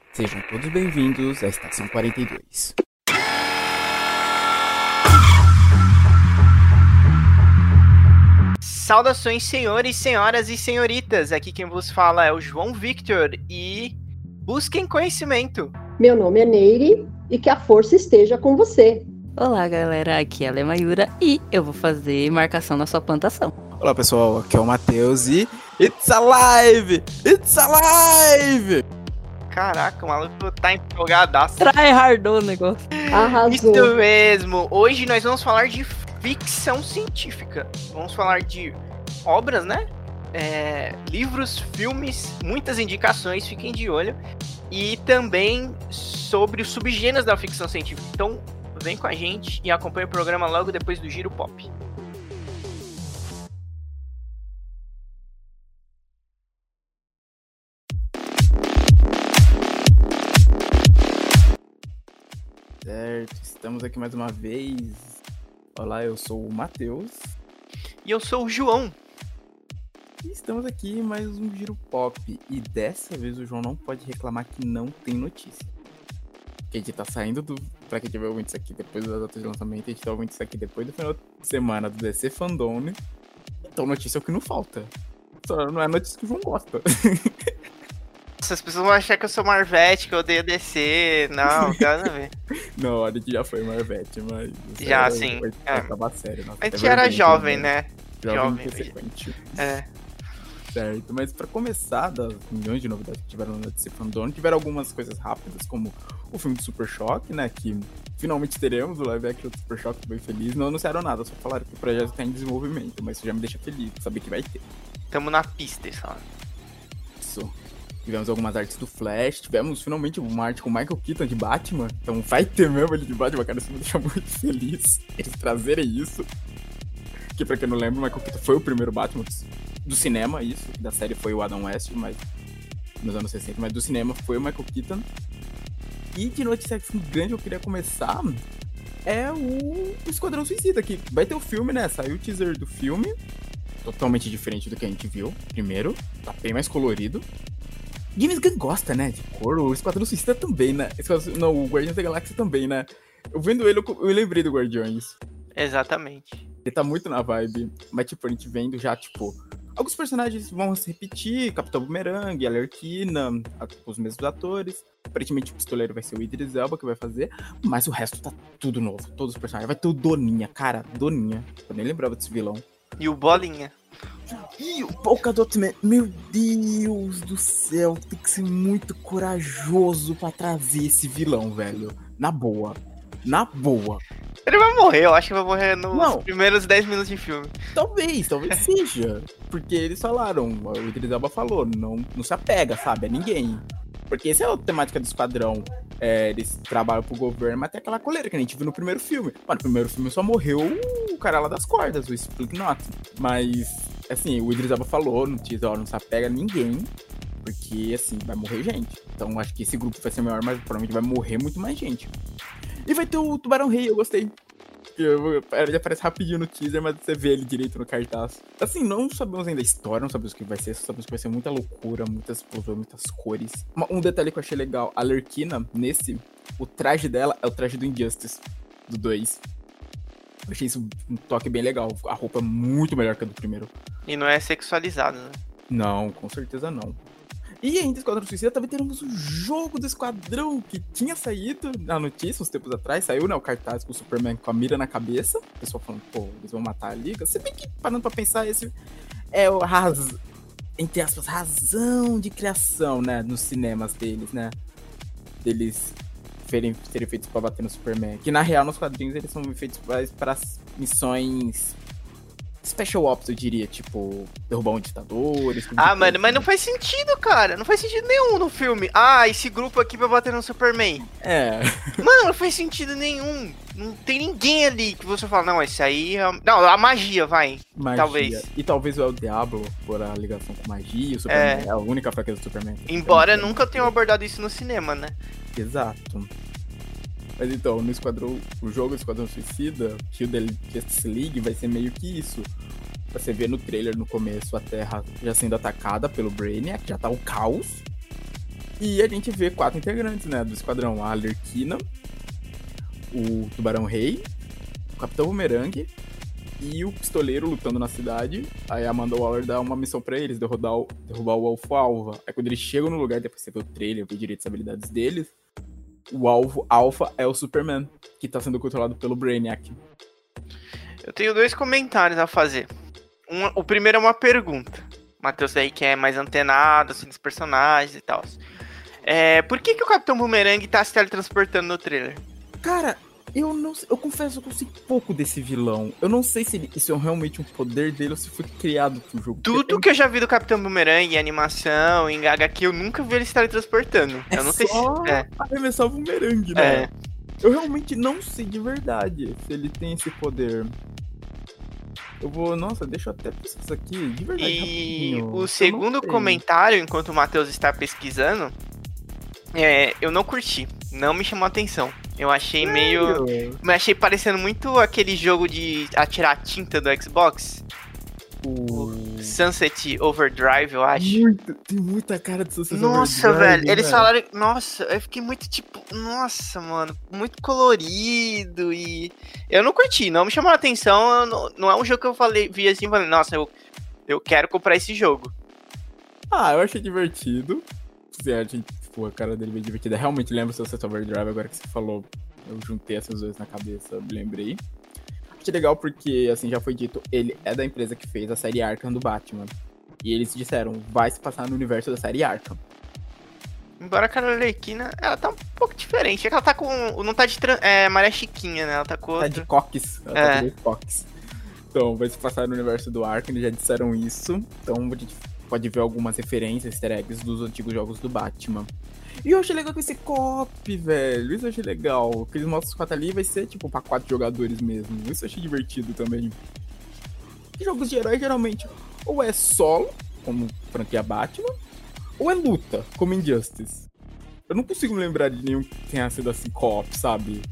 Sejam todos bem-vindos à Estação 42. Saudações, senhores, senhoras e senhoritas. Aqui quem vos fala é o João Victor e busquem conhecimento. Meu nome é Neire e que a força esteja com você. Olá, galera. Aqui é a Mayura e eu vou fazer marcação na sua plantação. Olá, pessoal. Aqui é o Matheus e... It's alive! It's alive! Caraca, o maluco tá empolgadaço. Tryhardou o negócio. Arrasou. Isso mesmo. Hoje nós vamos falar de ficção científica. Vamos falar de obras, né? Livros, filmes, muitas indicações, fiquem de olho. E também sobre os subgêneros da ficção científica. Então, vem com a gente e acompanhe o programa logo depois do Giro Pop. Certo, estamos aqui mais uma vez. Olá, eu sou o Matheus. E eu sou o João. E estamos aqui em mais um Giro Pop. E dessa vez o João não pode reclamar que não tem notícia. Porque a gente tá saindo do... Pra quem tiver ouvindo isso aqui depois das datas de lançamento, a gente tá ouvindo isso aqui depois do final de semana do DC Fandom. Então notícia é o que não falta. Só não é notícia que o João gosta. Nossa, as pessoas vão achar que eu sou Marvete, que eu odeio DC. Não, tem nada a ver. Não, a gente já foi Marvete, mas... Já, sim. Tava sério. Nossa, A gente era jovem, né? Jovem consequente. É. Certo, mas pra começar, das milhões de novidades que tiveram no DC Fandom, tiveram algumas coisas rápidas, como o filme do Super Choque, né, que finalmente teremos o live action do Super Choque, tô bem feliz. Não anunciaram nada, só falaram que o projeto tá em desenvolvimento, mas isso já me deixa feliz, saber que vai ter. Tamo na pista, sabe? Isso. Tivemos algumas artes do Flash, tivemos finalmente uma arte com o Michael Keaton de Batman, então vai ter mesmo ele de Batman, cara, isso me deixa muito feliz, eles trazerem isso. Que pra quem não lembra, o Michael Keaton foi o primeiro Batman do cinema, isso, da série foi o Adam West, mas nos anos 60, mas do cinema foi o Michael Keaton. E de notícia grande eu queria começar é o Esquadrão Suicida, que vai ter o filme, né, saiu o teaser do filme, totalmente diferente do que a gente viu primeiro, tá bem mais colorido. James Gunn gosta, né, de cor, o Esquadrão Suicida também, né, não, o Guardiões da Galáxia também, né, eu vendo ele, eu lembrei do Guardiões. Exatamente. Ele tá muito na vibe, mas tipo, a gente vendo já, tipo, alguns personagens vão se repetir, Capitão Boomerang, a Arlequina, os mesmos atores. Aparentemente o pistoleiro vai ser o Idris Elba que vai fazer, mas o resto tá tudo novo, todos os personagens. Vai ter o Doninha, cara, Doninha. Eu nem lembrava desse vilão. E o Bolinha. E o Polka Dot Man, meu Deus do céu, tem que ser muito corajoso pra trazer esse vilão, velho. Na boa. Na boa. Ele vai morrer, eu acho que vai morrer nos primeiros 10 minutos de filme. Talvez seja. Porque eles falaram, o Idris Elba falou, não se apega, sabe, a ninguém. Porque essa é a temática do Esquadrão. Eles trabalham pro governo, mas tem aquela coleira que a gente viu no primeiro filme. Mano, no primeiro filme só morreu o cara lá das cordas, o Slipknot. Mas, assim, o Idris Elba falou no teaser, ó, não se apega a ninguém. Porque, assim, vai morrer gente. Então, acho que esse grupo vai ser maior, mas provavelmente vai morrer muito mais gente. E vai ter o Tubarão Rei, eu gostei. Ele aparece rapidinho no teaser, mas você vê ele direito no cartaz. Assim, não sabemos ainda a história, não sabemos o que vai ser, só sabemos que vai ser muita loucura, muitas explosões, muitas cores. Um detalhe que eu achei legal, a Arlequina, o traje dela é o traje do Injustice, do 2. Eu achei isso um toque bem legal, a roupa é muito melhor que a do primeiro. E não é sexualizado, né? Não, com certeza não. E ainda Esquadrão Suicida também teremos o jogo do Esquadrão, que tinha saído na notícia uns tempos atrás, saiu, né, o cartaz com o Superman com a mira na cabeça, o pessoal falando, pô, eles vão matar a Liga. Se bem que, parando pra pensar, esse é o entre aspas, razão de criação, né, nos cinemas deles, né, deles serem feitos pra bater no Superman, que na real, nos quadrinhos, eles são feitos para missões... Special Ops, eu diria, tipo, derrubar um ditador... Mano, mas não faz sentido, cara. Não faz sentido nenhum no filme. Esse grupo aqui vai bater no Superman. Mano, não faz sentido nenhum. Não tem ninguém ali que você fala, não, esse aí é... Não, a magia, vai. Talvez. E talvez o El Diablo, por a ligação com magia, o Superman é a única fraqueza do Superman. Embora nunca tenham abordado isso no cinema, né? Exato. Mas então, no Esquadrão, o jogo Esquadrão Suicida, Shield Justice League, vai ser meio que isso. Você vê no trailer, no começo, a Terra já sendo atacada pelo Brainiac, já tá o caos. E a gente vê 4 integrantes, né, do esquadrão. A Arlequina, o Tubarão Rei, o Capitão Boomerang e o Pistoleiro lutando na cidade. Aí a Amanda Waller dá uma missão pra eles, derrubar o Alvo Alva. Aí quando eles chegam no lugar, depois você vê o trailer, vê direito as habilidades deles, o Alvo Alpha é o Superman, que tá sendo controlado pelo Brainiac. Eu tenho 2 comentários a fazer. O primeiro é uma pergunta. O Matheus aí que é mais antenado, assim, dos personagens e tal. Por que o Capitão Boomerang tá se teletransportando no trailer? Cara, eu não sei, eu confesso que eu sei pouco desse vilão. Eu não sei se isso é realmente um poder dele ou se foi criado pro jogo. Tudo que eu já vi do Capitão Boomerang, em animação, em HQ, eu nunca vi ele se teletransportando. Eu não sei se... arremessar o Boomerang, né? Eu realmente não sei de verdade se ele tem esse poder. Eu vou... Nossa, deixa eu até pesquisar aqui, de verdade, E rapidinho. o segundo comentário, enquanto o Matheus está pesquisando, eu não curti. Não me chamou a atenção. Eu achei meio... Me achei parecendo muito aquele jogo de atirar tinta do Xbox. O Sunset Overdrive, eu acho. Tem muita cara de Sunset Nossa, Overdrive, velho, eles falaram... Nossa, eu fiquei muito tipo... Nossa, mano, muito colorido e... Eu não curti, não me chamou a atenção. Não é um jogo que eu vi assim, falei, nossa, eu quero comprar esse jogo. Eu achei divertido. Tipo, a cara dele bem divertida. Realmente lembro o Sunset Overdrive, agora que você falou. Eu juntei essas duas na cabeça, me lembrei. Achei legal porque, assim, já foi dito, ele é da empresa que fez a série Arkham do Batman. E eles disseram, vai se passar no universo da série Arkham. Embora a Carol Arlequina, ela tá um pouco diferente. É que ela tá com... Não tá de Maria Chiquinha, né? Ela tá com outra... Tá de coques. Ela tá de coques. Então, vai se passar no universo do Arkham, eles já disseram isso. Então, a gente pode ver algumas referências, easter eggs dos antigos jogos do Batman. E eu achei legal com esse co-op, velho. Isso eu achei legal. O que eles mostram os 4 ali vai ser, tipo, pra 4 jogadores mesmo. Isso eu achei divertido também. E jogos de herói, geralmente, ou é solo, como franquia Batman, ou é luta, como Injustice. Eu não consigo me lembrar de nenhum que tenha sido assim co-op, sabe?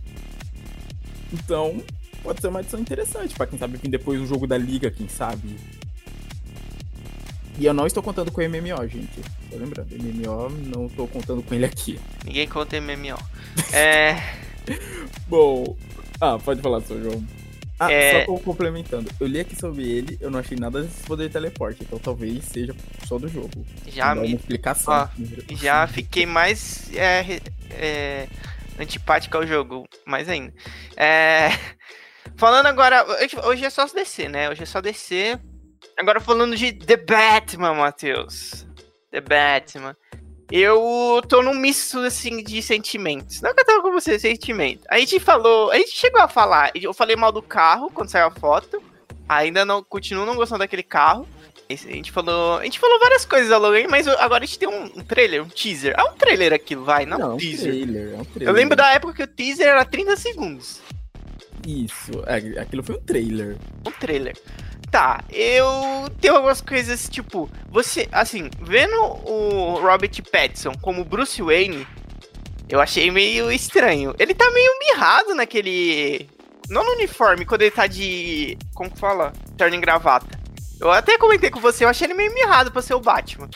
Então, pode ser uma edição interessante pra quem sabe vir depois um jogo da Liga, quem sabe. E eu não estou contando com o MMO, gente. Tô lembrando, MMO, não estou contando com ele aqui. Ninguém conta MMO. Bom, pode falar, seu João. Só complementando. Eu li aqui sobre ele, eu não achei nada desse poder de teleporte, então talvez seja só do jogo. Já me... Uma explicação. Já fiquei mais antipático ao jogo, mais ainda. Falando agora, hoje é só DC, né? Hoje é só DC. Agora falando de The Batman, Matheus. The Batman. Eu tô num misto, assim, de sentimentos. Não que eu tava com você, sentimento. A gente chegou a falar, eu falei mal do carro quando saiu a foto. Ainda não, continuo não gostando daquele carro. A gente falou várias coisas ao longo aí, mas agora a gente tem um trailer, um teaser. Um trailer aquilo, vai, não um teaser. É um trailer. Eu lembro da época que o teaser era 30 segundos. Isso, aquilo foi um trailer. Um trailer. Tá, eu tenho algumas coisas, tipo, você, assim, vendo o Robert Pattinson como Bruce Wayne, eu achei meio estranho. Ele tá meio mirrado naquele... Não no uniforme, quando ele tá de... Como que fala? Terno e gravata. Eu até comentei com você, eu achei ele meio mirrado pra ser o Batman.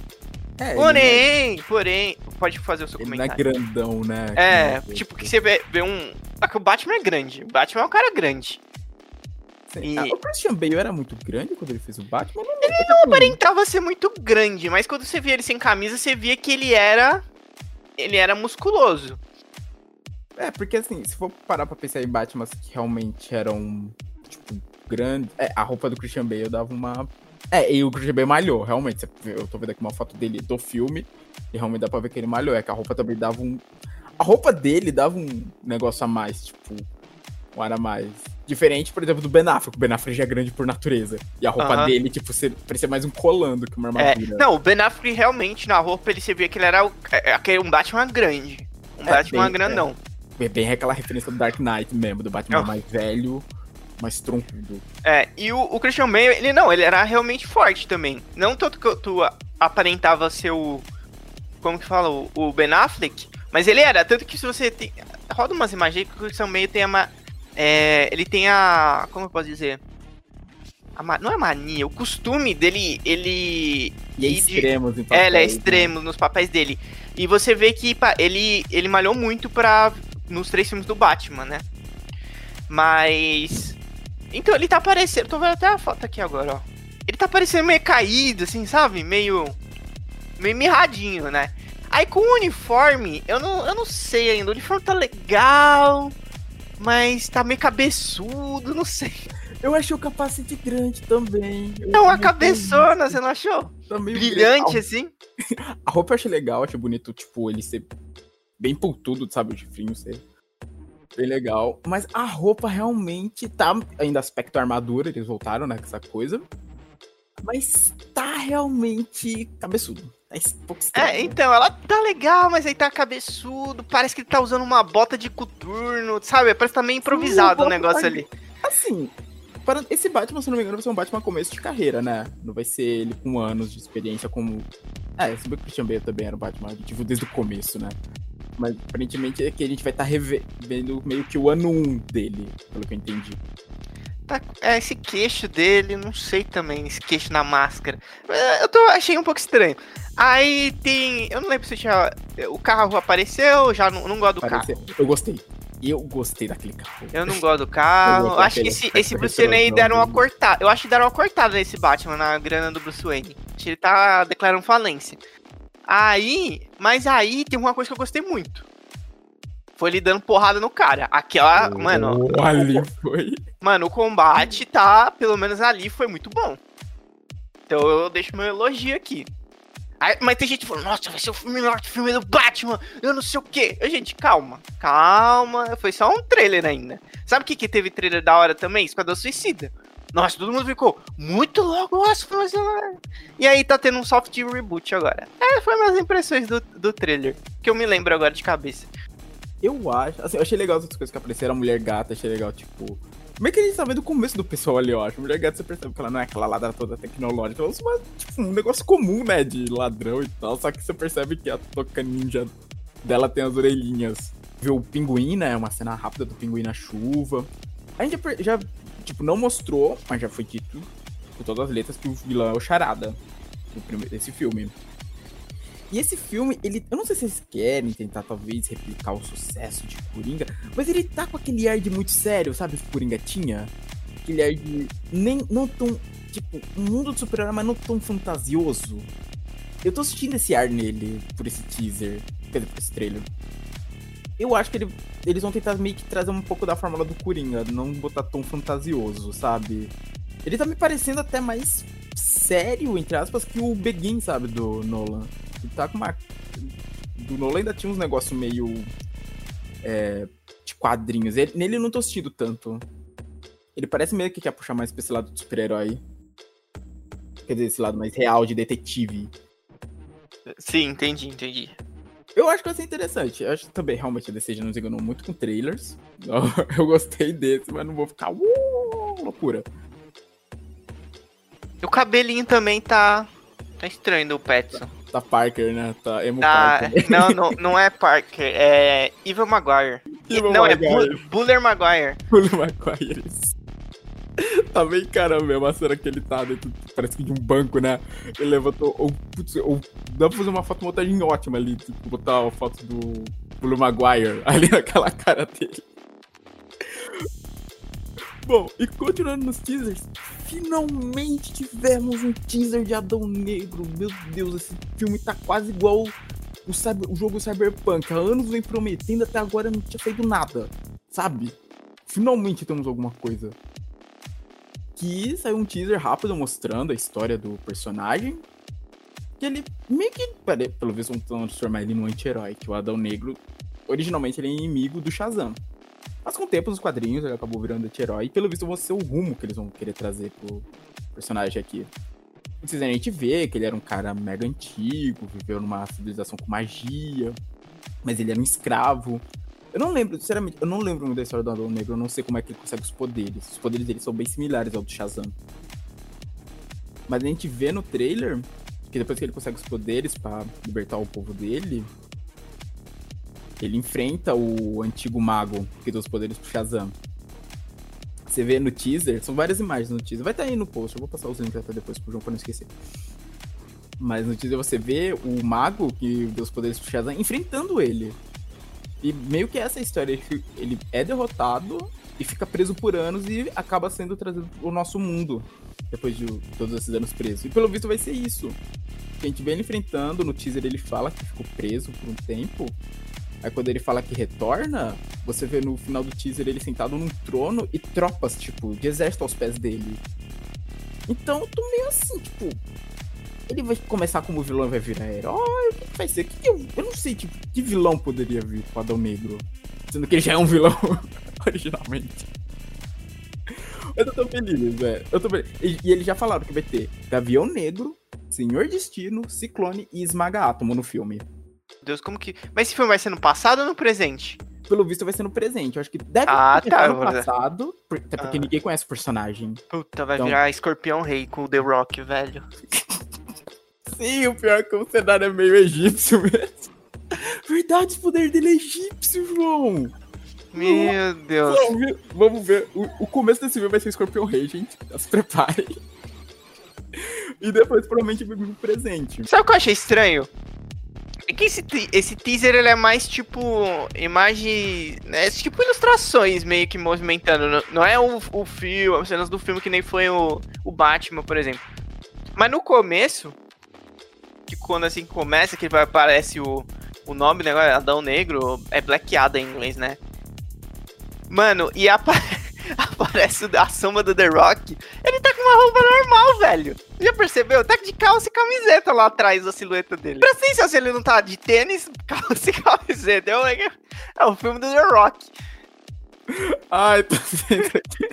Porém... Pode fazer o seu comentário. Ele não é grandão, né? Tipo, que você vê um... que o Batman é grande. O Batman é um cara grande. O Christian Bale era muito grande quando ele fez o Batman? Ele não aparentava ser muito grande, mas quando você via ele sem camisa, você via que ele era musculoso. Porque assim, se for parar pra pensar em Batman que realmente eram, tipo, grandes... a roupa do Christian Bale dava uma... e o Christian Bale malhou, realmente. Eu tô vendo aqui uma foto dele do filme, e realmente dá pra ver que ele malhou. Que a roupa também dava um... A roupa dele dava um negócio a mais, tipo... Um ar a mais... Diferente, por exemplo, do Ben Affleck. O Ben Affleck já é grande por natureza. E a roupa dele, tipo, parecia mais um colando que uma armadura. Não, o Ben Affleck realmente, na roupa, ele se via que ele era um Batman grande. Batman grandão. Bem aquela referência do Dark Knight mesmo, do Batman mais velho, mais troncudo. E o Christian Bale, ele era realmente forte também. Não tanto que tu aparentava ser o... Como que fala? O Ben Affleck. Mas ele era, tanto que se você tem... Roda umas imagens que o Christian Bale tem uma... ele tem a... Como eu posso dizer? Não é mania, o costume dele, ele... E é extremos em papéis, ele é extremo nos papéis dele. E você vê que ele malhou muito nos 3 filmes do Batman, né? Mas... Então ele tá parecendo... Tô vendo até a foto aqui agora, ó. Ele tá parecendo meio caído, assim, sabe? Meio mirradinho, né? Aí com o uniforme, eu não sei ainda. O uniforme tá legal, mas tá meio cabeçudo, não sei. Eu achei o capacete grande também. Não, a cabeçona, você não achou? Tá meio Brilhante, legal. assim. A roupa eu achei legal, achei bonito, tipo, ele ser bem pultudo, sabe? O chifrinho ser bem legal. Mas a roupa realmente tá... Ainda aspecto armadura, eles voltaram, né? Com essa coisa. Mas tá realmente cabeçudo. Tá um pouco estranho. Então, ela tá legal, mas aí tá cabeçudo. Parece que ele tá usando uma bota de coturno, sabe? Parece que tá meio improvisado o negócio ali. Assim, esse Batman, se não me engano, vai ser um Batman começo de carreira, né? Não vai ser ele com anos de experiência como... se bem que o Christian Bale também era um Batman ativo desde o começo, né? Mas aparentemente é que a gente vai estar revendo meio que o ano 1 dele, pelo que eu entendi. Esse queixo dele, não sei também, esse queixo na máscara. Achei um pouco estranho. Aí tem... Eu não lembro se tinha... O carro apareceu, já não gosto do carro. Eu gostei daquele carro. Eu não gosto do carro. Acho que esse Bruce Wayne aí deram uma cortada. Eu acho que deram uma cortada nesse Batman, na grana do Bruce Wayne. Acho que ele tá declarando falência. Mas aí tem uma coisa que eu gostei muito. Foi ele dando porrada no cara. Aquela, mano... Ali foi... Mano, o combate tá... Pelo menos ali foi muito bom. Então eu deixo meu elogio aqui. Mas tem gente falando, nossa, vai ser o melhor filme do Batman, eu não sei o quê. Gente, calma, foi só um trailer ainda. Sabe o que teve trailer da hora também? Esquadrão Suicida. Nossa, todo mundo ficou muito louco, nossa, e aí tá tendo um soft reboot agora. Foi umas impressões do trailer, que eu me lembro agora de cabeça. Eu acho, assim, eu achei legal as outras coisas que apareceram, a Mulher Gata, achei legal, tipo... Como é que a gente tá vendo o começo do pessoal ali, eu acho. A Mulher Gata, você percebe que ela não é aquela ladra toda tecnológica, ela é tipo, um negócio comum, né, de ladrão e tal, só que você percebe que a Toca Ninja dela tem as orelhinhas. Viu o pinguim, né, uma cena rápida do pinguim na chuva. A gente já tipo, não mostrou, mas já foi dito com todas as letras que o vilão é o Charada desse filme. E esse filme, eu não sei se eles querem tentar, talvez, replicar o sucesso de Coringa, mas ele tá com aquele ar de muito sério, sabe? Que Coringa tinha. Aquele ar de... não tão... Tipo, um mundo de super-herói, mas não tão fantasioso. Eu tô sentindo esse ar nele, por esse teaser. Quer dizer, por esse trailer. Eu acho que eles vão tentar meio que trazer um pouco da fórmula do Coringa, não botar tão fantasioso, sabe? Ele tá me parecendo até mais sério, entre aspas, que o Begin, sabe? Do Nolan. Ele tá com uma... Do Nolan ainda tinha uns negócios meio... de quadrinhos. Nele eu não tô sentindo tanto. Ele parece meio que quer puxar mais pra esse lado do super-herói. Quer dizer, esse lado mais real, de detetive. Sim, entendi. Eu acho que vai ser interessante. Eu acho que também, realmente, a DC já nos enganou muito com trailers. Eu gostei desse, mas não vou ficar... loucura. O cabelinho também tá estranho do Pattinson. Tá Parker, né? Tá emo Parker. Não é Parker, é Evil Maguire. É Buller Maguire. Buller Maguire. Tá bem caramba, é uma cena que ele tá dentro, parece que de um banco, né? Ele levantou, ou dá pra fazer uma fotomontagem ótima ali, tipo, botar a foto do Buller Maguire ali naquela cara dele. Bom, e continuando nos teasers, finalmente tivemos um teaser de Adão Negro. Meu Deus, esse filme tá quase igual o jogo Cyberpunk. Há anos vem prometendo, até agora não tinha saído nada, sabe? Finalmente temos alguma coisa. Que saiu um teaser rápido mostrando a história do personagem. Que ele meio que, pelo visto, vão transformar ele num anti-herói. Que o Adão Negro, originalmente, ele é inimigo do Shazam. Mas com o tempo, nos quadrinhos, ele acabou virando anti-herói. E pelo visto, vai ser o rumo que eles vão querer trazer pro personagem aqui. Vocês a gente vê que ele era um cara mega antigo, viveu numa civilização com magia. Mas ele era um escravo. Eu não lembro, sinceramente, eu não lembro muito da história do Adão Negro. Eu não sei como é que ele consegue os poderes. Os poderes dele são bem similares ao do Shazam. Mas a gente vê no trailer que depois que ele consegue os poderes pra libertar o povo dele, ele enfrenta o antigo mago que deu os poderes pro Shazam. Você vê no teaser, são várias imagens no teaser. Vai estar aí no post, eu vou passar os links até depois pro João pra não esquecer. Mas no teaser você vê o mago que deu os poderes pro Shazam enfrentando ele. E meio que essa história, ele é derrotado e fica preso por anos e acaba sendo trazido pro nosso mundo depois de todos esses anos presos. E pelo visto vai ser isso. A gente vê ele enfrentando, no teaser ele fala que ficou preso por um tempo. Aí quando ele fala que retorna, você vê no final do teaser ele sentado num trono e tropas, tipo, de exército aos pés dele. Então eu tô meio assim, tipo... Ele vai começar como vilão e vai virar herói? O que vai ser? Eu não sei, tipo, que vilão poderia vir com o Adão Negro? Sendo que ele já é um vilão originalmente. Eu tô feliz, velho. E eles já falaram que vai ter Gavião Negro, Senhor Destino, Ciclone e Esmaga Átomo no filme. Deus, como que... Mas esse filme vai ser no passado ou no presente? Pelo visto vai ser no presente. Eu acho que deve tá, no passado, até porque ninguém conhece o personagem. Puta, vai virar Escorpião Rei com o The Rock, velho. Sim, o pior é que o cenário é meio egípcio mesmo. Verdade, o poder dele é egípcio, João. Meu Deus. Vamos ver. O começo desse vídeo vai ser Escorpião Rei, gente. Se preparem. E depois provavelmente vai vir um presente. Sabe o que eu achei estranho? É que esse teaser ele é mais tipo imagem, né, tipo ilustrações meio que movimentando. Não é o filme, as cenas do filme que nem foi o Batman, por exemplo. Mas no começo, que quando assim começa, que aparece o nome, né, Adão Negro, é Black Adam em inglês, né? Mano, e aparece a sombra do The Rock, ele tá com uma roupa normal, velho. Já percebeu? Tá de calça e camiseta lá atrás da silhueta dele. Presta atenção se ele não tá de tênis, calça e camiseta. É o filme do The Rock. Ai, tô vendo aqui.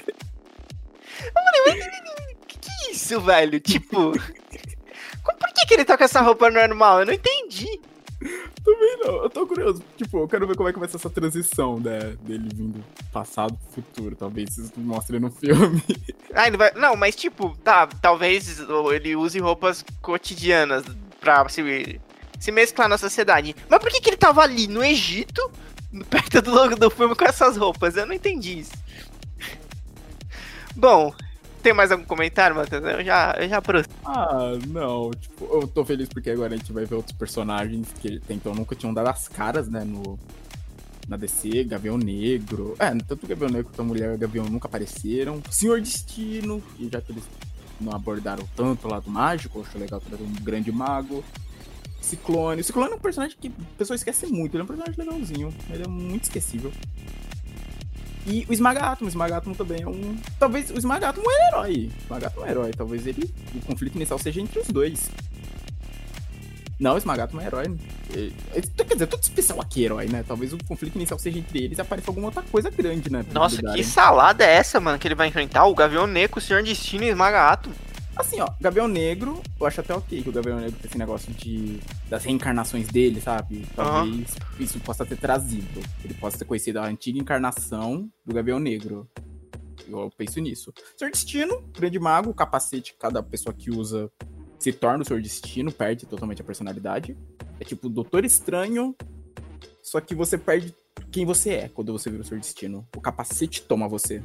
Que é isso, velho? Tipo... Por que ele tá com essa roupa normal? Eu não entendi. Também não, eu tô curioso. Tipo, eu quero ver como é que vai ser essa transição, né, dele vindo passado pro futuro. Talvez isso mostre no filme. Ah, ele vai... Não, mas tipo, tá, talvez ele use roupas cotidianas pra se mesclar na sociedade. Mas por que ele tava ali, no Egito, perto do logo do filme com essas roupas? Eu não entendi isso. Bom... Tem mais algum comentário, Matheus? Eu já prossigo. Ah, não. Tipo, eu tô feliz porque agora a gente vai ver outros personagens que até então nunca tinham dado as caras, né, na DC, Gavião Negro. Tanto o Gavião Negro quanto a Mulher e o Gavião nunca apareceram. Senhor Destino, e já que eles não abordaram tanto o lado mágico, eu acho legal trazer um grande mago. Ciclone. O Ciclone é um personagem que a pessoa esquece muito. Ele é um personagem legalzinho. Ele é muito esquecível. E o Esmaga Átomo também é um... Talvez o Esmaga Átomo é um herói. O Esmaga Átomo é um herói. Talvez o conflito inicial seja entre os dois. Não, o Esmaga Átomo é herói. Quer dizer, todo especial aqui é herói, né? Talvez o conflito inicial seja entre eles e apareça alguma outra coisa grande, né? Nossa, que salada é essa, mano, que ele vai enfrentar? O Gavião Negro, o Senhor Destino e o Esmaga Átomo. Assim, ó, Gavião Negro, eu acho até ok que o Gavião Negro tem esse negócio das reencarnações dele, sabe? Talvez isso possa ter trazido. Ele possa ter conhecido a antiga encarnação do Gavião Negro. Eu penso nisso. Senhor Destino, grande mago, o capacete, cada pessoa que usa se torna o Senhor Destino, perde totalmente a personalidade. É tipo o Doutor Estranho, só que você perde quem você é quando você vira o Senhor Destino. O capacete toma você.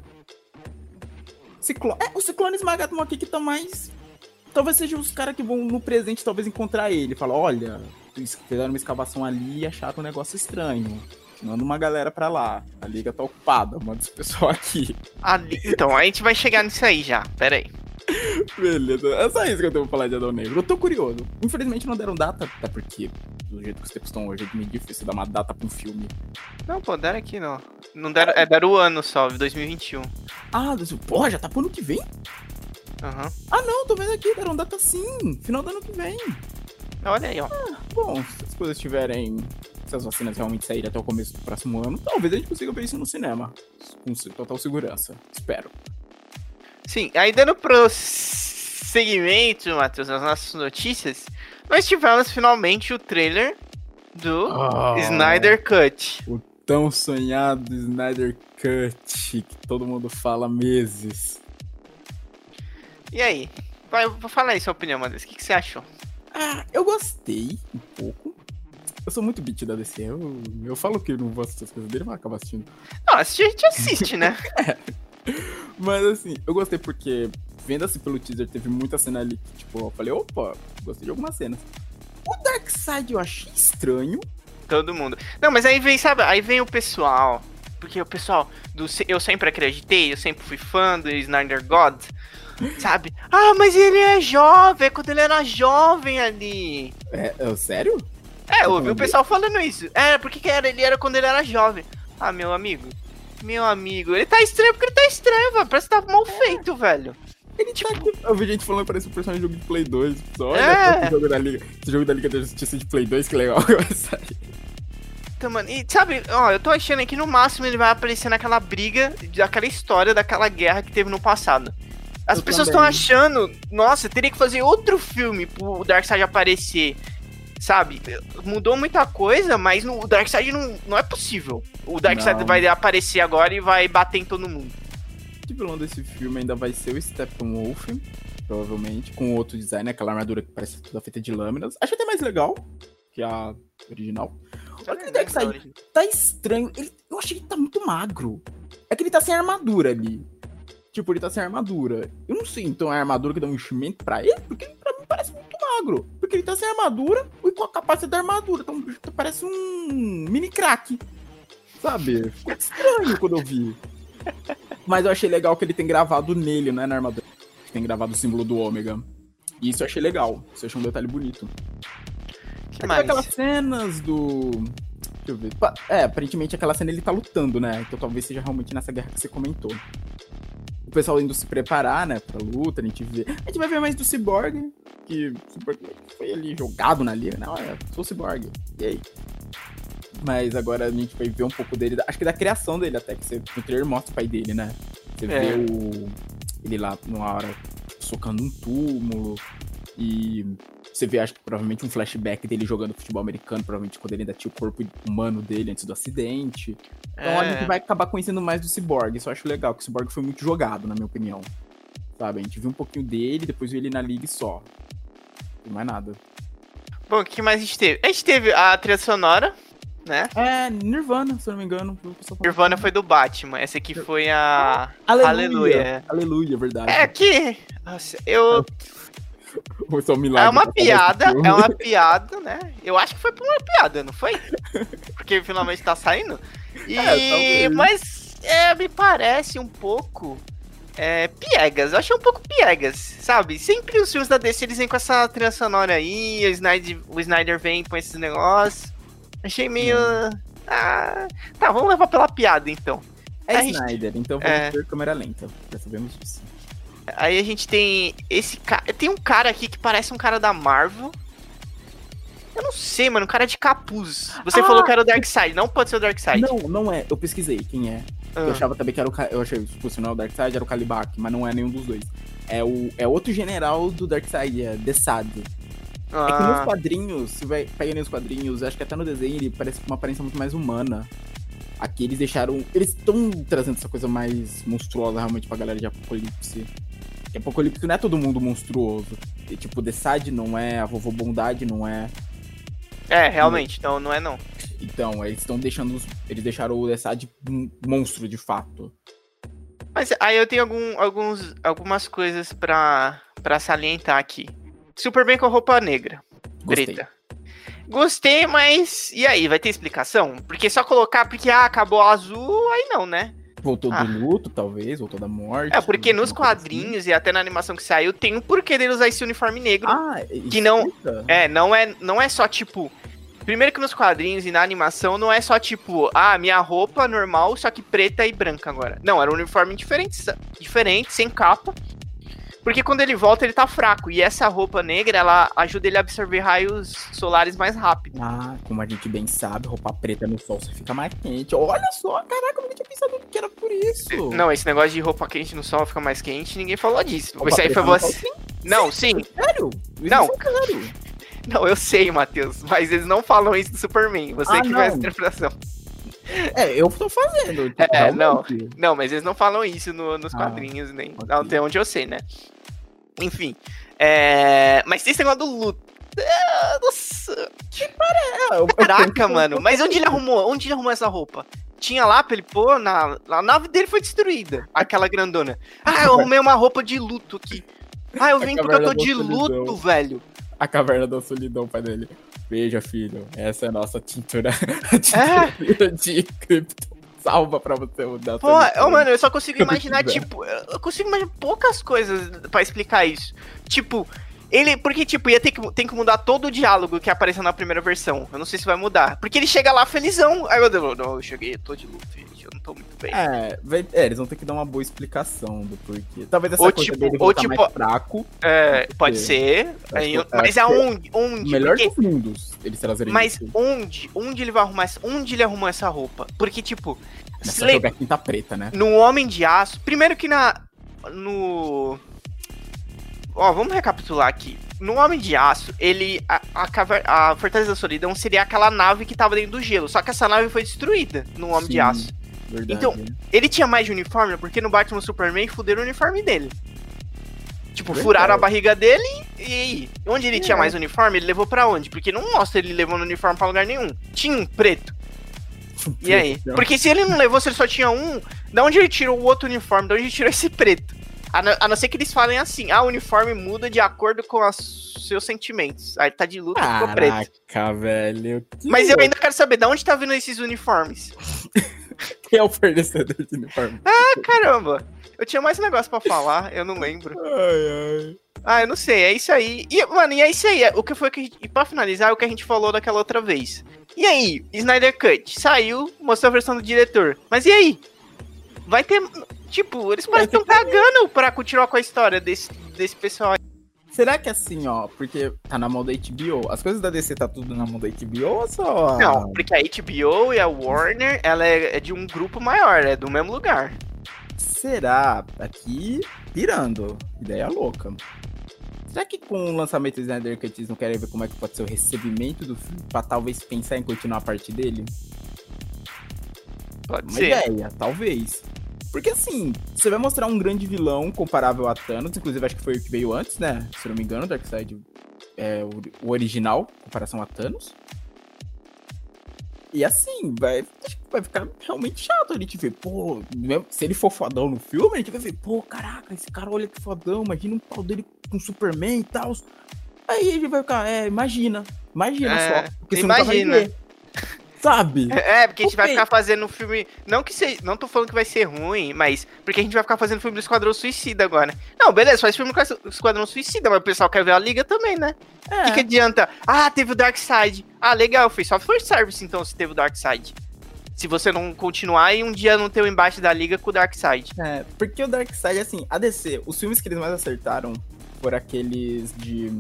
O Ciclone e Esmaga Átomo aqui que estão mais... Talvez sejam os caras que vão no presente talvez encontrar ele. Fala, olha, fizeram uma escavação ali e acharam um negócio estranho. Manda uma galera pra lá. A liga tá ocupada, manda esse pessoal aqui. Então, a gente vai chegar nisso aí já. Pera aí. Beleza, é só isso que eu tenho pra falar de Adão Negro. Eu tô curioso. Infelizmente não deram data, até porque do jeito que os tempos estão hoje é meio difícil dar uma data pra um filme. Não, pô, deram aqui não. Não deram, deram o ano só, 2021. Ah, porra, já tá pro ano que vem? Aham. Ah não, tô vendo aqui, deram data sim, final do ano que vem. Olha aí, ó. Bom, se as coisas tiverem... Se as vacinas realmente saírem até o começo do próximo ano, talvez a gente consiga ver isso no cinema. Com total segurança, espero. Sim, aí dando prosseguimento, Matheus, nas nossas notícias, nós tivemos finalmente o trailer do Snyder Cut. O tão sonhado Snyder Cut, que todo mundo fala há meses. E aí? Vou falar aí sua opinião, Matheus. O que você achou? Eu gostei um pouco. Eu sou muito beat da DC. Eu falo que eu não vou assistir as coisas dele, mas acaba assistindo. Não, assistir a gente assiste, né? Mas assim, eu gostei porque, vendo assim pelo teaser, teve muita cena ali que, tipo, eu falei, opa, gostei de algumas cenas. O Darkseid eu achei estranho. Todo mundo. Não, mas aí vem, sabe? Aí vem o pessoal. Porque o pessoal do eu sempre acreditei, eu sempre fui fã do Snyder God. Sabe? Ah, mas ele é jovem, é quando ele era jovem ali. Sério? Eu ouvi o pessoal falando isso. Porque que ele era quando ele era jovem. Ah, meu amigo, ele tá estranho porque ele tá estranho, velho. Parece que tá mal feito, velho. Ele tá aqui. Eu vi gente falando que parece um personagem de jogo de Play 2. Olha, esse jogo da Liga da Justiça de Play 2, que legal que vai sair. Então, mano, e sabe, ó, eu tô achando que no máximo ele vai aparecer naquela briga, daquela história, daquela guerra que teve no passado. As pessoas estão achando, nossa, teria que fazer outro filme pro Darkseid aparecer, sabe? Mudou muita coisa, mas o Darkseid não é possível. O Darkseid vai aparecer agora e vai bater em todo mundo. O vilão desse filme ainda vai ser o Steppenwolf, provavelmente, com outro design, aquela armadura que parece toda feita de lâminas. Acho até mais legal que a original. O Darkseid tá estranho. Eu achei que ele tá muito magro. É que ele tá sem armadura ali. Tipo, ele tá sem armadura. Eu não sei, então, é a armadura que dá um enchimento pra ele? Porque pra mim parece muito magro. Porque ele tá sem armadura e com a capacidade da armadura. Então, parece um mini crack. Sabe? Ficou estranho quando eu vi. Mas eu achei legal que ele tem gravado nele, né, na armadura. Tem gravado o símbolo do ômega. E isso eu achei legal. Isso eu achei um detalhe bonito. Aquelas cenas do... Deixa eu ver. Aparentemente aquela cena ele tá lutando, né? Então talvez seja realmente nessa guerra que você comentou. O pessoal indo se preparar, né, pra luta, a gente vai ver mais do Cyborg, que o Cyborg foi ali jogado na liga, não, sou o Cyborg, e aí? Mas agora a gente vai ver um pouco dele, acho que da criação dele até, que no trailer mostra o pai dele, né? Você vê ele lá numa hora socando um túmulo, e você vê, acho que provavelmente um flashback dele jogando futebol americano, provavelmente quando ele ainda tinha o corpo humano dele antes do acidente. Então a gente vai acabar conhecendo mais do Cyborg. Isso eu acho legal, que o Cyborg foi muito jogado, na minha opinião. Sabe, a gente viu um pouquinho dele, depois viu ele na liga e só. Não mais nada. Bom, o que mais a gente teve? A gente teve a trilha sonora, né? Nirvana, se eu não me engano. Nirvana foi do Batman, essa aqui foi a... Aleluia. Aleluia, verdade. Nossa, eu... Foi um milagre, é uma piada, né? Eu acho que foi por uma piada, não foi? Porque finalmente tá saindo. Mas me parece um pouco piegas. Eu achei um pouco piegas, sabe? Sempre os filmes da DC eles vêm com essa trilha sonora aí, o Snyder vem com esses negócios. Achei meio... tá, vamos levar pela piada então. Snyder, então vamos ver câmera lenta. Já sabemos disso. Aí a gente tem esse cara. Tem um cara aqui que parece um cara da Marvel. Eu não sei, mano. Um cara de capuz. Você falou que era o Darkseid. Não pode ser o Darkseid. Não é. Eu pesquisei quem é. Eu achava também que era eu achei, se fosse não é o Darkseid, era o Kalibak, mas não é nenhum dos dois. É outro general do Darkseid, é Desad. É que nos quadrinhos, se vai pegando os quadrinhos, acho que até no desenho ele parece com uma aparência muito mais humana. Aqui eles deixaram... Eles estão trazendo essa coisa mais monstruosa realmente pra galera de Apocalipse. Que Apocalipse não é todo mundo monstruoso. E, tipo, Desad não é, a Vovô Bondade não é. Realmente, então não é não. Então, eles estão deixando... Eles deixaram o Desad um monstro, de fato. Mas aí eu tenho algumas coisas pra salientar aqui. Superman com roupa negra. Preta. Gostei, mas... E aí, vai ter explicação? Porque só colocar porque acabou azul, aí não, né? Voltou do luto, talvez, voltou da morte. Porque nos quadrinhos e até na animação que saiu, tem um porquê dele usar esse uniforme negro. Que não é só tipo... Primeiro que nos quadrinhos e na animação não é só tipo, minha roupa normal, só que preta e branca agora. Não, era um uniforme diferente, sem capa. Porque quando ele volta, ele tá fraco. E essa roupa negra, ela ajuda ele a absorver raios solares mais rápido. Como a gente bem sabe, roupa preta no sol você fica mais quente. Olha só, caraca, eu não tinha pensado que era por isso. Não, esse negócio de roupa quente no sol fica mais quente, ninguém falou disso. Isso aí foi você. Não, sim. Sério? Não. Não, eu sei, Matheus, mas eles não falam isso do Superman. Você que faz a interpretação. Eu tô fazendo. Não, mas eles não falam isso nos quadrinhos, nem até onde eu sei, né? Enfim. Mas tem esse negócio do luto. Nossa. Que caraca, mano. Mas onde ele arrumou essa roupa? tinha lá pra ele pôr, a nave dele foi destruída, aquela grandona. Ah, eu arrumei uma roupa de luto aqui. Ah, eu vim porque eu tô de luto, velho. A caverna da solidão, pai dele. Veja, filho, essa é a nossa tintura, de cripto. Salva pra você mudar. Pô, mano, eu só consigo imaginar, tipo, eu consigo imaginar poucas coisas pra explicar isso. Tipo, porque, tipo, tem que mudar todo o diálogo que apareceu na primeira versão. Eu não sei se vai mudar. Porque ele chega lá felizão. Aí meu Deus, não, eu cheguei, eu tô de luto, gente, eu não tô muito bem. Eles vão ter que dar uma boa explicação do porquê. Talvez essa coisa dele voltar mais fraco. Pode ser. Mas aonde? Melhor dos mundos, eles trazerem mas isso. onde ele vai arrumar onde ele arrumou essa roupa? Porque, tipo... Nessa jogar quinta preta, né? No Homem de Aço... Primeiro que vamos recapitular aqui. No Homem de Aço, a Fortaleza da Solidão seria aquela nave que tava dentro do gelo. Só que essa nave foi destruída no Homem de Aço. Verdade. Então, ele tinha mais de uniforme, porque no Batman Superman fuderam o uniforme dele. Tipo, furaram a barriga dele e aí? Onde ele tinha mais uniforme, ele levou pra onde? Porque não mostra ele levando uniforme pra lugar nenhum. Tinha um preto. E aí? Porque se ele não levou, se ele só tinha um, de onde ele tirou o outro uniforme? De onde ele tirou esse preto? A não ser que eles falem assim, o uniforme muda de acordo com os seus sentimentos. Aí tá de luta e ficou preto. Caraca, velho. Mas eu ainda quero saber, de onde tá vindo esses uniformes? Quem é o fornecedor de uniforme? Caramba. Eu tinha mais um negócio pra falar, eu não lembro. Eu não sei, é isso aí. E, mano, e é isso aí. O que foi que e pra finalizar, é o que a gente falou daquela outra vez. E aí, Snyder Cut saiu, mostrou a versão do diretor. Mas e aí? Vai ter... Tipo, eles parecem que estão cagando pra continuar com a história desse pessoal aí. Será que assim, porque tá na mão da HBO, as coisas da DC tá tudo na mão da HBO ou só... Não, porque a HBO e a Warner, ela é de um grupo maior, é do mesmo lugar. Será? Aqui, pirando. Ideia louca. Será que com o lançamento do Snyder Cut eles não querem ver como é que pode ser o recebimento do filme pra talvez pensar em continuar a parte dele? Pode Uma ser. ideia, talvez. Porque assim, você vai mostrar um grande vilão comparável a Thanos, inclusive acho que foi o que veio antes, né? Se eu não me engano, Darkseid é o original, em comparação a Thanos. E assim, acho que vai ficar realmente chato a gente ver, pô, se ele for fodão no filme, a gente vai ver, pô, caraca, esse cara olha que fodão, imagina um pau dele com Superman e tal. Aí ele vai ficar, imagina só. Porque você nunca vai ver. Sabe? Porque a gente vai ficar fazendo filme. Não tô falando que vai ser ruim, mas. Porque a gente vai ficar fazendo filme do Esquadrão Suicida agora. Não, beleza, faz filme com o Esquadrão Suicida, mas o pessoal quer ver a Liga também, né? O que adianta? Teve o Darkseid. Legal, foi software service então se teve o Darkseid. Se você não continuar e um dia não ter o embate da Liga com o Darkseid. Porque o Darkseid, assim, a DC, os filmes que eles mais acertaram foram aqueles de.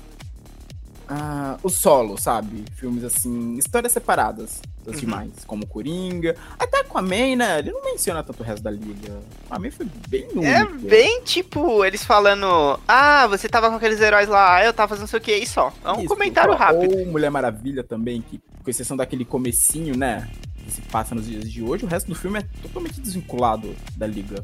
Os solos, sabe? Filmes assim, histórias separadas das demais, como Coringa. Até Aquaman, né? Ele não menciona tanto o resto da Liga. Aquaman foi bem único. Bem tipo, eles falando, você tava com aqueles heróis lá, eu tava fazendo não sei o que, e só. É um comentário rápido. Ou Mulher Maravilha também, que com exceção daquele comecinho, né? Que se passa nos dias de hoje, o resto do filme é totalmente desvinculado da Liga.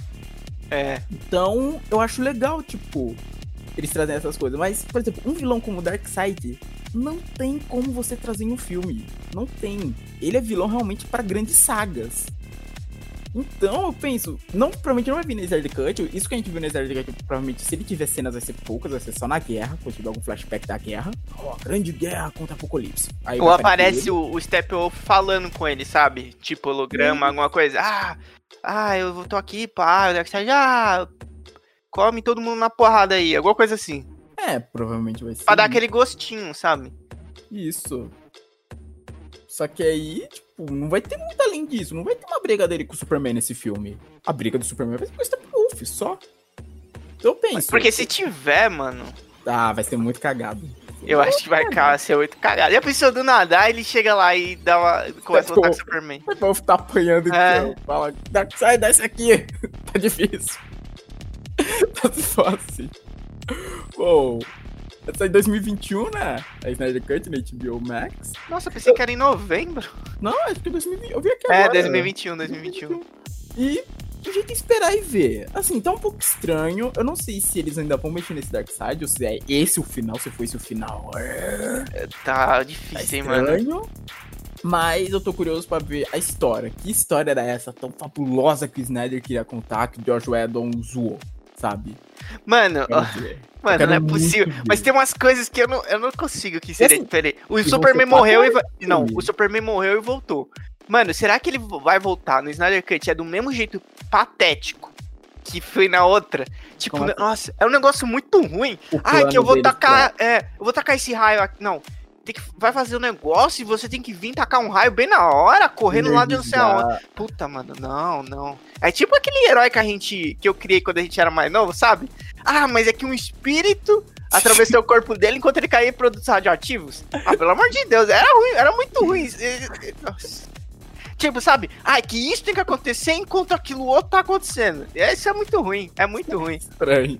Então, eu acho legal, tipo, eles trazem essas coisas. Mas, por exemplo, um vilão como o Darkseid não tem como você trazer em um filme. Não tem. Ele é vilão realmente pra grandes sagas. Então, eu penso, provavelmente não vai vir no Snyder Cut. Isso que a gente viu no Snyder Cut, provavelmente, se ele tiver cenas, vai ser poucas, vai ser só na guerra, quando tiver algum flashback da guerra. Grande guerra contra o Apocalipse. Aí ou aparece o Steppenwolf falando com ele, sabe? Tipo, holograma, alguma coisa. Eu tô aqui, pá, o Darkseid, come todo mundo na porrada aí, alguma coisa assim. Provavelmente vai ser. Pra dar aquele gostinho, sabe? Isso. Só que aí, tipo, não vai ter muito além disso. Não vai ter uma briga dele com o Superman nesse filme. A briga do Superman vai ser com o Steppenwolf, só. Então eu penso. Porque se tiver, mano... vai ser muito cagado. Eu acho que vai ser muito cagado. E a pessoa do nada, ele chega lá e começa a lutar com o Superman. O Steppenwolf tá apanhando e fala, sai, dá isso aqui. Tá difícil. Tá só assim. Essa é em 2021, né? A Snyder Cut na HBO Max. Nossa, eu pensei que era em novembro. Não, acho que é 2020. Eu vi aqui agora. 2021. E a gente esperar e ver. Assim, tá um pouco estranho. Eu não sei se eles ainda vão mexer nesse Darkseid ou se é esse o final, se foi esse o final. Tá difícil, hein, mano. Mas eu tô curioso pra ver a história. Que história era essa tão fabulosa que o Snyder queria contar, que o Joss Whedon zoou, sabe? Mano, Quero ver. mano, quero não é muito possível. ver. Mas tem umas coisas que eu não consigo que seria assim, diferente. O vão Superman ser morreu e 4 vai... Não, filmes. o Superman morreu e voltou. Mano, será que ele vai voltar no Snyder Cut? É do mesmo jeito patético que foi na outra? Tipo, Como assim? nossa, é um negócio muito ruim. O Ah, que eu plano vou deles tacar. Eu vou tacar esse raio aqui. Não. Vai fazer um negócio e você tem que vir tacar um raio bem na hora, correndo lá de não sei aonde. Puta, mano, não. É tipo aquele herói que eu criei quando a gente era mais novo, sabe? Ah, mas é que um espírito atravessou o corpo dele enquanto ele caía em produtos radioativos. Ah, pelo amor de Deus, era ruim, era muito ruim. Nossa. Tipo, sabe? Ah, é que isso tem que acontecer enquanto aquilo outro tá acontecendo. Isso é muito ruim, é muito ruim. Estranho.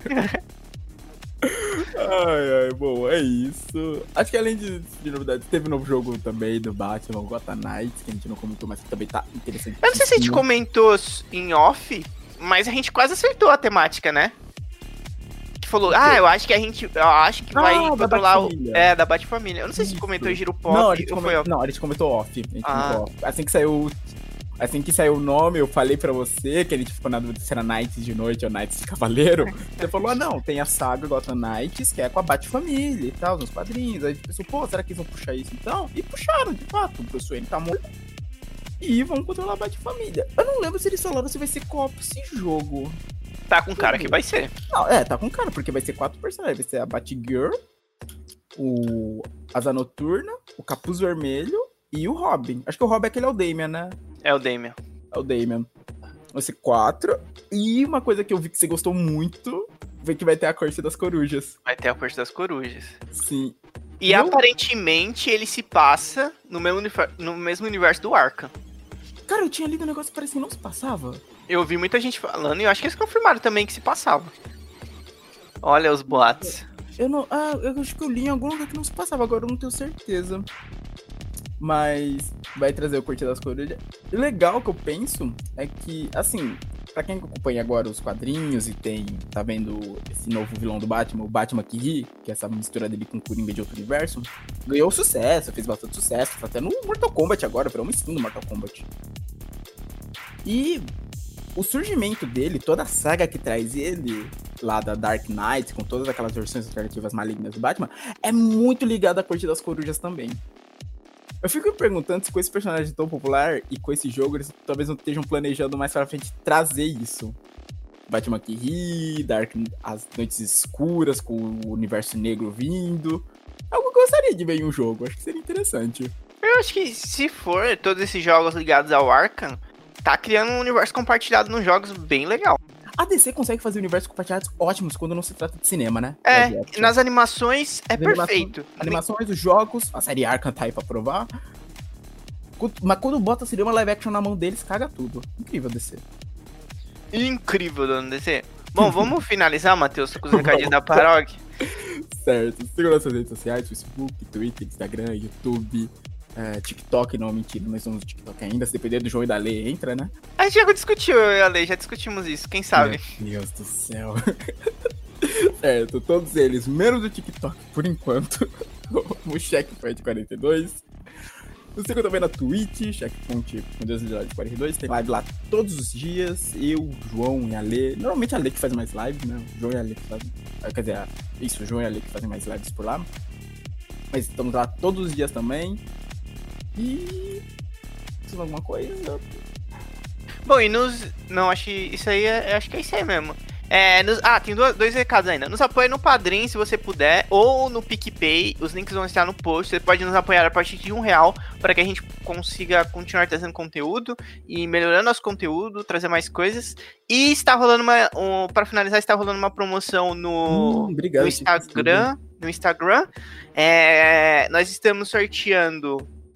Ai, bom, é isso. Acho que além de novidades, teve um novo jogo também do Batman, Gotham Knights, que a gente não comentou, mas que também tá interessante. Eu não sei se a gente comentou em off, mas a gente quase acertou a temática, né? Que falou, eu acho que vai controlar da Batfamília. Eu não sei se comentou em Giro Pop ou foi off. Não, a gente comentou off. Comentou off. Assim que saiu o nome, eu falei pra você que a gente ficou na dúvida se era Knights de noite ou Knights de cavaleiro. Você falou, não, tem a saga Gotham Knights, que é com a Batfamília e tal, nos quadrinhos. Aí a gente pensou, pô, será que eles vão puxar isso então? E puxaram, de fato. O Bruce Wayne tá morto. E vão controlar a Batfamília. Eu não lembro se eles falaram se vai ser co-op esse jogo. Tá com cara que vai ser. Não, tá com cara, porque vai ser 4 personagens. Vai ser a Batgirl, o Asa Noturna, o Capuz Vermelho e o Robin. Acho que o Robin é aquele Damian, né? É o Damian. Vai ser 4. E uma coisa que eu vi que você gostou muito foi que vai ter a Corte das Corujas. Vai ter a Corte das Corujas. Sim. E aparentemente ele se passa no mesmo universo do Arkham. Cara, eu tinha lido um negócio que parecia que não se passava. Eu vi muita gente falando e eu acho que eles confirmaram também que se passava. Olha os boatos. Eu acho que eu li em algum lugar que não se passava, agora eu não tenho certeza. Mas vai trazer o Corte das Corujas. E o legal que eu penso é que, assim, pra quem acompanha agora os quadrinhos e tá vendo esse novo vilão do Batman, o Batman que ri, que é essa mistura dele com o Coringa de outro universo, ganhou sucesso, fez bastante sucesso, tá até no Mortal Kombat agora, virou uma skin do Mortal Kombat. E o surgimento dele, toda a saga que traz ele, lá da Dark Knight, com todas aquelas versões alternativas malignas do Batman, é muito ligado à Corte das Corujas também. Eu fico me perguntando se com esse personagem tão popular e com esse jogo, eles talvez não estejam planejando mais pra frente trazer isso. Batman que ri, as noites escuras com o universo negro vindo. Algo que eu gostaria de ver em um jogo, acho que seria interessante. Eu acho que se for todos esses jogos ligados ao Arkham, tá criando um universo compartilhado nos jogos bem legal. A DC consegue fazer universos compartilhados ótimos quando não se trata de cinema, né? Nas animações é perfeito. Animações, os jogos, a série Arkham tá aí pra provar. Mas quando bota cinema live action na mão deles, caga tudo. Incrível DC. Incrível, dona DC. Bom, vamos finalizar, Matheus, com os recadinhos da Parog. Certo. Siga nossas redes sociais, Facebook, Twitter, Instagram, YouTube, TikTok, não, mentira, nós somos no TikTok ainda, se depender do João e da Lei, entra, né? A gente já discutiu, eu e a Lei, já discutimos isso, quem sabe? Meu Deus do céu. Certo, todos eles, menos o TikTok, por enquanto, o Checkpoint 42. Nos siga também na Twitch, Checkpoint com Deus de 42, tem live lá todos os dias, eu, João e a Lê, normalmente a Lê que faz mais lives, né, o João e a Lê que fazem, quer dizer, o João e a Lê que fazem mais lives por lá, mas estamos lá todos os dias também. E... precisa alguma coisa? Bom, e não, acho que isso aí acho que é isso aí mesmo. Tem dois recados ainda. Nos apoie no Padrim, se você puder, ou no PicPay. Os links vão estar no post. Você pode nos apoiar a partir de R$1 para que a gente consiga continuar trazendo conteúdo e melhorando nosso conteúdo, trazer mais coisas. E está rolando para finalizar, está rolando uma promoção no Instagram. No Instagram. Nós estamos sorteando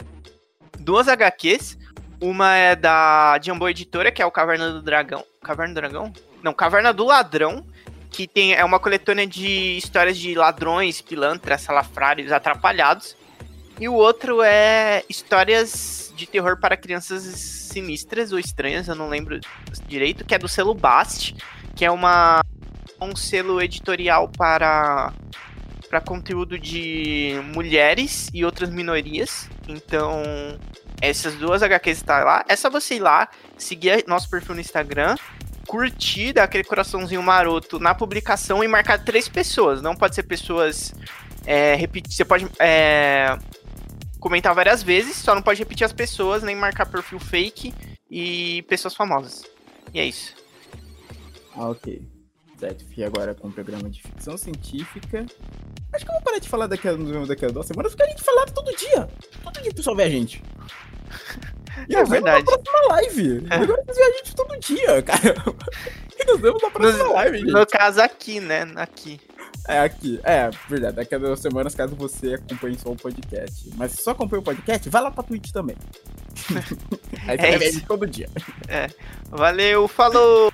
2 HQs. Uma é da Jumbo Editora, que é o Caverna do Dragão. Caverna do Dragão? Não, Caverna do Ladrão, que é uma coletânea de histórias de ladrões, pilantras, salafrários, atrapalhados. E o outro é histórias de terror para crianças sinistras ou estranhas, eu não lembro direito, que é do selo Bast, que é um selo editorial para conteúdo de mulheres e outras minorias. Então, Essas 2 HQs estão lá. É só você ir lá, seguir nosso perfil no Instagram, curtir, dar aquele coraçãozinho maroto na publicação e marcar 3 pessoas. Não pode ser pessoas... você pode comentar várias vezes, só não pode repetir as pessoas, nem marcar perfil fake e pessoas famosas. E é isso. Ok. Certo, fiquei agora com um programa de ficção científica. Acho que eu vou parar de falar daqui a 2 semanas, porque a gente falava todo dia. Todo dia o pessoal vê a gente. E É verdade. Na próxima live. Agora vocês veem a gente todo dia, caramba. E nos vemos na próxima live, gente. No caso aqui, né? Aqui. Aqui. Verdade. Daqui a 2 semanas, caso você acompanhe só o podcast. Mas se só acompanha o podcast, vai lá pra Twitch também. Aí você vai ver a gente todo dia. Valeu, falou!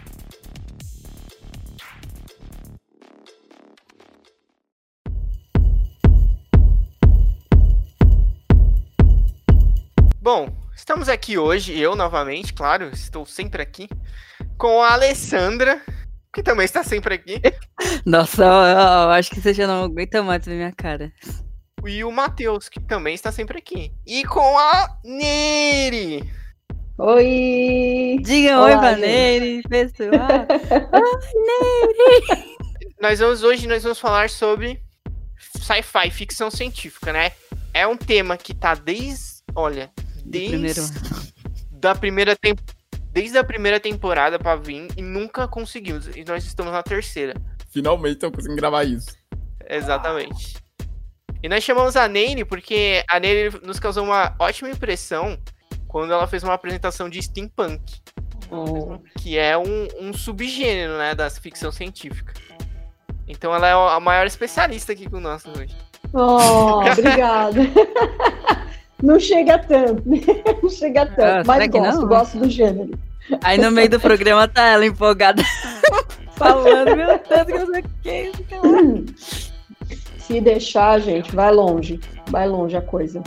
Bom, estamos aqui hoje, eu novamente, claro, estou sempre aqui, com a Alessandra, que também está sempre aqui. Nossa, eu acho que você já não aguenta mais ver minha cara. E o Matheus, que também está sempre aqui. E com a Nery. Oi! Diga oi pra Nery, pessoal. Nery! Hoje nós vamos falar sobre sci-fi, ficção científica, né? É um tema que tá desde a primeira temporada pra vir e nunca conseguimos. E nós estamos na 3ª. Finalmente estamos conseguindo gravar isso. Exatamente. E nós chamamos a Nery porque a Nery nos causou uma ótima impressão quando ela fez uma apresentação de steampunk. Que é um subgênero, né, da ficção científica. Então ela é a maior especialista aqui com nós hoje. Obrigada. Não chega tanto, não chega tanto, mas gosto do gênero. Aí no meio do programa tá ela empolgada, falando, meu Deus, que eu sei o que é isso, cara. Se deixar, gente, vai longe a coisa.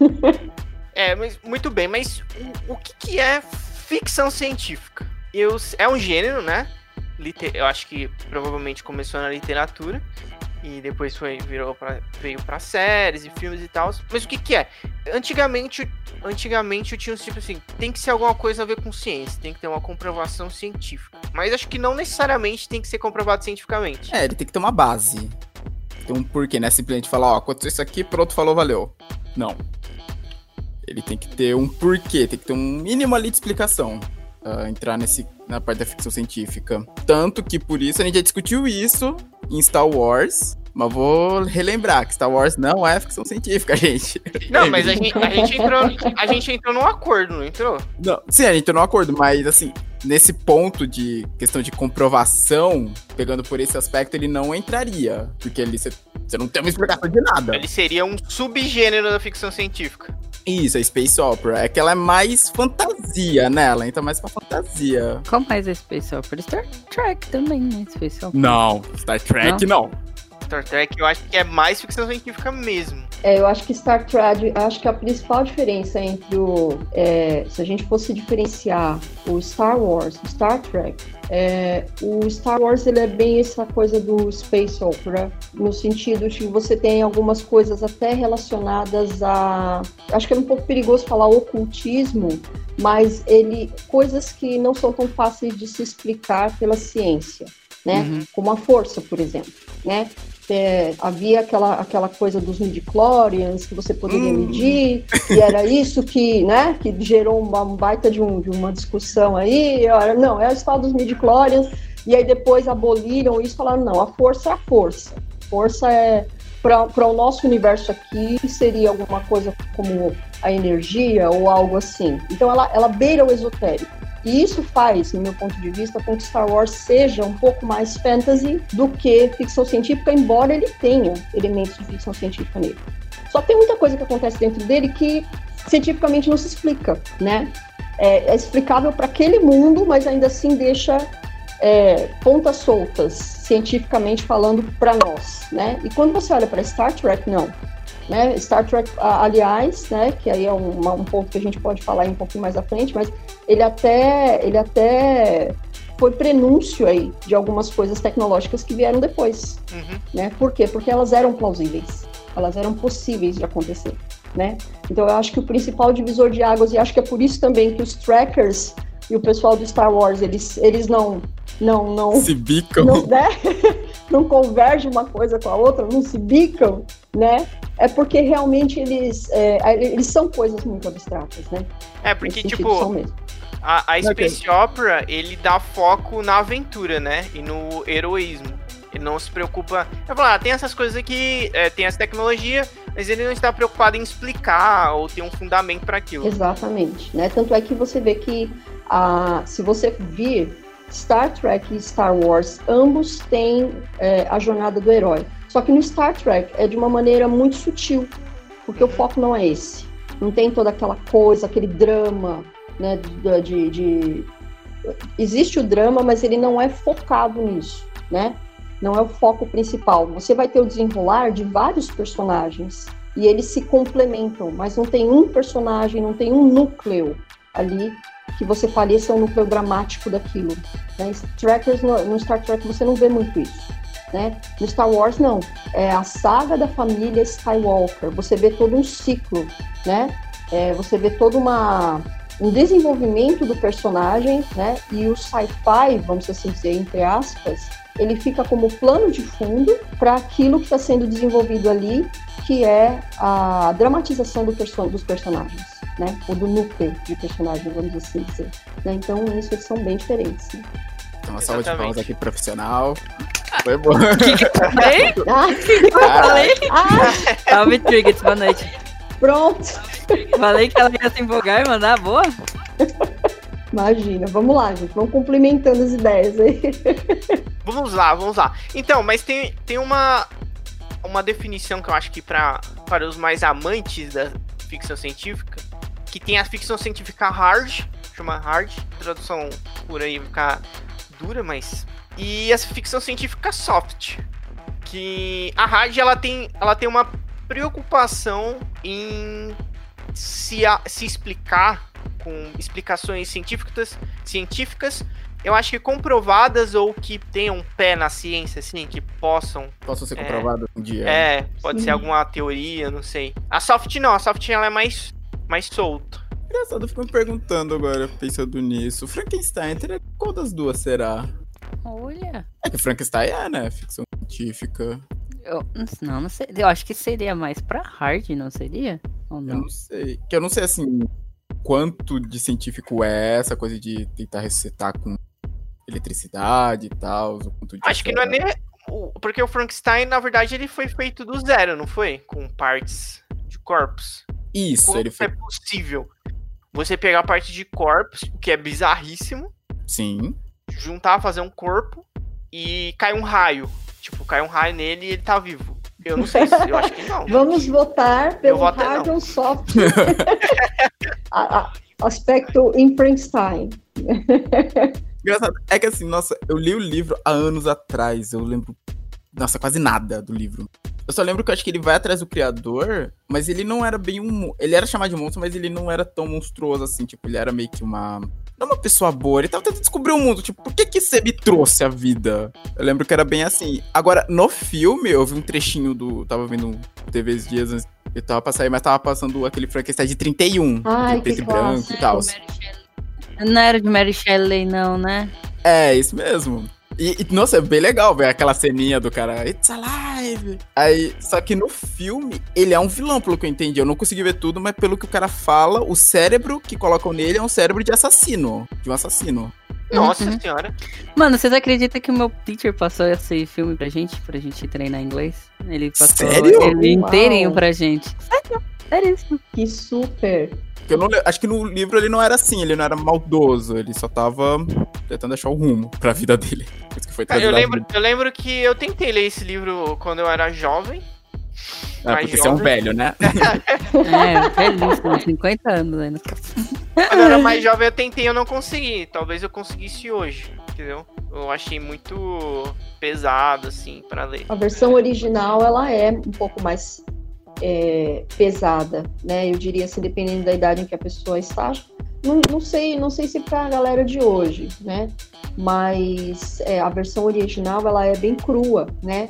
Mas muito bem, mas o que é ficção científica? É um gênero, né? Eu acho que provavelmente começou na literatura. E depois veio pra séries e filmes e tal. Mas o que é? Antigamente tinha tipo assim, tem que ser alguma coisa a ver com ciência, tem que ter uma comprovação científica. Mas acho que não necessariamente tem que ser comprovado cientificamente. Ele tem que ter uma base. Tem um porquê, né? Simplesmente falar, aconteceu isso aqui, pronto, falou, valeu. Não. Ele tem que ter um porquê, tem que ter um mínimo ali de explicação. Entrar na parte da ficção científica. Tanto que por isso a gente já discutiu isso em Star Wars, mas vou relembrar que Star Wars não é ficção científica, gente. Não, mas a gente entrou num acordo, não entrou? Não, sim, a gente entrou num acordo, mas assim, nesse ponto de questão de comprovação, pegando por esse aspecto, ele não entraria, porque você não tem uma explicação de nada. Ele seria um subgênero da ficção científica. Isso, a Space Opera. É que ela é mais fantasia, né? Ela entra mais pra fantasia. Qual mais é Space Opera? Star Trek também, né? Space Opera. Não, Star Trek não. Star Trek eu acho que é mais ficção científica mesmo. Eu acho que Star Trek, acho que a principal diferença entre se a gente fosse diferenciar o Star Wars e o Star Trek, o Star Wars ele é bem essa coisa do Space Opera, no sentido de que você tem algumas coisas até relacionadas a... Acho que é um pouco perigoso falar ocultismo, mas coisas que não são tão fáceis de se explicar pela ciência, né? Uhum. Como a força, por exemplo, né? Havia aquela coisa dos midichlorians que você poderia medir, e era isso que gerou uma baita de uma discussão aí. Não, é a história dos midichlorians, e aí depois aboliram isso e falaram, não, a força é a força. Força é, para o nosso universo aqui, seria alguma coisa como a energia ou algo assim. Então ela beira o esotérico. E isso faz, no meu ponto de vista, com que Star Wars seja um pouco mais fantasy do que ficção científica, embora ele tenha elementos de ficção científica nele. Só tem muita coisa que acontece dentro dele que cientificamente não se explica, né? É explicável para aquele mundo, mas ainda assim deixa pontas soltas, cientificamente falando, para nós, né? E quando você olha para Star Trek, não. Né? Star Trek, aliás, né, que aí é um ponto que a gente pode falar um pouquinho mais à frente, mas ele até foi prenúncio aí de algumas coisas tecnológicas que vieram depois. Né? Por quê? Porque elas eram plausíveis, elas eram possíveis de acontecer. né? Então eu acho que o principal divisor de águas, e acho que é por isso também que os trackers e o pessoal do Star Wars, eles não se bicam. Não, né? Não convergem uma coisa com a outra, não se bicam, né? É porque realmente eles são coisas muito abstratas, né? Porque, tipo, a Space Opera, ele dá foco na aventura, né? E no heroísmo. Ele não se preocupa... Eu falo, tem essas coisas aqui, tem essa tecnologia, mas ele não está preocupado em explicar ou ter um fundamento para aquilo. Exatamente, né? Tanto é que você vê que, se você vir Star Trek e Star Wars, ambos têm a jornada do herói. Só que no Star Trek é de uma maneira muito sutil, porque o foco não é esse. Não tem toda aquela coisa, aquele drama, né? Existe o drama, mas ele não é focado nisso, né? Não é o foco principal. Você vai ter o desenrolar de vários personagens e eles se complementam, mas não tem um personagem, não tem um núcleo ali que você fale, esse é o núcleo dramático daquilo. Né? No Star Trek você não vê muito isso. Né? No Star Wars, não. É a saga da família Skywalker. Você vê todo um ciclo, né? Você vê todo um desenvolvimento do personagem, né? E o sci-fi, vamos assim dizer, entre aspas, ele fica como plano de fundo para aquilo que está sendo desenvolvido ali, que é a dramatização dos personagens, né? Ou do núcleo de personagens, vamos assim dizer. Né? Então, isso eles são bem diferentes. Né? Então, uma salva de palmas aqui profissional. Foi bom. Eu falei? Salve, Triggers, boa noite. Pronto. Falei que ela ia se empolgar e mandar boa. Imagina, vamos lá, gente. Vamos complementando as ideias aí. Vamos lá. Então, mas tem uma definição que eu acho que para os mais amantes da ficção científica, que tem a ficção científica hard, chama hard, tradução por aí vai ficar dura, mas... E a ficção científica soft, que a hard ela tem uma preocupação em se explicar com explicações científicas, eu acho que comprovadas ou que tenham pé na ciência, assim, que possam ser comprovadas um dia. Pode ser alguma teoria, não sei. A soft não, ela é mais solta. Engraçado, eu fico me perguntando agora, pensando nisso. Frankenstein, qual das duas será? Olha. É que Frankenstein né? Ficção científica. Não sei. Eu acho que seria mais pra hard, não seria? Ou não? Eu não sei. Que eu não sei, assim, quanto de científico é essa coisa de tentar ressuscitar com eletricidade e tal. Acho que não é nem... Porque o Frankenstein, na verdade, ele foi feito do zero, não foi? Com partes de corpos. Isso, como ele foi... é possível você pegar parte de corpos, o que é bizarríssimo. Sim. Juntar, fazer um corpo e cai um raio. Tipo, cai um raio nele e ele tá vivo. Eu não sei, eu acho que não. Vamos votar pelo hard ou soft. Aspecto em Frankenstein. Engraçado, é que assim, nossa, eu li o livro há anos atrás, eu lembro, nossa, quase nada do livro. Eu só lembro que eu acho que ele vai atrás do criador, mas ele não era bem ele era chamado de monstro, mas ele não era tão monstruoso assim, tipo, ele era meio que não uma pessoa boa, ele tava tentando descobrir o mundo, tipo, por que você me trouxe a vida? Eu lembro que era bem assim. Agora, no filme, eu vi um trechinho tava vendo TV esses dias, eu tava pra sair, mas tava passando aquele Frankenstein de 31, de preto e branco e tal. Não era de Mary Shelley, não, né? É, isso mesmo. E, nossa, é bem legal ver aquela ceninha do cara, it's alive! Aí, só que no filme, ele é um vilão, pelo que eu entendi. Eu não consegui ver tudo, mas pelo que o cara fala, o cérebro que colocam nele é um cérebro de um assassino. Nossa senhora. Mano, vocês acreditam que o meu teacher passou esse filme pra gente treinar inglês? Ele passou ele inteirinho pra gente. Sério? Que super! Acho que no livro ele não era assim, ele não era maldoso, ele só tava tentando achar o rumo pra vida dele. Por isso que foi eu lembro que eu tentei ler esse livro quando eu era jovem. Porque você é um velho, né? Velhíssimo, 50 anos ainda. Quando eu era mais jovem eu tentei, eu não consegui. Talvez eu conseguisse hoje, entendeu? Eu achei muito pesado, assim, pra ler. A versão original, ela é um pouco mais... pesada, né? Eu diria assim, dependendo da idade em que a pessoa está. Não sei se para a galera de hoje, né? Mas a versão original ela é bem crua, né?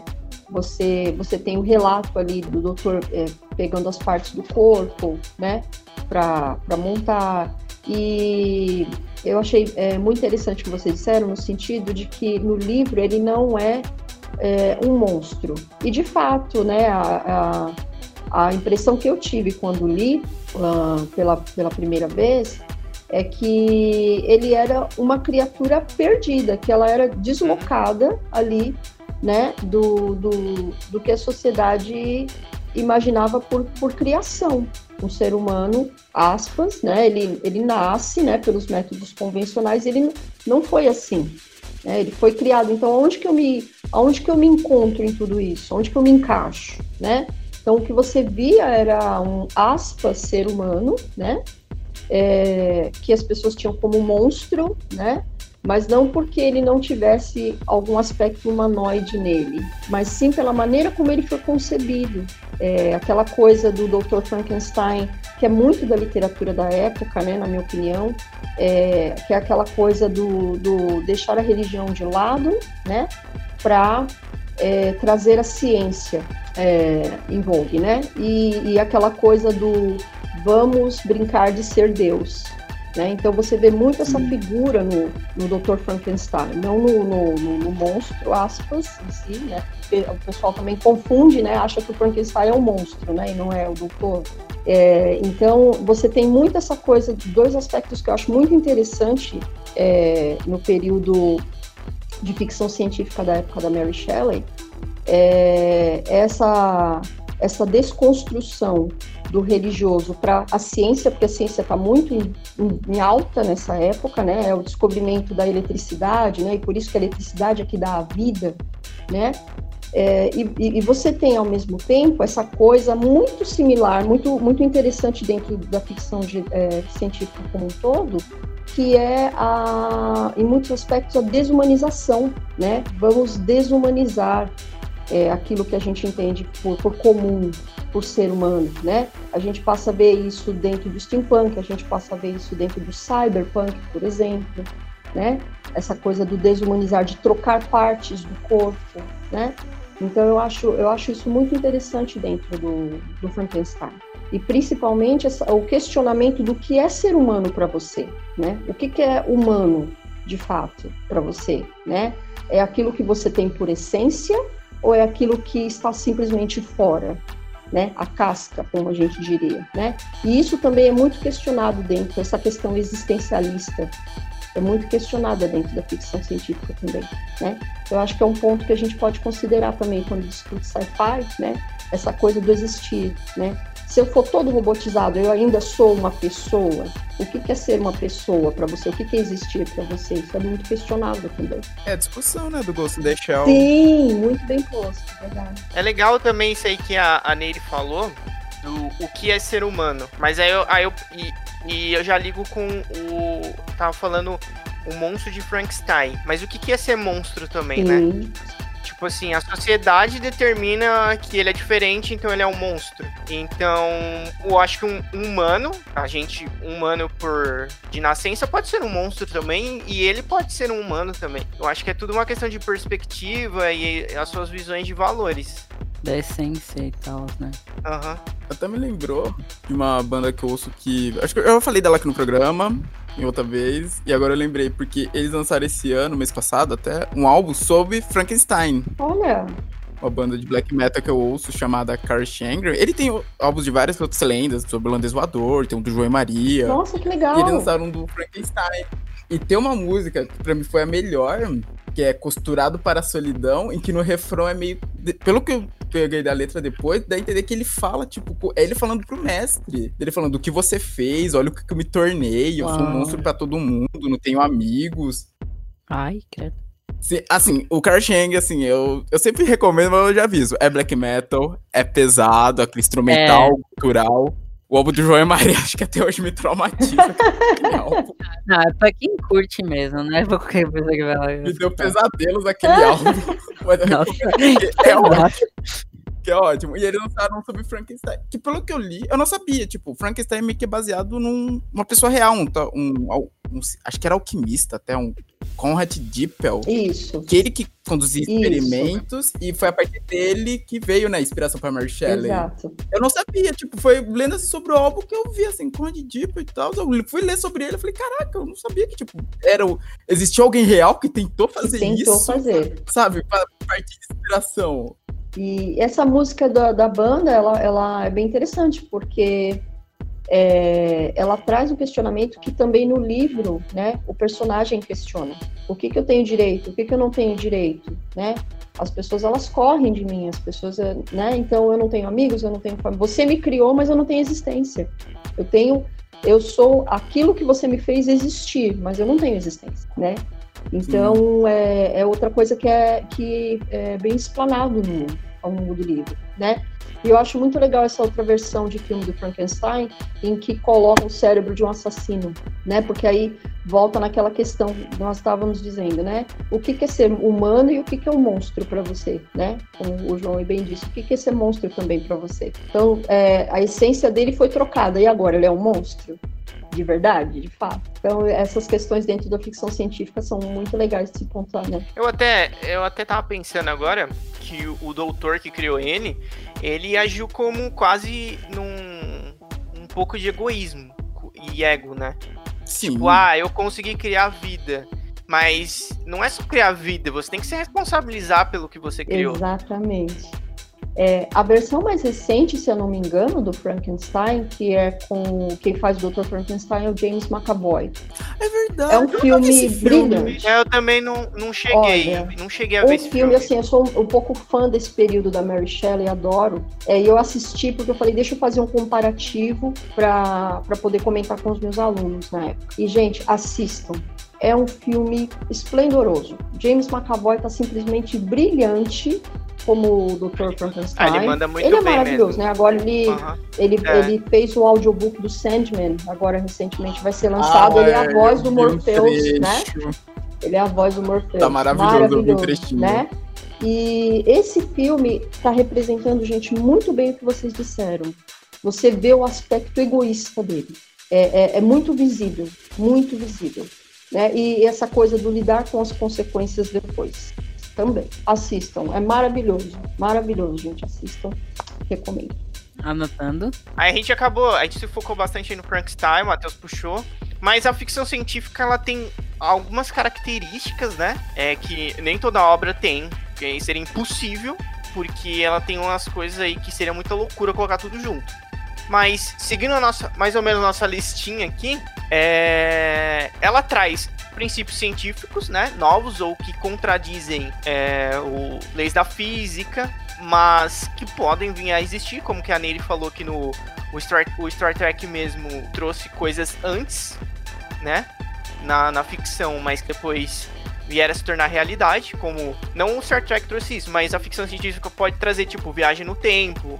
Você tem o relato ali do doutor pegando as partes do corpo, né, para montar. E eu achei muito interessante o que vocês disseram, no sentido de que no livro ele não é um monstro. E de fato, né, a impressão que eu tive quando li pela primeira vez é que ele era uma criatura perdida, que ela era deslocada ali, né, do que a sociedade imaginava por criação. Um ser humano, aspas, né, ele nasce, né, pelos métodos convencionais, ele não foi assim, né, ele foi criado. Então, aonde que eu me encontro em tudo isso? Onde que eu me encaixo, né? Então, o que você via era um, aspas, ser humano, né, que as pessoas tinham como monstro, né, mas não porque ele não tivesse algum aspecto humanoide nele, mas sim pela maneira como ele foi concebido. Aquela coisa do Dr. Frankenstein, que é muito da literatura da época, né, na minha opinião, que é aquela coisa do deixar a religião de lado, né, para trazer a ciência em vogue, né, e aquela coisa do vamos brincar de ser Deus. Né? Então você vê muito essa figura no Dr. Frankenstein, não no monstro, aspas, em si, né? O pessoal também confunde, né? Acha que o Frankenstein é um monstro, né? E não é o doutor. Então você tem muito essa coisa, dois aspectos que eu acho muito interessante no período de ficção científica da época da Mary Shelley, essa desconstrução do religioso para a ciência, porque a ciência está muito em alta nessa época, né? É o descobrimento da eletricidade, né? E por isso que a eletricidade é que dá a vida, né? E você tem, ao mesmo tempo, essa coisa muito similar, muito, muito interessante dentro da ficção científica como um todo, que é, em muitos aspectos, a desumanização, né? Vamos desumanizar aquilo que a gente entende por comum, por ser humano, né? A gente passa a ver isso dentro do steampunk, a gente passa a ver isso dentro do cyberpunk, por exemplo, né? Essa coisa do desumanizar, de trocar partes do corpo, né? Então eu acho isso muito interessante dentro do Frankenstein. E principalmente o questionamento do que é ser humano para você, né? O que é humano, de fato, para você, né? É aquilo que você tem por essência ou é aquilo que está simplesmente fora, né? A casca, como a gente diria, né? E isso também é muito questionado dentro, essa questão existencialista é muito questionada dentro da ficção científica também, né? Eu acho que é um ponto que a gente pode considerar também quando discute sci-fi, né? Essa coisa do existir, né? Se eu for todo robotizado, eu ainda sou uma pessoa. O que é ser uma pessoa para você? O que é existir para você? Isso é muito questionável também. É a discussão, né, do Ghost in the Shell. Sim, muito bem posto, verdade. É legal também isso aí que a Nery falou, do o que é ser humano. Mas aí eu já ligo com tava falando o monstro de Frankenstein. Mas o que é ser monstro também, né? Tipo assim, a sociedade determina que ele é diferente, então ele é um monstro. Então, eu acho que um humano, um humano de nascença pode ser um monstro também, e ele pode ser um humano também. Eu acho que é tudo uma questão de perspectiva e as suas visões de valores. Da essência e tal, né? Aham. Até me lembrou de uma banda que eu ouço que... Acho que eu falei dela aqui no programa, em outra vez, e agora eu lembrei, porque eles lançaram esse ano, mês passado até, um álbum sobre Frankenstein. Olha! Uma banda de black metal que eu ouço, chamada Karl Schanger. Ele tem álbuns de várias outras lendas, sobre o Holandês Voador, tem um do João e Maria. Nossa, que legal! E eles lançaram um do Frankenstein. E tem uma música que pra mim foi a melhor, que é Costurado para a Solidão, em que no refrão é meio... Pelo que eu peguei da letra depois, dá a entender que ele fala, tipo... É ele falando pro mestre. Ele falando, o que você fez, olha o que eu me tornei, eu sou um monstro pra todo mundo, não tenho amigos. Ai, credo. Assim, o Karl Schanger, assim, eu sempre recomendo, mas eu já aviso. É black metal, é pesado, aquele instrumental, cultural. O álbum do João e Maria, acho que até hoje me traumatiza. Não, é pra quem curte mesmo, não é pra qualquer pessoa que vai lá. Me deu pesadelos aquele álbum. Mas é ótimo. Que é ótimo. E eles lançaram sobre Frankenstein. Que pelo que eu li, eu não sabia. Tipo, Frankenstein é meio que baseado numa pessoa real. Acho que era alquimista, até Conrad Dippel. Isso. Que ele que conduzia experimentos e foi a partir dele que veio, né, a inspiração pra Mary Shelley. Exato. Eu não sabia, tipo, foi lendo assim, sobre o álbum que eu vi, assim, Conrad Dippel e tal. Eu fui ler sobre ele e falei, caraca, eu não sabia que, tipo, existia alguém real que tentou fazer isso. Tentou fazer. Sabe, pra partir de inspiração. E essa música da banda, ela é bem interessante, porque ela traz um questionamento que também no livro, né, o personagem questiona. O que eu tenho direito? O que eu não tenho direito? Né? As pessoas, elas correm de mim, as pessoas, né? Então eu não tenho amigos, eu não tenho família. Você me criou, mas eu não tenho existência. Eu sou aquilo que você me fez existir, mas eu não tenho existência, né? Então, é outra coisa que é bem explanado ao longo do livro, né? E eu acho muito legal essa outra versão de filme do Frankenstein, em que coloca o cérebro de um assassino, né? Porque aí volta naquela questão que nós estávamos dizendo, né? O que é ser humano e o que é um monstro para você, né? Como o João bem disse, o que é ser monstro também para você? Então, a essência dele foi trocada, e agora ele é um monstro? De verdade, de fato. Então, essas questões dentro da ficção científica são muito legais de se pontuar, né? Eu até tava pensando agora que o doutor que criou ele agiu como quase um pouco de egoísmo e ego, né? Sim. Tipo, eu consegui criar vida. Mas não é só criar vida, você tem que se responsabilizar pelo que você criou. Exatamente. A versão mais recente, se eu não me engano, do Frankenstein, que é com quem faz o Dr. Frankenstein, é o James McAvoy. É verdade. É um filme brilhante. Eu também não cheguei. Olha, não cheguei a ver esse filme. Assim, eu sou um pouco fã desse período da Mary Shelley, adoro. E eu assisti porque eu falei, deixa eu fazer um comparativo para poder comentar com os meus alunos na época. E, gente, assistam. É um filme esplendoroso. James McAvoy tá simplesmente brilhante como o Dr. Frankenstein. Ele manda muito bem, mesmo. Maravilhoso, né? Agora ele fez o audiobook do Sandman, agora recentemente vai ser lançado. Ele é a voz do Morpheus, né? Ele é a voz do Morpheus. Tá maravilhoso, né? E esse filme tá representando, gente, muito bem o que vocês disseram. Você vê o aspecto egoísta dele. É muito visível, né? E essa coisa do lidar com as consequências depois. Também. Assistam. É maravilhoso, gente. Assistam. Recomendo. Anotando. Aí a gente se focou bastante no Frankenstein, o Matheus puxou. Mas a ficção científica, ela tem algumas características, né? Que nem toda obra tem. Que seria impossível, porque ela tem umas coisas aí que seria muita loucura colocar tudo junto. Mas, seguindo mais ou menos a nossa listinha aqui, ela traz princípios científicos, né, novos ou que contradizem leis da física, mas que podem vir a existir, como que a Nery falou que o Star Trek mesmo trouxe coisas antes, né, na ficção, mas que depois vieram a se tornar realidade, como, não o Star Trek trouxe isso, mas a ficção científica pode trazer, tipo, viagem no tempo,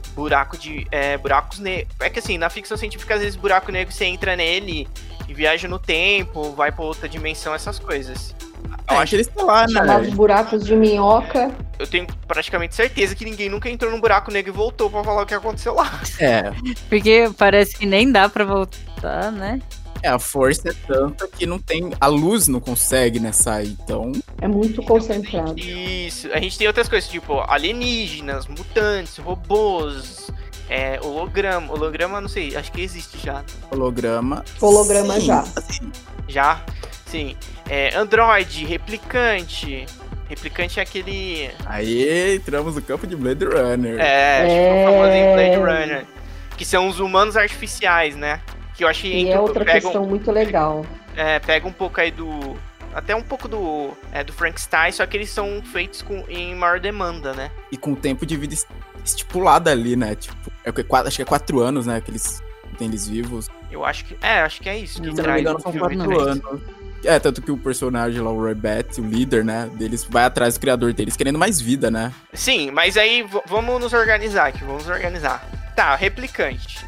buracos negros. É que assim, na ficção científica, às vezes buraco negro você entra nele e viaja no tempo, vai pra outra dimensão, essas coisas. Eu acho que eles estão lá, né? Chamados buracos de minhoca. Eu tenho praticamente certeza que ninguém nunca entrou num buraco negro e voltou pra falar o que aconteceu lá. Porque parece que nem dá pra voltar, né? A força é tanta que não tem... A luz não consegue, né, sair, então... É muito concentrado. Isso. A gente tem outras coisas, tipo alienígenas, mutantes, robôs, holograma. Holograma, não sei, acho que existe já. Holograma sim, já. Assim. Já? Sim. Android, replicante. Replicante é aquele... Aí entramos no campo de Blade Runner. Tipo o famoso Blade Runner. Que são os humanos artificiais, né? Que eu achei... E é outra questão muito legal. Pega um pouco aí até um pouco do Frankenstein, só que eles são feitos em maior demanda, né? E com o tempo de vida estipulado ali, né? Tipo, acho que é 4 anos, né? Que eles têm eles vivos. Eu acho que é isso que se não me engano, são 4 anos. Tanto que o personagem lá, o Roy Batty, o líder, né, deles, vai atrás do criador deles, querendo mais vida, né? Sim, mas aí vamos nos organizar aqui, Tá, replicante.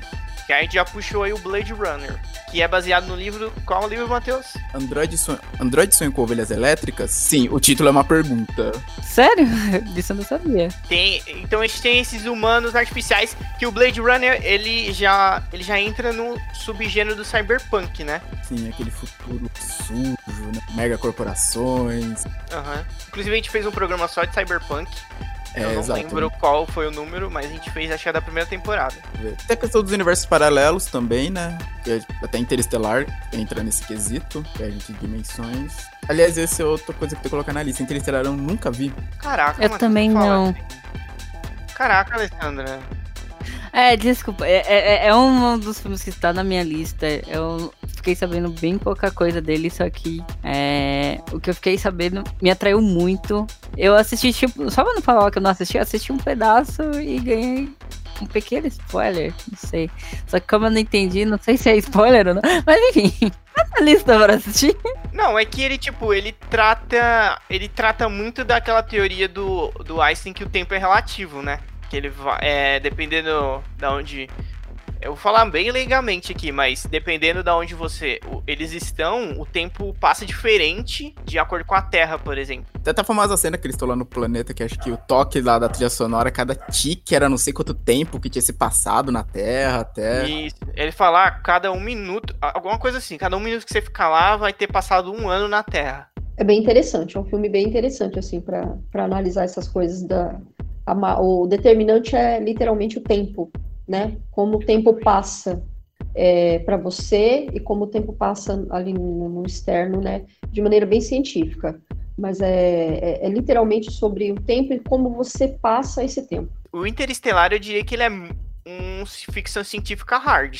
Que a gente já puxou aí o Blade Runner, que é baseado no livro... Qual é o livro, Matheus? Android sonha com ovelhas elétricas? Sim, o título é uma pergunta. Sério? Disso eu não sabia. Então a gente tem esses humanos artificiais que o Blade Runner, ele já entra no subgênero do cyberpunk, né? Sim, aquele futuro sujo, né? Mega corporações. Inclusive a gente fez um programa só de cyberpunk. Eu não lembro qual foi o número, mas a gente fez, acho que da primeira temporada. Tem a questão dos universos paralelos também, né? Que até Interestelar entra nesse quesito, que é a gente de dimensões. Aliás, essa é outra coisa que eu tenho que colocar na lista. Interestelar eu nunca vi. Caraca, eu também não. Caraca, Alessandra. Desculpa. É um dos filmes que está na minha lista. Eu fiquei sabendo bem pouca coisa dele, só que o que eu fiquei sabendo me atraiu muito. Eu assisti, tipo, só pra não falar que eu não assisti um pedaço e ganhei um pequeno spoiler, não sei. Só que como eu não entendi, não sei se é spoiler ou não, mas enfim, essa lista para assistir. Não, é que ele, tipo, ele trata muito daquela teoria do Einstein que o tempo é relativo, né? Que ele vai, dependendo da onde... Eu vou falar bem legalmente aqui, mas dependendo da onde eles estão, o tempo passa diferente de acordo com a Terra, por exemplo. Até tá a famosa cena que eles estão lá no planeta, que acho que o toque lá da trilha sonora, cada tique era não sei quanto tempo que tinha se passado na Terra até... Isso, ele fala, cada 1 minuto, alguma coisa assim, cada 1 minuto que você ficar lá vai ter passado 1 ano na Terra. É bem interessante, é um filme bem interessante, assim, pra analisar essas coisas o determinante é literalmente o tempo, né? Como o tempo passa para você e como o tempo passa ali no externo, né? De maneira bem científica. Mas é literalmente sobre o tempo e como você passa esse tempo. O Interestelar, eu diria que ele é ficção científica hard.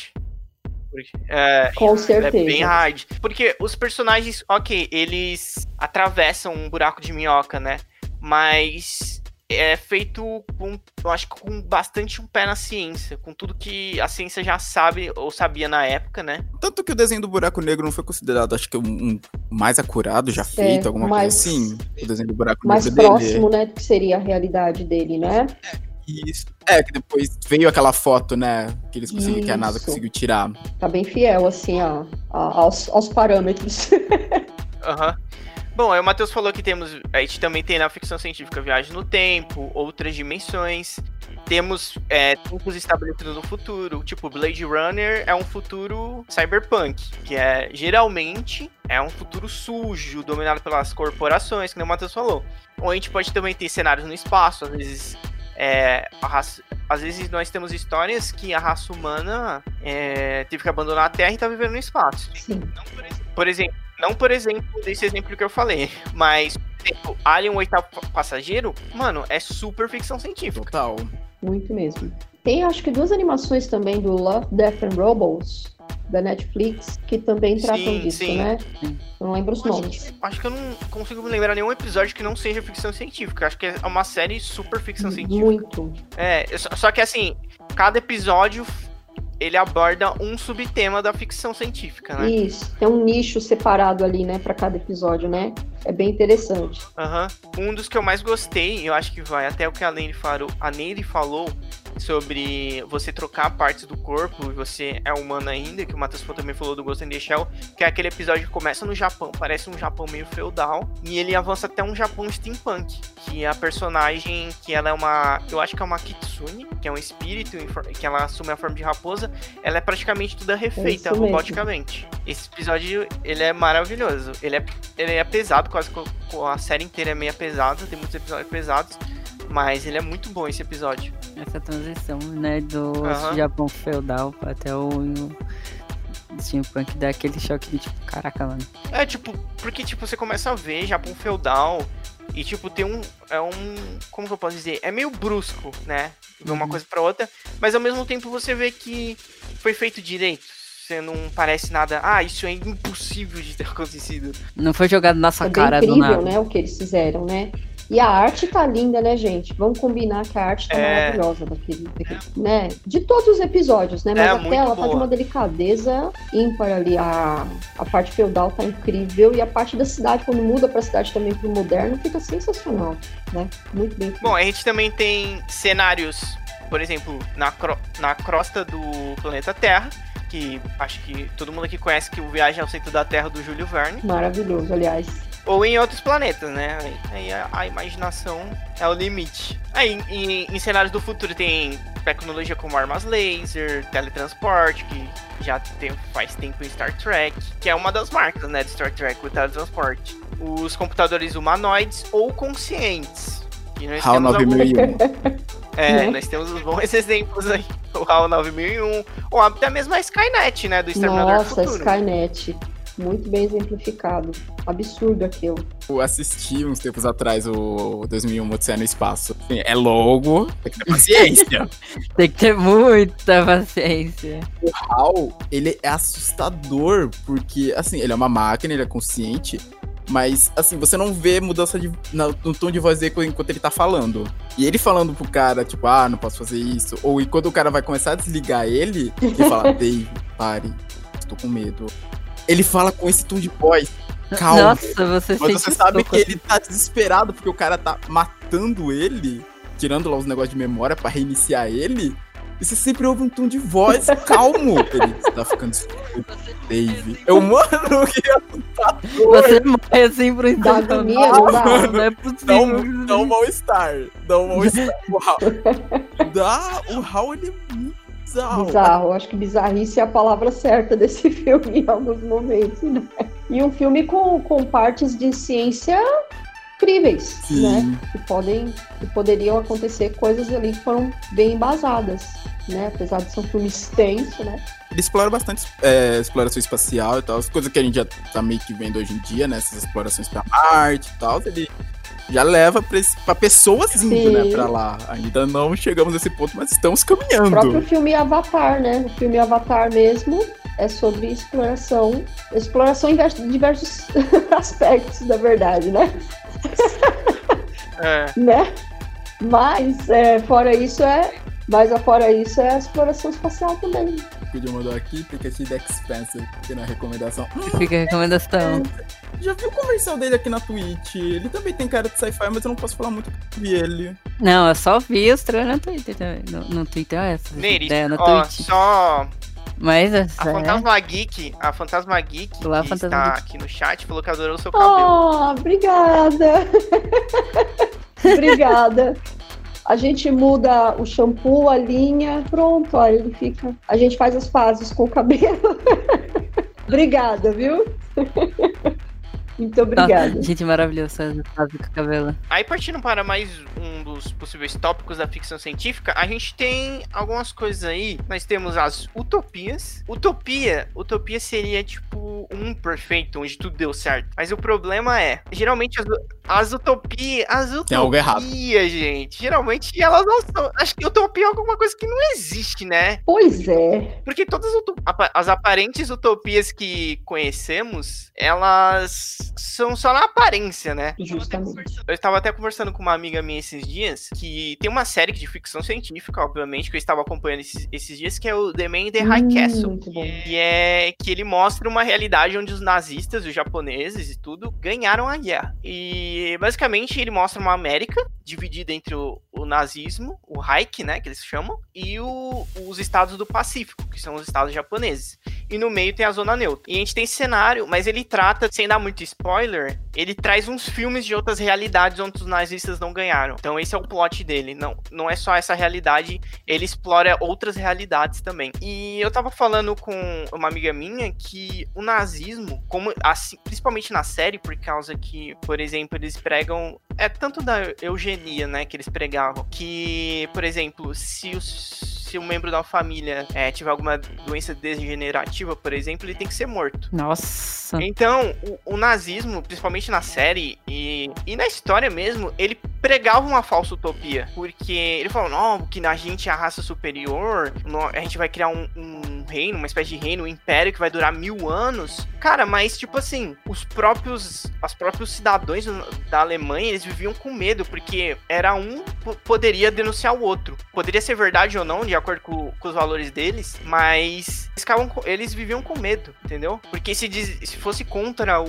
Com certeza. É bem hard. Porque os personagens, eles atravessam um buraco de minhoca, né? Mas... é feito eu acho que com bastante um pé na ciência, com tudo que a ciência já sabe ou sabia na época, né? Tanto que o desenho do buraco negro não foi considerado, acho que um mais acurado já feito, alguma coisa assim. O desenho do buraco mais negro próximo, né, que seria a realidade dele, né? Isso. Que depois veio aquela foto, né, que eles conseguiram, que a NASA conseguiu tirar. Tá bem fiel, assim, aos parâmetros. Bom, aí o Matheus falou que a gente também tem na ficção científica viagem no tempo, outras dimensões, temos tempos estabelecidos no futuro, tipo Blade Runner é um futuro cyberpunk, que geralmente é um futuro sujo, dominado pelas corporações, que nem o Matheus falou. Ou a gente pode também ter cenários no espaço, às vezes nós temos histórias que a raça humana teve que abandonar a Terra e tá vivendo no espaço. Sim. Não, por exemplo, desse exemplo que eu falei, mas, por exemplo, Alien, o Oitavo Passageiro, mano, é super ficção científica. Total. Muito mesmo. Tem, acho que 2 animações também do Love, Death and Robots, da Netflix, que também tratam disso, né? Eu não lembro os nomes. Acho que eu não consigo me lembrar nenhum episódio que não seja ficção científica. Acho que é uma série super ficção científica. Muito. Só que assim, cada episódio... ele aborda um subtema da ficção científica, né? Isso, tem um nicho separado ali, né, pra cada episódio, né? É bem interessante. Um dos que eu mais gostei, eu acho que vai até o que a Nery falou sobre você trocar partes do corpo e você é humano ainda, que o Matheus também falou do Ghost in the Shell, que é aquele episódio que começa no Japão, parece um Japão meio feudal, e ele avança até um Japão steampunk, que a personagem, que ela é eu acho que é uma Kitsune, que é um espírito, que ela assume a forma de raposa, ela é praticamente toda refeita roboticamente. Esse episódio, ele é maravilhoso, ele é pesado, quase a série inteira é meio pesada, tem muitos episódios pesados, mas ele é muito bom esse episódio. Essa transição, né, do Japão feudal até o steampunk dá aquele choque de tipo, caraca, mano. Porque você começa a ver Japão feudal e tem como que eu posso dizer? É meio brusco, né, de uma coisa pra outra, mas ao mesmo tempo você vê que foi feito direito. Você não parece nada, isso é impossível de ter acontecido. Não foi jogado na sua cara do nada. É incrível, né, o que eles fizeram, né? E a arte tá linda, né, gente? Vamos combinar que a arte tá maravilhosa né? De todos os episódios, né? Mas até ela tá de uma delicadeza ímpar ali. A parte feudal tá incrível e a parte da cidade, quando muda pra cidade também pro moderno, fica sensacional, né? Muito bem feito. Bom, a gente também tem cenários por exemplo, na crosta do planeta Terra, que acho que todo mundo aqui conhece que o Viagem ao Centro da Terra do Júlio Verne. Maravilhoso, aliás. Ou em outros planetas, né? Aí a imaginação é o limite. Aí em cenários do futuro tem tecnologia como armas laser, teletransporte, que já faz tempo em Star Trek, que é uma das marcas, né, de Star Trek, o teletransporte. Os computadores humanoides ou conscientes. E nós HAL 9001. Nós temos os bons exemplos aí. O HAL 9001, ou até mesmo a Skynet, né, do Exterminador do Futuro. Nossa, Skynet. Muito bem exemplificado. Absurdo aquilo. Eu assisti uns tempos atrás o 2001 Odisseia no Espaço. Assim, é longo, tem que ter paciência. Tem que ter muita paciência. O HAL, ele é assustador, porque, assim, ele é uma máquina, ele é consciente, mas, assim, você não vê mudança no tom de voz dele enquanto ele tá falando. E ele falando pro cara, tipo, não posso fazer isso. Ou enquanto o cara vai começar a desligar ele fala, Dave, pare, estou com medo. Ele fala com esse tom de voz, calma. Nossa, mas você sabe que ele tá desesperado porque o cara tá matando ele, tirando lá os negócios de memória pra reiniciar ele. E você sempre ouve um tom de voz calmo. Ele tá ficando escuro, Dave. Mano, que assustador. Você morre assim pro instante. Dá agonia, não dá. Não é possível. Dá um mal-estar. O HAL, ele é muito bizarro. Acho que bizarrice é a palavra certa desse filme em alguns momentos, né? E um filme com partes de ciência incríveis, sim, né? Que poderiam acontecer coisas ali que foram bem embasadas, né? Apesar de ser um filme extenso, né? Ele explora bastante exploração espacial e tal, as coisas que a gente já tá meio que vendo hoje em dia, né? Essas explorações pra Marte e tal, ele já leva pra pessoas indo, né, pra lá. Ainda não chegamos nesse ponto, mas estamos caminhando. O próprio filme Avatar, né? O filme Avatar mesmo é sobre exploração em diversos aspectos, da verdade, né? Né? Mas fora isso é a exploração espacial também. Podia mandar aqui, porque achei The Expanse aqui na recomendação. Fica a recomendação. Já vi o comercial dele aqui na Twitch. Ele também tem cara de sci-fi, mas eu não posso falar muito sobre ele. Não, eu só vi os trailers no Twitter também. No Twitter é essa. Neris, no Twitch. Só... Mas a Fantasma Geek, que está aqui no chat, falou que adorou o seu cabelo. Obrigada. Obrigada. A gente muda o shampoo, a linha, pronto, olha, ele fica... A gente faz as pazes com o cabelo. Obrigada, viu? Muito obrigada. Nossa, gente, maravilhosa fase com o cabelo. Aí, partindo para mais um dos possíveis tópicos da ficção científica, a gente tem algumas coisas aí. Nós temos as utopias. Utopia seria tipo um perfeito, onde tudo deu certo. Mas o problema é, geralmente as utopias, tem algo errado, gente, geralmente elas não são... Acho que utopia é alguma coisa que não existe, né? Pois é. Porque todas as aparentes utopias que conhecemos, elas são só na aparência, né? Justamente. Eu estava até conversando com uma amiga minha esses dias, que tem uma série de ficção científica, obviamente, que eu estava acompanhando esses dias, que é o The Man in the High Castle. Que ele mostra uma realidade onde os nazistas, os japoneses e tudo, ganharam a guerra. E basicamente ele mostra uma América dividida entre o nazismo, o Reich, né, que eles chamam, e os estados do Pacífico, que são os estados japoneses. E no meio tem a zona neutra. E a gente tem esse cenário, mas ele trata, sem dar muito spoiler, ele traz uns filmes de outras realidades onde os nazistas não ganharam. Então esse é o plot dele. Não é só essa realidade, ele explora outras realidades também. E eu tava falando com uma amiga minha que o nazismo, como assim, principalmente na série, por causa que, por exemplo, eles pregam... É tanto da eugenia, né, que eles pregavam, que, por exemplo, se um membro da família tiver alguma doença degenerativa, por exemplo, ele tem que ser morto. Nossa. Então, o nazismo, principalmente na série e na história mesmo, ele pregava uma falsa utopia. Porque ele falou, não, que a gente é a raça superior, a gente vai criar um reino, uma espécie de reino, um império que vai durar 1000 anos. Cara, mas tipo assim, os próprios cidadãos da Alemanha, eles viviam com medo, porque era um poderia denunciar o outro. Poderia ser verdade ou não, de acordo com os valores deles, mas eles viviam com medo, entendeu? Porque se fosse contra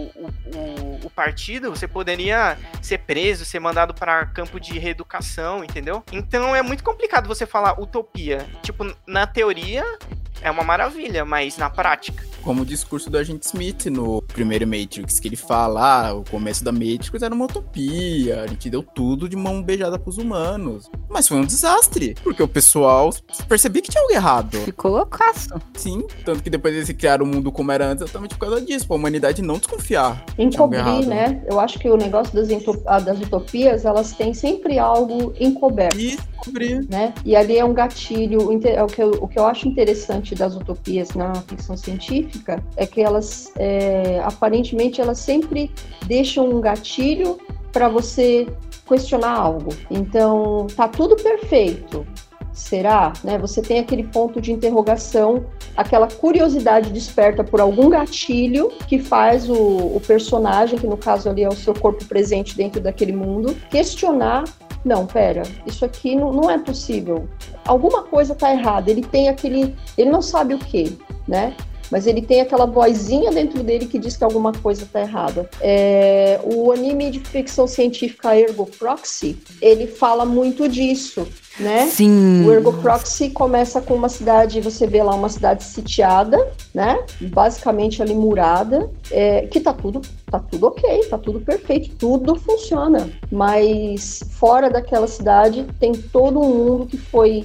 o partido, você poderia ser preso, ser mandado para campo de reeducação, entendeu? Então é muito complicado você falar utopia. Tipo, na teoria é uma maravilha, mas na prática... Como o discurso do Agente Smith no primeiro Matrix, que ele fala, o começo da Matrix era uma utopia, a gente deu tudo de mão beijada pros humanos. Mas foi um desastre, porque o pessoal percebia que tinha algo errado. Ficou loucaço. Sim, tanto que depois eles criaram o mundo como era antes, exatamente por causa disso, pra humanidade não desconfiar. Encobrir, né? Eu acho que o negócio das utopias, elas têm sempre algo encoberto. E descobrir. Né? E ali é um gatilho, o que eu acho interessante das utopias na ficção científica é que elas, aparentemente, elas sempre deixam um gatilho para você questionar algo. Então, tá tudo perfeito. Será? Né? Você tem aquele ponto de interrogação, aquela curiosidade desperta por algum gatilho que faz o personagem, que no caso ali é o seu corpo presente dentro daquele mundo, questionar. Não, pera, isso aqui não é possível. Alguma coisa tá errada. Ele não sabe o que, né? Mas ele tem aquela vozinha dentro dele que diz que alguma coisa tá errada. O anime de ficção científica Ergo Proxy, ele fala muito disso, né? Sim. O Ergo Proxy começa com uma cidade, você vê lá uma cidade sitiada, né? Basicamente ali murada, que tá tudo ok, tá tudo perfeito, tudo funciona. Mas fora daquela cidade tem todo um mundo que foi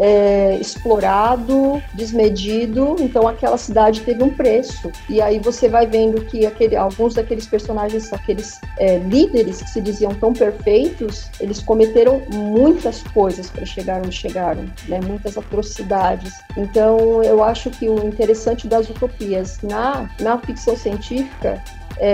explorado, desmedido, então aquela cidade teve um preço. E aí você vai vendo que alguns daqueles personagens, aqueles líderes que se diziam tão perfeitos, eles cometeram muitas coisas para chegar onde chegaram, né? Muitas atrocidades. Então eu acho que o interessante das utopias na ficção científica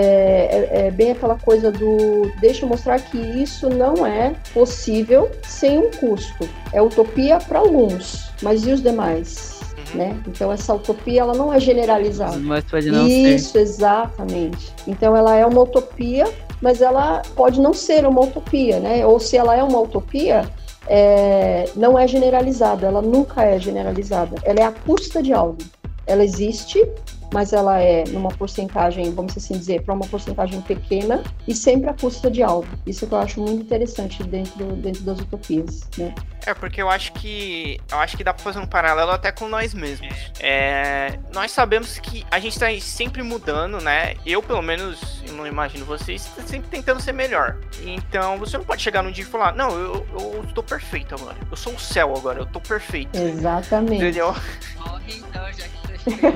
é bem aquela coisa deixa eu mostrar que isso não é possível sem um custo. É utopia para alguns, mas e os demais? Né? Então essa utopia ela não é generalizada. Mas pode não isso, ser. Exatamente. Então ela é uma utopia, mas ela pode não ser uma utopia, né? Ou se ela é uma utopia, não é generalizada, ela nunca é generalizada. Ela é à custa de algo. Ela existe, mas ela é numa porcentagem, vamos assim dizer, para uma porcentagem pequena e sempre à custa de algo. Isso que eu acho muito interessante dentro das utopias, né? Porque eu acho que dá pra fazer um paralelo até com nós mesmos. Nós sabemos que a gente tá sempre mudando, né? Eu, pelo menos, eu não imagino vocês, tá sempre tentando ser melhor. Então, você não pode chegar num dia e falar, não, eu tô perfeito agora. Eu sou o céu agora, eu tô perfeito. Exatamente. Entendeu? Morre então, já que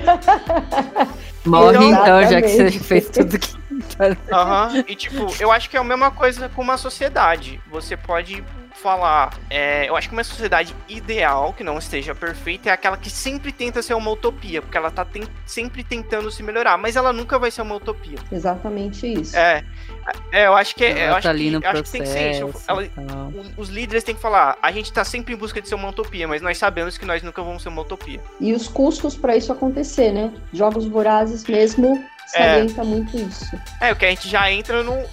Morre então, já que você fez tudo que... E tipo, eu acho que é a mesma coisa com uma sociedade. Você pode falar, eu acho que uma sociedade ideal, que não esteja perfeita, é aquela que sempre tenta ser uma utopia, porque ela tá sempre tentando se melhorar, mas ela nunca vai ser uma utopia. Exatamente isso. Eu acho que eu acho tá ali que, no acho que tem que ser isso. Os líderes têm que falar, a gente tá sempre em busca de ser uma utopia, mas nós sabemos que nós nunca vamos ser uma utopia. E os custos para isso acontecer, né? Jogos Vorazes mesmo salienta muito isso. O que a gente já entra no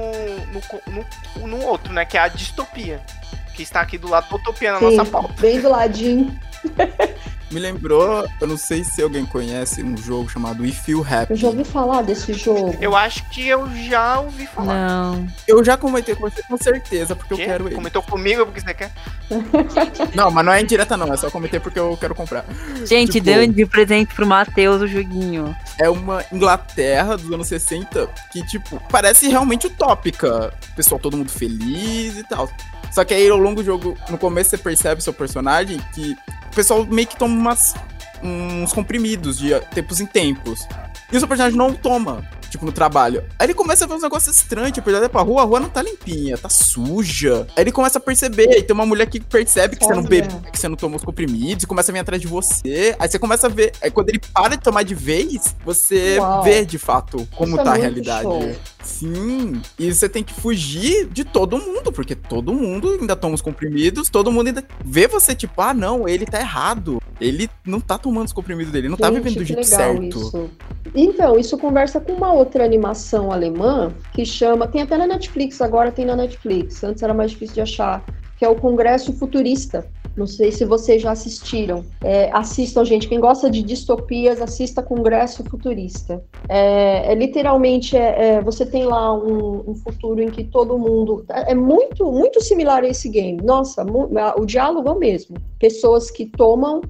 outro, né? Que é a distopia. Que está aqui do lado da utopia na nossa pauta. Bem do ladinho. Me lembrou, eu não sei se alguém conhece um jogo chamado We Feel Happy. Eu já ouvi falar desse jogo. Eu acho que eu já ouvi falar. Não. Eu já comentei com você com certeza, porque eu quero ele. Comentou comigo porque você quer? Não, mas não é indireta não, é só comentei porque eu quero comprar. Gente, deu de presente pro Matheus o joguinho. É uma Inglaterra dos anos 60 que, tipo, parece realmente utópica. O pessoal, todo mundo feliz e tal. Só que aí, ao longo do jogo, no começo você percebe seu personagem que o pessoal meio que toma uns comprimidos de tempos em tempos. E o seu personagem não toma. tipo, no trabalho. Aí ele começa a ver uns negócios estranhos, tipo, ele olha pra rua, a rua não tá limpinha, tá suja. Aí ele começa a perceber, aí tem uma mulher que percebe que você não bebe, que você não tomou os comprimidos, e começa a vir atrás de você. Aí você começa a ver, aí quando ele para de tomar de vez, você vê, de fato, como Isso tá é a muito realidade. show. Sim, e você tem que fugir de todo mundo, porque todo mundo ainda toma os comprimidos, todo mundo ainda vê você, tipo, ah, não, ele tá errado. Ele não tá tomando os comprimidos dele, não tá vivendo do jeito certo. Isso. Então, isso conversa com uma outra animação alemã que chama, tem até na Netflix, agora tem na Netflix, antes era mais difícil de achar, que é o Congresso Futurista. Não sei se vocês já assistiram. Assistam, gente. Quem gosta de distopias, assista Congresso Futurista. Literalmente, você tem lá um futuro em que todo mundo... É muito, muito similar a esse game. Nossa, o diálogo é o mesmo. Pessoas que tomam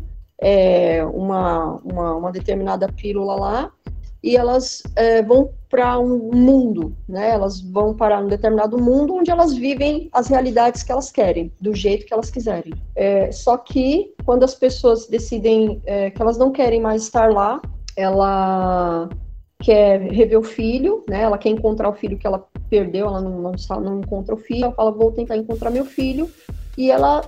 uma determinada pílula lá e elas vão para um mundo, né? Elas vão para um determinado mundo onde elas vivem as realidades que elas querem, do jeito que elas quiserem. Só que quando as pessoas decidem que elas não querem mais estar lá, ela quer rever o filho, né? Ela quer encontrar o filho que ela perdeu, ela não encontra o filho, ela fala, vou tentar encontrar meu filho, e ela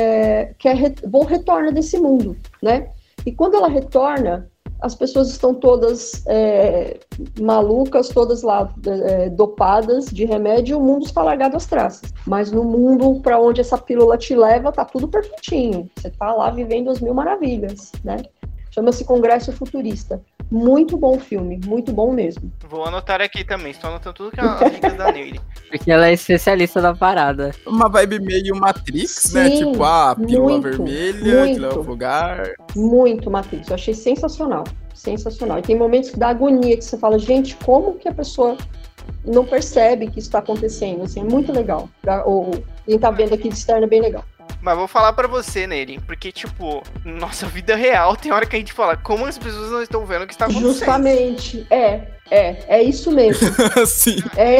retorna desse mundo, né? E quando ela retorna, as pessoas estão todas malucas, todas lá dopadas de remédio, e o mundo está largado às traças. Mas no mundo para onde essa pílula te leva, tá tudo perfeitinho. Você tá lá vivendo as mil maravilhas, né? Chama-se Congresso Futurista. Muito bom filme, muito bom mesmo. Vou anotar aqui também, estou anotando tudo que as dicas da Nery. Porque ela é especialista da parada. Uma vibe meio Matrix, Sim, né? Tipo, pílula muito, vermelha, muito. que leva pro lugar. Muito Matrix, eu achei sensacional. Sensacional. E tem momentos que dá agonia, que você fala, gente, como que a pessoa não percebe que isso está acontecendo? Assim, é muito legal. Quem tá vendo aqui de externo é bem legal. Mas vou falar pra você, Nery, porque, tipo, nossa vida real, tem hora que a gente fala, como as pessoas não estão vendo o que está acontecendo? Justamente, é isso mesmo. Sim.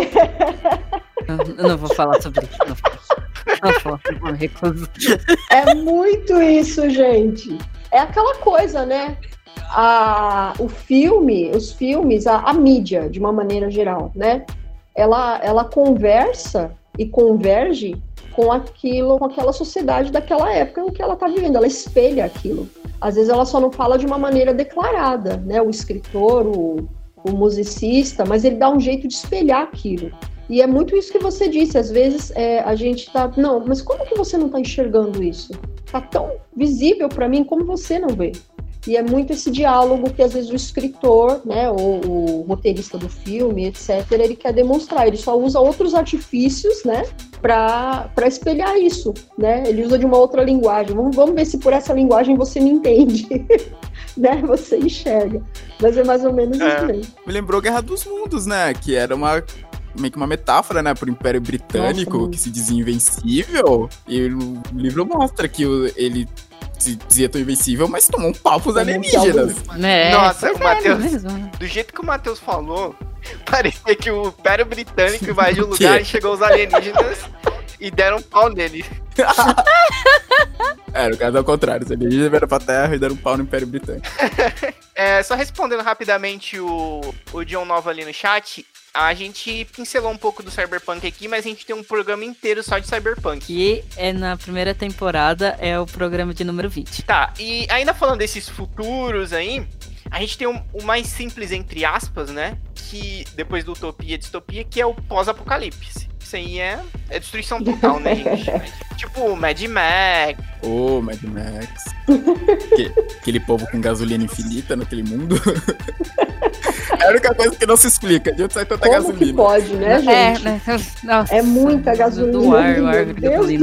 Eu não vou falar sobre isso. Não recuso. É muito isso, gente. É aquela coisa, né? Os filmes, a mídia, de uma maneira geral, né? Ela conversa e converge com aquela sociedade daquela época em que ela está vivendo, ela espelha aquilo. Às vezes ela só não fala de uma maneira declarada, né? O escritor, o musicista, mas ele dá um jeito de espelhar aquilo. E é muito isso que você disse, às vezes a gente tá, não, mas como que você não está enxergando isso? Tá tão visível para mim, como você não vê? E é muito esse diálogo que às vezes o escritor, né, ou o roteirista do filme, etc., ele quer demonstrar. Ele só usa outros artifícios, né, para espelhar isso, né? Ele usa de uma outra linguagem. Vamos ver se por essa linguagem você me entende, né? Você enxerga. Mas é mais ou menos isso mesmo. Me lembrou Guerra dos Mundos, né? Que era meio que uma metáfora, né, pro Império Britânico, que se dizia invencível. E o livro mostra que ele se dizia tão invencível, mas tomou um pau pros alienígenas. Nossa, o Matheus, do jeito que o Matheus falou, parecia que o Império Britânico invadiu o lugar e chegou os alienígenas e deram um pau nele. No caso ao contrário, os alienígenas vieram pra Terra e deram um pau no Império Britânico. Só respondendo rapidamente o John Nova ali no chat, a gente pincelou um pouco do Cyberpunk aqui, mas a gente tem um programa inteiro só de Cyberpunk. Que na primeira temporada é o programa de número 20. Tá, e ainda falando desses futuros aí, a gente tem o mais simples, entre aspas, né? Que depois do Utopia e Distopia, que é o pós-apocalipse. Isso aí é destruição total, né, gente? Tipo Mad Max. Mad Max. Aquele povo com gasolina infinita naquele mundo. É a única coisa que não se explica. De onde sai tanta gasolina? Que pode, né, gente? Nossa, é muita gasolina. Do ar de gasolina.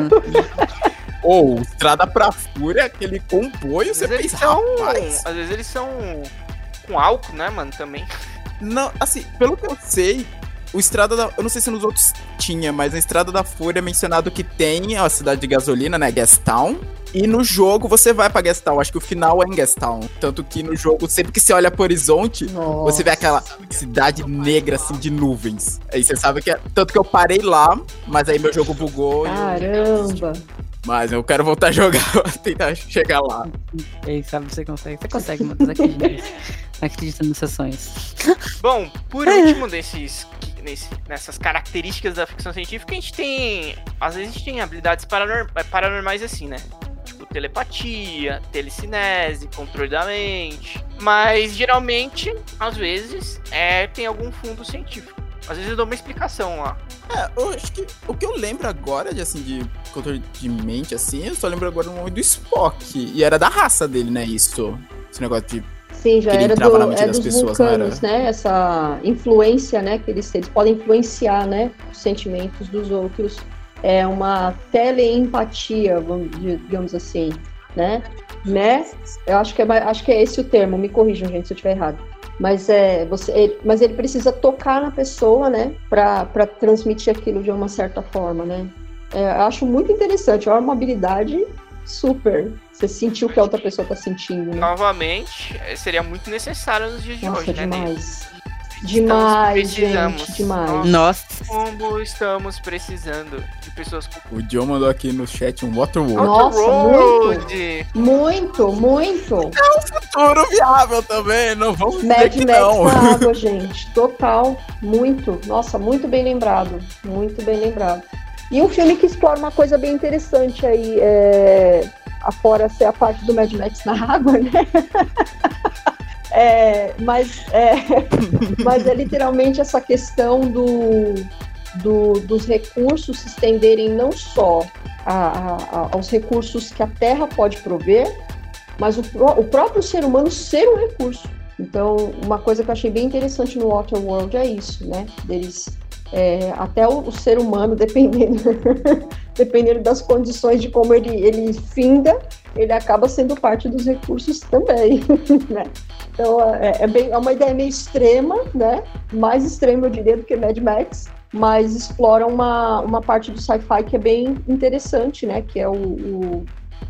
Estrada pra Fúria, aquele comboio, você pensa, rapaz. Às vezes eles são com álcool, né, mano, também. Não, assim, pelo que eu sei, eu não sei se nos outros tinha, mas na Estrada da Fúria é mencionado que tem a cidade de gasolina, né, Gastown. E no jogo você vai pra Gastown, acho que o final é em Gastown. Tanto que no jogo, sempre que você olha pro horizonte, você vê aquela cidade negra, assim, de nuvens. Aí você sabe que é... Tanto que eu parei lá, mas aí meu jogo bugou. Caramba! Mas eu quero voltar a jogar, tentar chegar lá. Quem sabe você consegue. Você consegue, Matheus, aqui. Acredita nos seus sonhos. Bom, por último nessas características da ficção científica, às vezes a gente tem habilidades paranormais assim, né? Tipo telepatia, telecinese, controle da mente. Mas geralmente, às vezes, tem algum fundo científico. Às vezes eu dou uma explicação lá. Eu acho que o que eu lembro agora de controle de mente, assim, eu só lembro agora do nome do Spock. E era da raça dele, né, isso? Esse negócio de... Sim, já ele era entrava na mente das dos pessoas, vulcanos, né? Essa influência, né? Que eles podem influenciar, né? Os sentimentos dos outros. É uma teleempatia, digamos assim, né? Eu acho que é esse o termo. Me corrijam, gente, se eu estiver errado. Mas ele precisa tocar na pessoa, né? Para transmitir aquilo de uma certa forma, né? Eu acho muito interessante. É uma habilidade super. Você sentiu o que a outra pessoa tá sentindo, né? Novamente, seria muito necessário nos dias de hoje, demais. né? Demais, gente, demais. Nossa. Como estamos precisando de pessoas com... O John mandou aqui no chat um Waterworld. Nossa, muito. É um futuro viável também, não vamos dizer Mad que Max não. na água, gente. Total, muito. Nossa, muito bem lembrado. Muito bem lembrado. E um filme que explora uma coisa bem interessante aí, afora ser a parte do Mad Max na água, né? Mas é literalmente essa questão dos recursos se estenderem não só aos recursos que a Terra pode prover, mas o próprio ser humano ser um recurso. Então, uma coisa que eu achei bem interessante no Waterworld é isso, né? Deles... até o ser humano, dependendo das condições de como ele finda, ele acaba sendo parte dos recursos também, né? Então, é uma ideia meio extrema, né? Mais extrema, eu diria, do que Mad Max, mas explora uma parte do sci-fi que é bem interessante, né? Que é o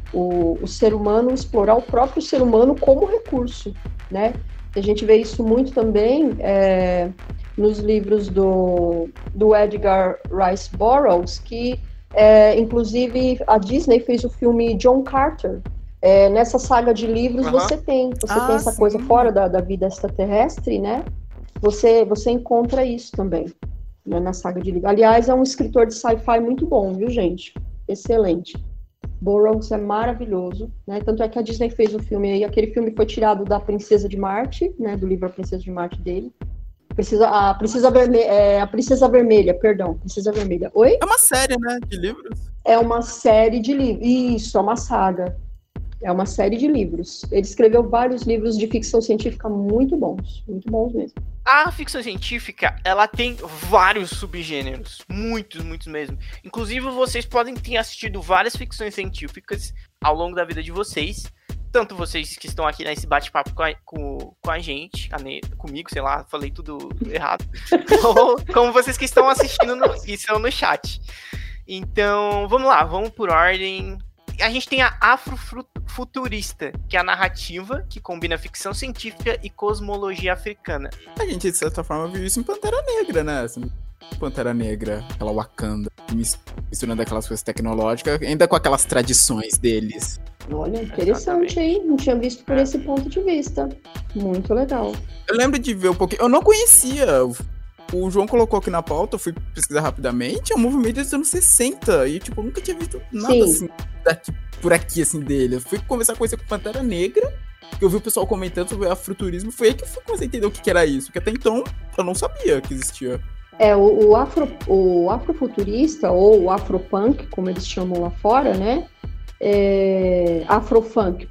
ser humano, explorar o próprio ser humano como recurso, né? A gente vê isso muito também nos livros do Edgar Rice Burroughs, que inclusive a Disney fez o filme John Carter. Nessa saga de livros você tem essa coisa fora da vida extraterrestre, né? Você encontra isso também, né, na saga de livros. Aliás, é um escritor de sci-fi muito bom, viu, gente? Excelente. Burroughs é maravilhoso, né? Tanto é que a Disney fez o filme aí, aquele filme foi tirado da Princesa de Marte, né? Do livro A Princesa de Marte dele. A Princesa Vermelha. Oi? É uma série, né, de livros? É uma série de livros. Isso, é uma saga. É uma série de livros. Ele escreveu vários livros de ficção científica muito bons mesmo. A ficção científica, ela tem vários subgêneros, muitos mesmo. Inclusive, vocês podem ter assistido várias ficções científicas ao longo da vida de vocês. Tanto vocês que estão aqui nesse bate-papo com a gente, comigo, sei lá, falei tudo errado. Como vocês que estão assistindo e estão no chat. Então, vamos lá, vamos por ordem. A gente tem a Afrofuturista, que é a narrativa que combina ficção científica e cosmologia africana. A gente, de certa forma, viu isso em Pantera Negra, né? Pantera Negra, aquela Wakanda, misturando aquelas coisas tecnológicas, ainda com aquelas tradições deles. Olha, interessante, hein? Não tinha visto por esse ponto de vista. Muito legal. Eu lembro de ver um pouquinho. Eu não conhecia. O João colocou aqui na pauta, eu fui pesquisar rapidamente. É um movimento dos anos 60. E, eu nunca tinha visto nada assim, por aqui, assim, dele. Eu fui conversar com esse com Pantera Negra, que eu vi o pessoal comentando sobre afrofuturismo. Foi aí que eu comecei a entender o que era isso. Porque até então, eu não sabia que existia. O afrofuturista, ou o afropunk, como eles chamam lá fora, né? Afrofunk.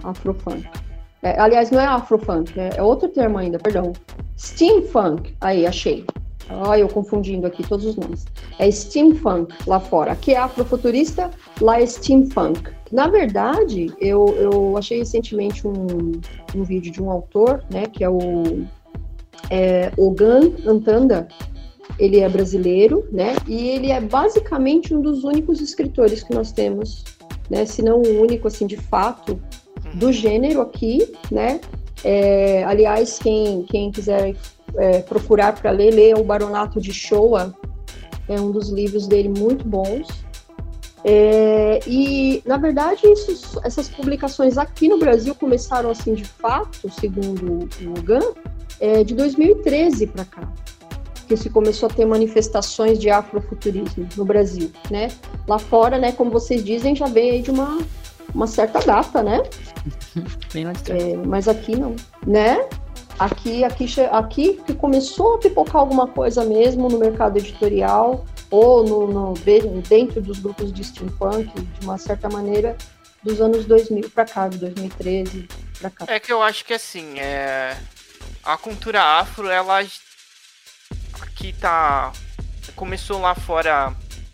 Aliás, não é afrofunk, é outro termo ainda, perdão. Steampunk, aí, achei. Olha, eu confundindo aqui todos os nomes. É steampunk lá fora. Aqui é afrofuturista, lá é steampunk. Na verdade, eu achei recentemente um vídeo de um autor, né, que é o Ogan Antanda. Ele é brasileiro, né, e ele é basicamente um dos únicos escritores que nós temos, né, se não o único, assim, de fato, do gênero aqui, né. Aliás, quem quiser procurar para ler o Baronato de Showa, é um dos livros dele muito bons. E, na verdade, essas publicações aqui no Brasil começaram, assim, de fato, segundo o GAN, de 2013 para cá, que se começou a ter manifestações de afrofuturismo no Brasil, né? Lá fora, né, como vocês dizem, já vem aí de uma certa data, né? Bem lá de trás. Mas aqui não, né? Aqui que começou a pipocar alguma coisa mesmo no mercado editorial, ou dentro dos grupos de steampunk, de uma certa maneira, dos anos 2000 para cá, de 2013 para cá. É que eu acho que, assim, a cultura afro, ela aqui começou lá fora,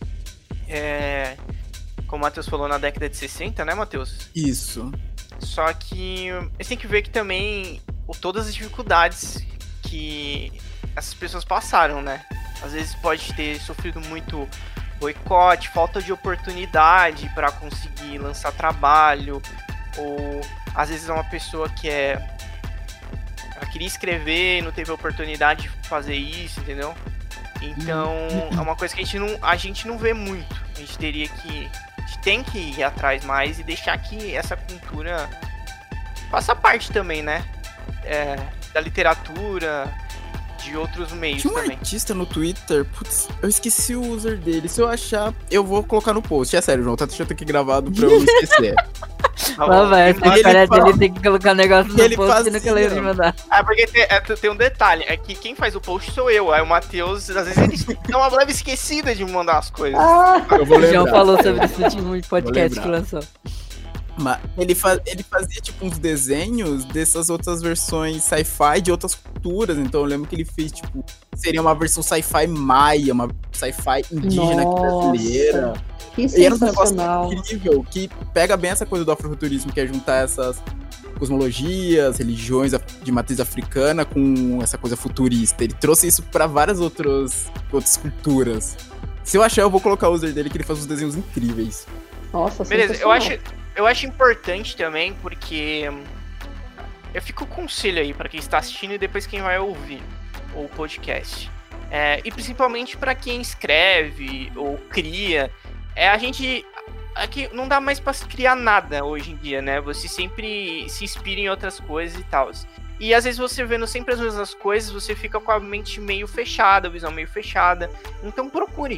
como o Matheus falou, na década de 60, né, Matheus? Isso. Só que você tem que ver que também todas as dificuldades que essas pessoas passaram, né? Às vezes pode ter sofrido muito boicote, falta de oportunidade para conseguir lançar trabalho, ou às vezes é uma pessoa que ela queria escrever e não teve a oportunidade de fazer isso, entendeu? Então é uma coisa que a gente não vê muito. A gente tem que ir atrás mais e deixar que essa cultura faça parte também, né? Da literatura, de outros meios também. Tinha um artista no Twitter, putz, eu esqueci o user dele. Se eu achar, eu vou colocar no post. É sério, João, tá deixando aqui gravado pra eu não esquecer. Lá vai, a cara dele tem que colocar um negócio no post e nunca lembra de mandar. Porque tem um detalhe, é que quem faz o post sou eu. Aí o Matheus, às vezes ele dá uma leve esquecida de mandar as coisas. Eu vou lembrar. O João falou sobre isso no último podcast que lançou. Mas ele fazia tipo uns desenhos dessas outras versões sci-fi de outras culturas. Então eu lembro que ele fez, tipo, seria uma versão sci-fi maia, uma sci-fi indígena brasileira. Que e era um negócio sensacional. incrível, que pega bem essa coisa do afrofuturismo, que é juntar essas cosmologias, religiões de matriz africana com essa coisa futurista. Ele trouxe isso pra várias outras culturas. Se eu achar, eu vou colocar o user dele, que ele faz uns desenhos incríveis. Nossa, beleza, eu acho importante também, porque eu fico com conselho aí pra quem está assistindo e depois quem vai ouvir o podcast. E principalmente pra quem escreve ou cria. A gente... Aqui não dá mais pra criar nada hoje em dia, né? Você sempre se inspira em outras coisas e tal. E às vezes você vendo sempre as mesmas coisas, você fica com a mente meio fechada, a visão meio fechada. Então procure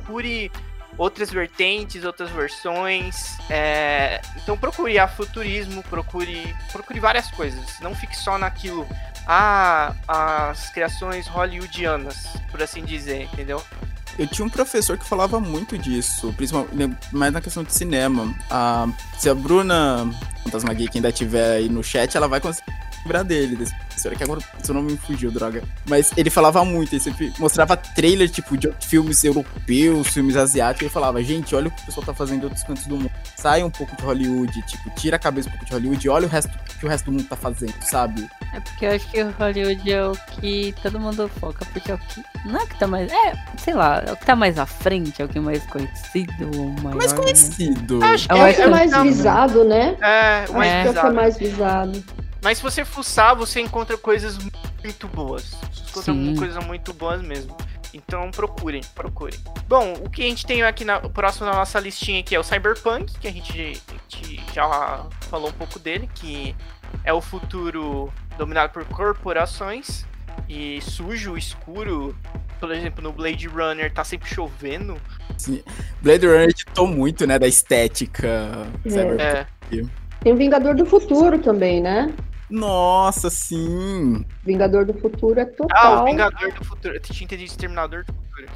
outras vertentes, outras versões. Então procure afrofuturismo, procure várias coisas. Não fique só naquilo, as criações hollywoodianas, por assim dizer, entendeu? Eu tinha um professor que falava muito disso, principalmente mais na questão de cinema. Se a Bruna Fantasma Geek ainda estiver aí no chat, ela vai conseguir lembrar dele, desse professor, que agora seu nome me fugiu, droga. Mas ele falava muito, ele sempre mostrava trailer, tipo, de filmes europeus, filmes asiáticos, e ele falava, gente, olha o que o pessoal tá fazendo em outros cantos do mundo. Sai um pouco de Hollywood, tipo, tira a cabeça um pouco de Hollywood e olha o resto que o resto do mundo tá fazendo, sabe? É porque eu acho que o Hollywood é o que todo mundo foca, porque é o que... Não é o que tá mais... sei lá, é o que tá mais à frente, é o que é mais conhecido, o maior... Mais conhecido. Né? Acho que é mais visado, né? Mais visado. Acho que é mais visado. Mas se você fuçar, você encontra coisas muito boas. Você encontra coisas muito boas mesmo. Então procurem. Bom, o que a gente tem aqui próximo na nossa listinha aqui é o Cyberpunk, que a gente já falou um pouco dele, que é o futuro dominado por corporações e sujo, escuro. Por exemplo, no Blade Runner tá sempre chovendo. Sim. Blade Runner editou muito, né, da estética Cyberpunk. Tem o Vingador do Futuro também, né? Nossa, sim! Vingador do Futuro é total. O Vingador do Futuro. Eu tinha entendido Exterminador do Futuro.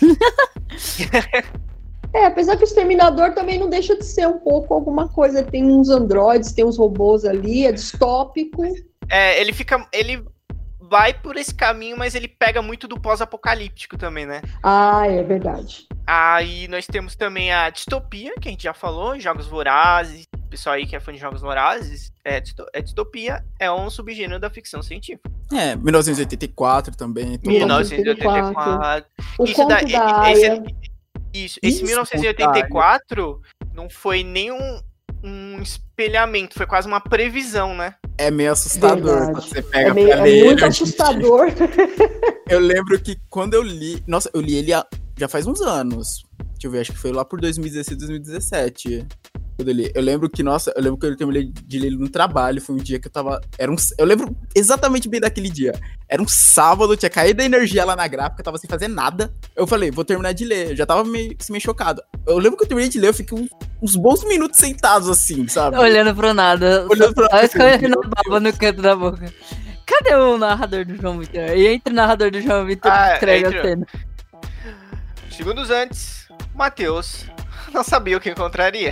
Apesar que o Exterminador também não deixa de ser um pouco alguma coisa. Tem uns androides, tem uns robôs ali, é distópico. Ele vai por esse caminho, mas ele pega muito do pós-apocalíptico também, né? É verdade. Aí nós temos também a distopia, que a gente já falou, Jogos Vorazes. O pessoal aí que é fã de Jogos Vorazes, distopia é um subgênero da ficção científica. 1984 também. 1984. O conto da Aya. Esse 1984 não foi nem um espelhamento, foi quase uma previsão, né? É meio assustador quando você pega pra ler. É muito assustador. Eu lembro que quando eu li... Nossa, eu li ele há já faz uns anos. Deixa eu ver, acho que foi lá por 2016, 2017. Quando eu lembro que, eu terminei de ler ele no trabalho. Foi um dia que eu tava. Eu lembro exatamente bem daquele dia. Era um sábado, tinha caído a energia lá na gráfica, eu tava sem fazer nada. Eu falei, vou terminar de ler. Eu já tava meio chocado. Eu lembro que eu terminei de ler, eu fiquei uns bons minutos sentados assim, sabe? Olhando pro nada. Olhando pro nada. Só escorrendo a baba no canto da boca. Cadê o narrador do João Vitor? E entre o narrador do João Vitor e escreve a cena. Segundos antes, Matheus não sabia o que encontraria.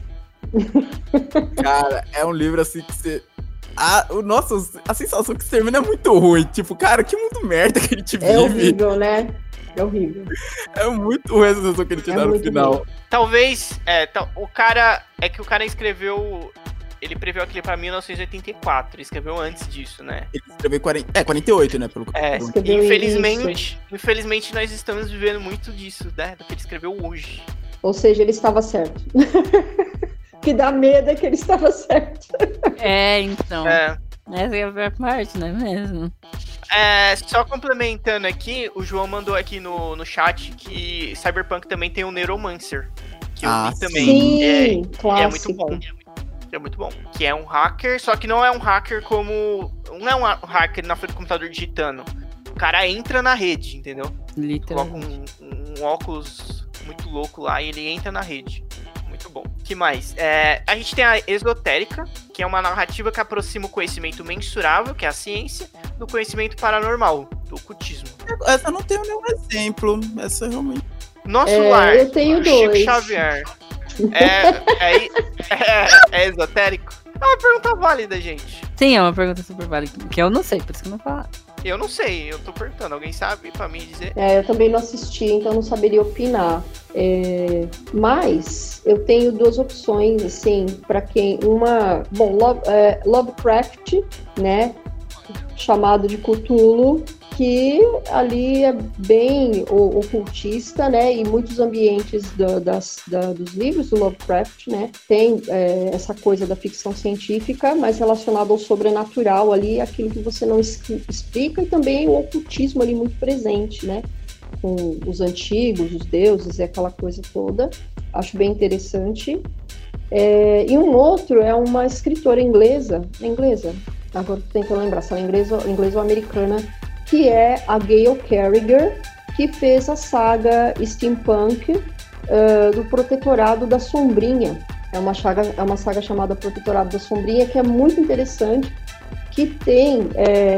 Cara, é um livro assim que você... Nossa, a sensação que você termina é muito ruim. Tipo, cara, que mundo merda que a gente vive. É horrível, né? É horrível. É muito ruim a sensação que ele te dá no final. Ruim. Talvez, o cara escreveu... Ele preveu aquilo pra 1984, ele escreveu antes disso, né? Ele escreveu 48, né? Infelizmente nós estamos vivendo muito disso, né? Do que ele escreveu hoje. Ou seja, ele estava certo. O que dá medo é que ele estava certo. Então. Essa é a pior parte, não é mesmo? Só complementando aqui, o João mandou aqui no chat que Cyberpunk também tem o Neuromancer. Que eu vi também. Sim, é muito bom. É muito bom. Que é um hacker, só que não é um hacker como... Não é um hacker na frente do computador digitando. O cara entra na rede, entendeu? Literalmente. Coloca um óculos muito louco lá e ele entra na rede. Muito bom. O que mais? A gente tem a esotérica, que é uma narrativa que aproxima o conhecimento mensurável, que é a ciência, do conhecimento paranormal, do ocultismo. Essa eu não tenho nenhum exemplo. Essa realmente... Nosso lar. Eu tenho Chico 2. Xavier. É esotérico? É uma pergunta válida, gente. Sim, é uma pergunta super válida, que eu não sei, por isso que eu não falo. Eu não sei, eu tô perguntando. Alguém sabe pra mim dizer? Eu também não assisti, então não saberia opinar. Mas eu tenho 2 opções, assim, pra quem... Uma... Bom, Lovecraft, né? Chamado de Cthulhu, que ali é bem ocultista, né? E muitos ambientes dos livros do Lovecraft, né? Tem essa coisa da ficção científica, mas relacionada ao sobrenatural ali, aquilo que você não explica, e também o ocultismo ali muito presente, né? Com os antigos, os deuses e aquela coisa toda. Acho bem interessante. E um outro é uma escritora inglesa, agora tô tentando lembrar se ela é inglesa ou americana, que é a Gail Carriger, que fez a saga steampunk do Protetorado da Sombrinha. É uma saga chamada Protetorado da Sombrinha, que é muito interessante, que tem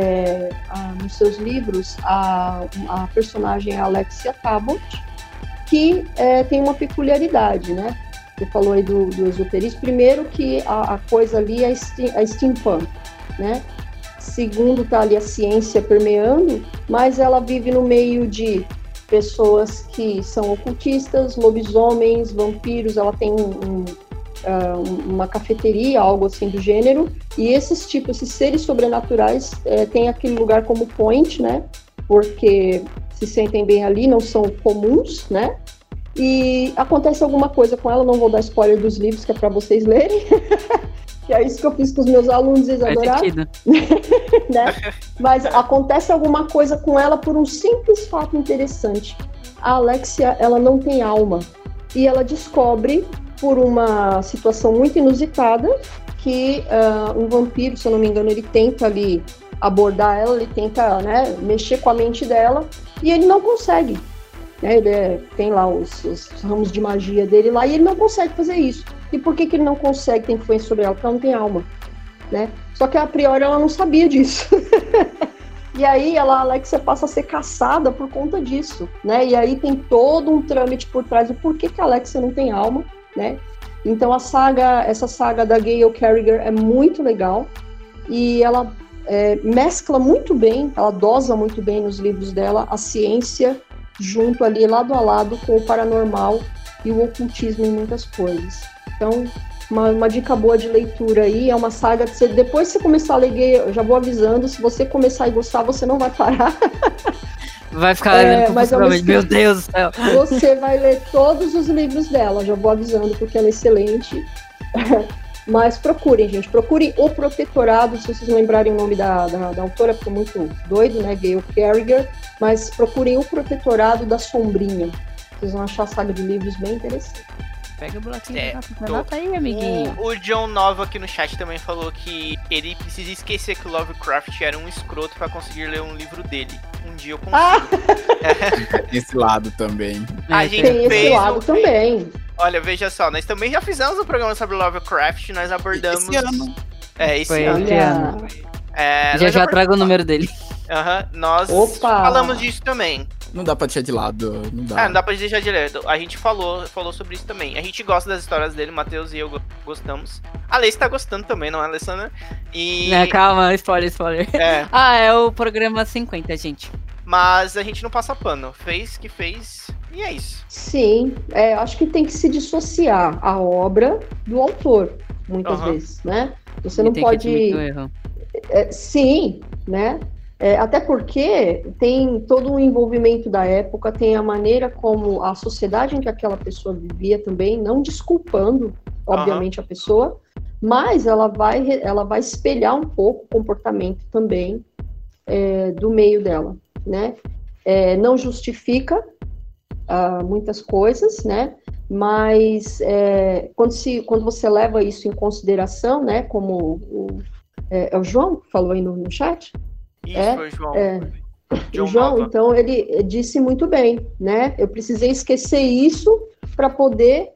nos seus livros a personagem Alexia Talbot, que tem uma peculiaridade, né? Você falou aí do esoterismo. Primeiro que a coisa ali é steampunk, né? Segundo, tá ali a ciência permeando, mas ela vive no meio de pessoas que são ocultistas, lobisomens, vampiros. Ela tem uma cafeteria, algo assim do gênero, e esses seres sobrenaturais têm aquele lugar como point, né? Porque se sentem bem ali, não são comuns, né? E acontece alguma coisa com ela, não vou dar spoiler dos livros, que é para vocês lerem. Que é isso que eu fiz com os meus alunos, eles adoraram. Né? Mas acontece alguma coisa com ela por um simples fato interessante. A Alexia, ela não tem alma. E ela descobre, por uma situação muito inusitada, que um vampiro, se eu não me engano, ele tenta ali abordar ela, ele tenta, né, mexer com a mente dela, e ele não consegue. Né? Ele tem lá os ramos de magia dele lá, e ele não consegue fazer isso. E por que ele não consegue ter influência sobre ela? Porque ela não tem alma, né? Só que a priori ela não sabia disso. E aí a Alexia passa a ser caçada por conta disso, né? E aí tem todo um trâmite por trás do porquê que a Alexia não tem alma, né? Então essa saga da Gail Carriger é muito legal, e ela mescla muito bem, ela dosa muito bem nos livros dela a ciência junto ali, lado a lado, com o paranormal e o ocultismo em muitas coisas. Então, uma dica boa de leitura aí, é uma saga que depois que você começar a ler, eu já vou avisando, se você começar a gostar, você não vai parar. Vai ficar lendo compulsivamente, meu Deus do céu. Você vai ler todos os livros dela, já vou avisando, porque ela é excelente. Mas procurem, gente, procurem O Protetorado, se vocês lembrarem o nome da autora, ficou muito doido, né, Gail Carriger, mas procurem O Protetorado da Sombrinha. Vocês vão achar a saga de livros bem interessante. Pega o bloquinho É, anota aí, amiguinho. O John Nova aqui no chat também falou que ele precisa esquecer que o Lovecraft era um escroto pra conseguir ler um livro dele. Um dia eu consigo. Esse lado também. A gente Tem esse fez lado também. Olha, veja só, nós também já fizemos um programa sobre Lovecraft, nós abordamos... Esse ano. Esse Foi ano. esse ano. Nós Já trago o número dele. nós Opa! falamos disso também. Não dá pra deixar de lado, não dá. Não dá pra deixar de ler. A gente falou sobre isso também. A gente gosta das histórias dele, o Matheus e eu gostamos. A Lei está gostando também, não é, Alessandra? E... Calma, spoiler. É, É o programa 50, gente. mas a gente não passa pano. Fez que fez, e é isso. Sim, acho que tem que se dissociar a obra do autor, muitas vezes, né? Você não Tem que pode... admitir o erro. Sim, né? Até porque tem todo um envolvimento da época, tem a maneira como a sociedade em que aquela pessoa vivia também, não desculpando, obviamente, a pessoa, mas ela vai espelhar um pouco o comportamento também do meio dela, né? Não justifica muitas coisas, né? Mas quando você leva isso em consideração, né? Como é o João que falou aí no chat? Isso, foi o João. O João, Nova. então, ele disse muito bem, né? Eu precisei esquecer isso para poder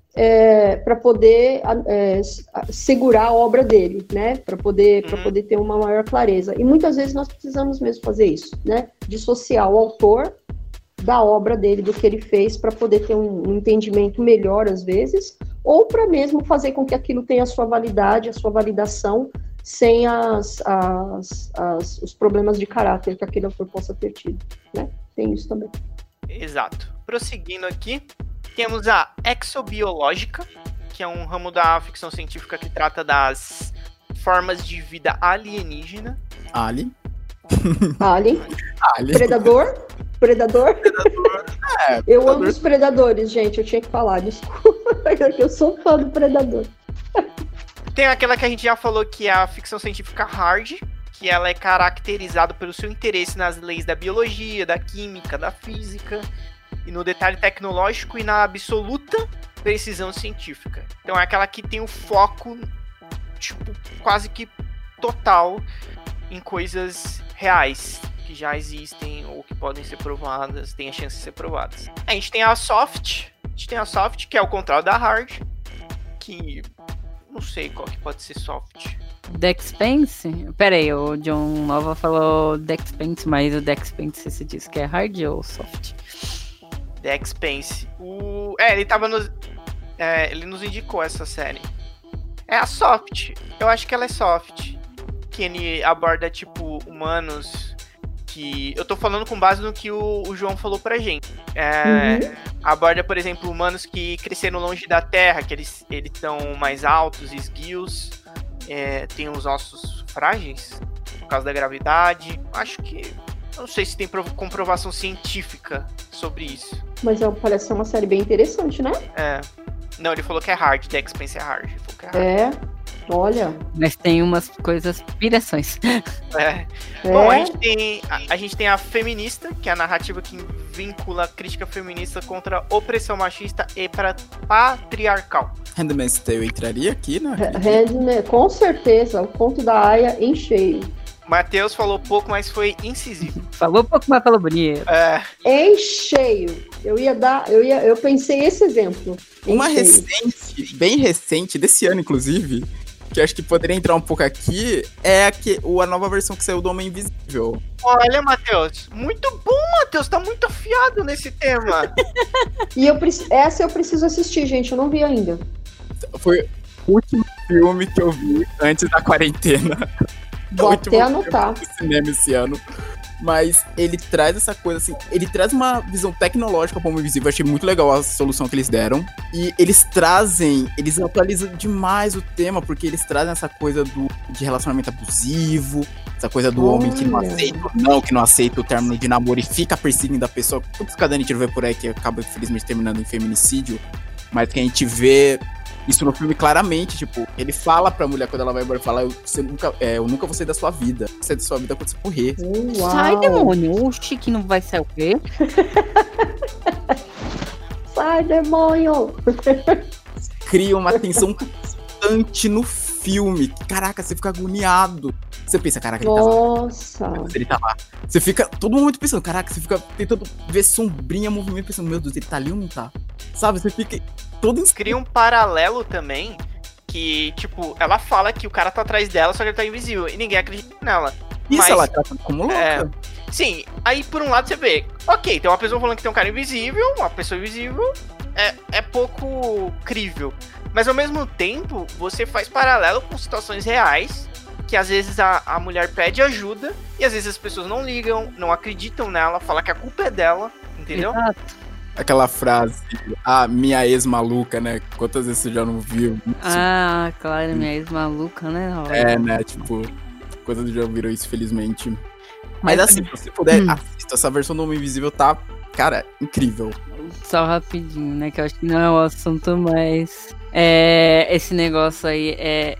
segurar a obra dele, né? Para poder ter uma maior clareza. E muitas vezes nós precisamos mesmo fazer isso, né? Dissociar o autor da obra dele, do que ele fez, para poder ter um entendimento melhor, às vezes, ou para mesmo fazer com que aquilo tenha a sua validade, a sua validação, sem os problemas de caráter que aquele autor possa ter tido, né? Tem isso também. Exato. Prosseguindo aqui, temos a exobiológica, que é um ramo da ficção científica que trata das formas de vida alienígena. Alien. Predador. Eu Predador. amo os predadores, gente, eu tinha que falar, desculpa, porque eu sou fã do Predador. Tem aquela que a gente já falou, que é a ficção científica hard, que ela é caracterizada pelo seu interesse nas leis da biologia, da química, da física, e no detalhe tecnológico e na absoluta precisão científica. Então é aquela que tem o foco, tipo, quase que total em coisas reais, que já existem ou que podem ser provadas, tem a chance de ser provadas. A gente tem a soft, que é o contrário da hard, que... não sei qual que pode ser soft. Dexpense? Pera aí, o John Nova falou Dexpense, mas o Dexpense você disse que é hard ou soft? Dexpense. Ele tava nos... ele nos indicou essa série. É a soft. Eu acho que ela é soft. Que ele aborda, tipo, humanos que... Eu tô falando com base no que o João falou pra gente. Aborda, por exemplo, humanos que cresceram longe da Terra, que eles são mais altos, esguios, têm os ossos frágeis por causa da gravidade. Acho que... Eu não sei se tem comprovação científica sobre isso. Mas parece ser uma série bem interessante, né? Não, ele falou que é hard, Dexpense é hard. Ele falou que é hard. Olha. Mas tem umas coisas, pirações. Bom, a gente tem a feminista, que é a narrativa que vincula a crítica feminista contra a opressão machista e patriarcal. Handmaid's Tale entraria aqui, né? Com certeza, o conto da Aya em cheio. Matheus falou pouco, mas foi incisivo. Falou pouco, mas falou bonito. Em cheio. Eu pensei esse exemplo. Uma recente, bem recente, desse ano, inclusive, que eu acho que poderia entrar um pouco aqui, é a nova versão que saiu do Homem Invisível. Olha, Matheus, muito bom, Matheus, tá muito afiado nesse tema. E essa eu preciso assistir, gente, eu não vi ainda. Foi o último filme que eu vi antes da quarentena. Vou até anotar. Do cinema esse ano. Mas ele traz essa coisa assim, ele traz uma visão tecnológica para o Homem Invisível. Eu achei muito legal a solução que eles deram. E eles atualizam demais o tema, porque eles trazem essa coisa de relacionamento abusivo, essa coisa do homem que não aceita o término de namoro e fica perseguindo a pessoa. Tudo que cada gente vê por aí que acaba infelizmente terminando em feminicídio, mas que a gente vê isso no filme claramente, tipo, ele fala pra mulher quando ela vai embora, fala, eu nunca vou sair da sua vida. Vou sair da sua vida quando você morrer. Sai, demônio. O Chique não vai sair o quê? Sai, demônio! Cria uma tensão constante no filme. Caraca, você fica agoniado. Você pensa, caraca, ele tá lá. Nossa! Ele tá lá. Você fica todo momento pensando, caraca, você fica tentando ver sombrinha, movimento, pensando, meu Deus, ele tá ali ou não tá? Sabe, você fica todo Cria um paralelo também, que, tipo, ela fala que o cara tá atrás dela, só que ele tá invisível, e ninguém acredita nela. Isso, Mas, ela trata como louca. sim, aí por um lado você vê, ok, tem uma pessoa falando que tem um cara invisível, uma pessoa invisível, é pouco crível. Mas ao mesmo tempo, você faz paralelo com situações reais, que às vezes a mulher pede ajuda, e às vezes as pessoas não ligam, não acreditam nela, falam que a culpa é dela, entendeu? Exato. Aquela frase, minha ex maluca, né? Quantas vezes você já não viu? Ah, claro, minha ex-maluca, né? É, né? Tipo, coisas já viram isso, felizmente. Mas assim, se você puder, assista. Essa versão do Homem Invisível tá, cara, incrível. Só rapidinho, né? Que eu acho que não é o assunto, mas esse negócio aí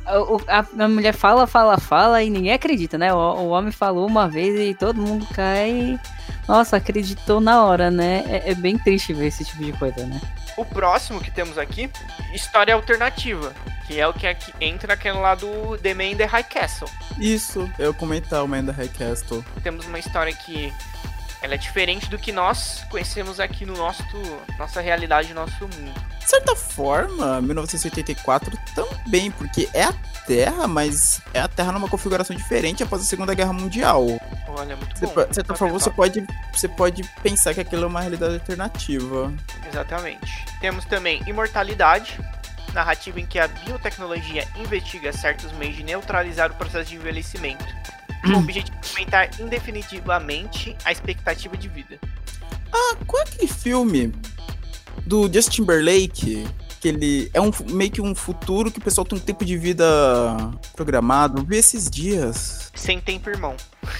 a mulher fala e ninguém acredita, né? O homem falou uma vez e todo mundo cai. Nossa, acreditou na hora, né? É bem triste ver esse tipo de coisa, né? O próximo que temos aqui, história alternativa, que é o que entra naquele lá do The Man in the High Castle. Isso, eu comentar o Man in the High Castle. Temos uma história que ela é diferente do que nós conhecemos aqui no nossa realidade, nosso mundo. De certa forma, 1984 também, porque é a Terra, mas é a Terra numa configuração diferente após a Segunda Guerra Mundial. Olha, muito bom. De certa forma, você pode pensar que aquilo é uma realidade alternativa. Exatamente. Temos também Imortalidade, narrativa em que a biotecnologia investiga certos meios de neutralizar o processo de envelhecimento, com o objetivo de aumentar indefinitivamente a expectativa de vida. Ah, qual é aquele filme do Justin Timberlake? Que ele é meio que um futuro que o pessoal tem um tempo de vida programado. Eu vi esses dias. Sem tempo, irmão.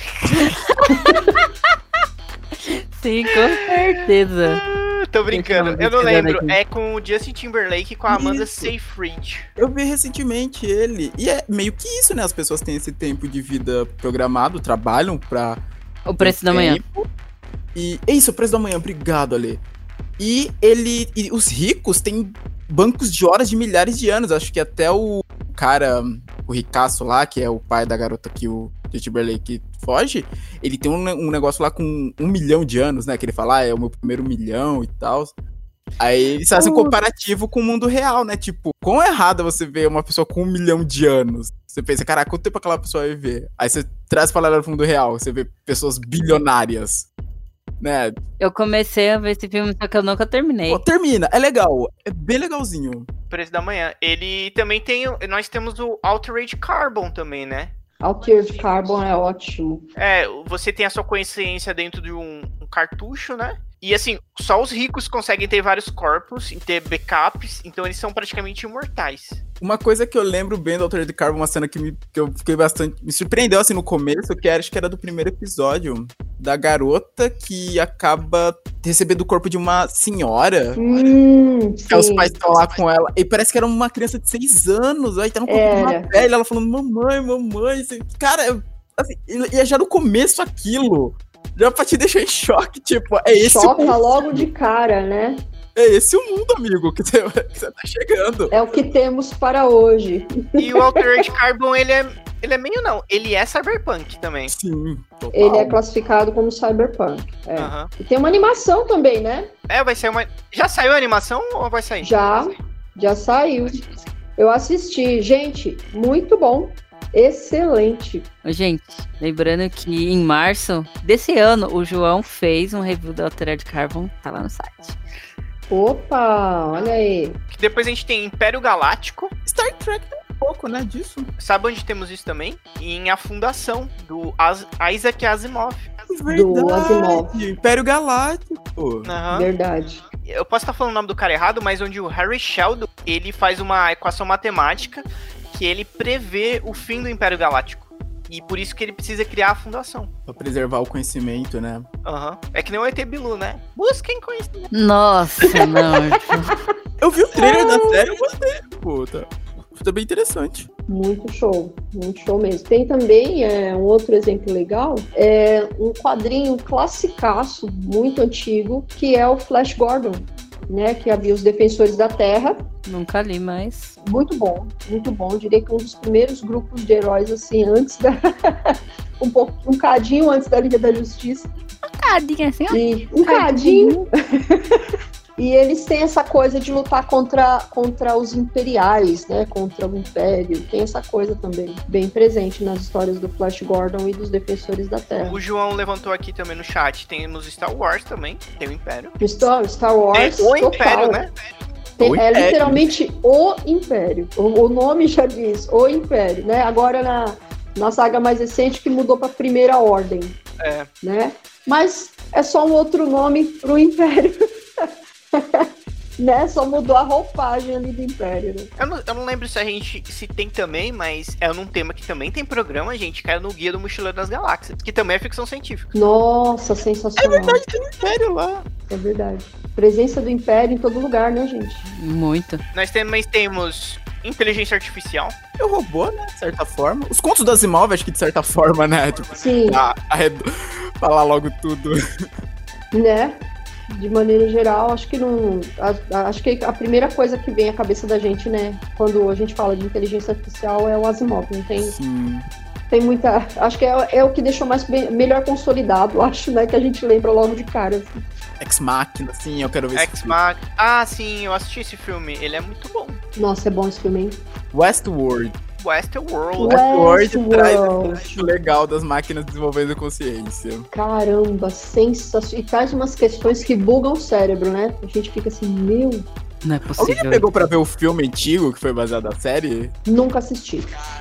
Sim, com certeza. Tô brincando, eu não lembro. É com o Justin Timberlake e com a Amanda Seyfried. Eu vi recentemente ele. E é meio que isso, né? As pessoas têm esse tempo de vida programado, trabalham pra... O Preço da Manhã. E isso, O Preço da Manhã. Obrigado, Ale. E os ricos têm bancos de horas de milhares de anos. Acho que até o cara, o ricaço lá, que é o pai da garota que o Timberlake foge, ele tem um negócio lá com 1 milhão de anos, né? Que ele fala, é o meu primeiro 1 milhão e tal. Aí eles fazem um comparativo com o mundo real, né? Tipo, quão errado é você ver uma pessoa com 1 milhão de anos? Você pensa, caraca, quanto tempo aquela pessoa vai viver? Aí você traz pra lá no mundo real, você vê pessoas bilionárias. Né? Eu comecei a ver esse filme, só que eu nunca terminei. Pô, termina, é legal, é bem legalzinho. Preço da Manhã. Ele também tem, nós temos o Altered Carbon também, né? Altered Carbon é ótimo. Você tem a sua consciência dentro de um cartucho, né? E assim, só os ricos conseguem ter vários corpos e ter backups, então eles são praticamente imortais. Uma coisa que eu lembro bem do Altered Carbon, uma cena que eu fiquei bastante... Me surpreendeu assim no começo, que acho que era do primeiro episódio, da garota que acaba recebendo o corpo de uma senhora. Que os pais estão lá com ela. E parece que era uma criança de 6 anos, aí tá no corpo de uma velha, ela falando, mamãe. Assim, cara, assim, e já no começo aquilo... Já pra te deixar em choque, tipo, é esse Choca o mundo. Logo de cara, né? É esse o mundo, amigo, que você tá chegando. É o que temos para hoje. E o Altered Carbon, ele é meio não, ele é cyberpunk também. Sim, total. Ele é classificado como cyberpunk. Uhum. E tem uma animação também, né? Vai sair uma... Já saiu a animação ou vai sair? Já saiu. Eu assisti. Gente, muito bom. Excelente. Gente, lembrando que em março desse ano, o João fez um review do Altered Carbon, tá lá no site. Opa, olha aí. Depois a gente tem Império Galáctico. Star Trek tem um pouco, né, disso. Sabe onde temos isso também? Em A Fundação, do Isaac Asimov. Verdade. Do Asimov. Império Galáctico. Uhum. Verdade. Eu posso estar falando o nome do cara errado, mas onde o Harry Sheldon, ele faz uma equação matemática que ele prevê o fim do Império Galáctico. E por isso que ele precisa criar a fundação. Pra preservar o conhecimento, né? Aham. É que nem o ET Bilu, né? Busquem conhecimento. Nossa, não. Eu vi o trailer da série, eu gostei. Pô, tá bem interessante. Muito show mesmo. Tem também um outro exemplo legal, um quadrinho classicaço, muito antigo, que é o Flash Gordon. né? Que havia os Defensores da Terra. Nunca li, mas... Muito bom, muito bom. Diria que um dos primeiros grupos de heróis, assim, antes da... um cadinho antes da Liga da Justiça. Um cadinho assim, ó. E um cadinho. E eles têm essa coisa de lutar contra os imperiais, né? Contra o Império. Tem essa coisa também, bem presente nas histórias do Flash Gordon e dos Defensores da Terra. O João levantou aqui também no chat. Temos Star Wars também. Tem o Império. Star Wars, Tem o total. Império, né? É literalmente o Império. O nome já diz, o Império, né? Agora na saga mais recente que mudou para Primeira Ordem. Né? Mas é só um outro nome pro Império. Né? Só mudou a roupagem ali do Império, né? Eu não lembro se tem também, mas é num tema que também tem programa, gente, que é no Guia do Mochileiro das Galáxias, que também é ficção científica. Nossa, sensacional. É verdade, tem um Império lá. É verdade. Presença do Império em todo lugar, né, gente? Muito. Nós também temos inteligência artificial. É o robô, né, de certa forma. Os contos das Asimov, acho que de certa forma, né, tipo, Sim. Falar logo tudo. Né? De maneira geral, acho que não. Acho que a primeira coisa que vem à cabeça da gente, né, quando a gente fala de inteligência artificial é o Asimov. Não tem. Sim. Tem muita. Acho que é o que deixou melhor consolidado, acho, né? Que a gente lembra logo de cara. Assim. Ex Machina, sim, eu quero ver esse filme. Ex-Machina. Ah, sim, eu assisti esse filme. Ele é muito bom. Nossa, é bom esse filme, hein? Westworld. Westworld. Westworld traz um ponto legal das máquinas desenvolvendo consciência. Caramba, sensacional. E traz umas questões que bugam o cérebro, né? A gente fica assim, meu... Não é Alguém possível. já pegou pra ver o filme antigo que foi baseado na série? Nunca assisti.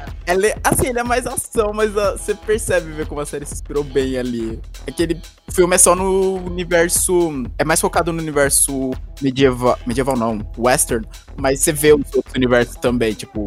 Ele é mais ação, mas você percebe ver como a série se inspirou bem ali. Aquele filme é só no universo... É mais focado no universo medieval... Medieval não, western. Mas você vê os outros universos também, tipo...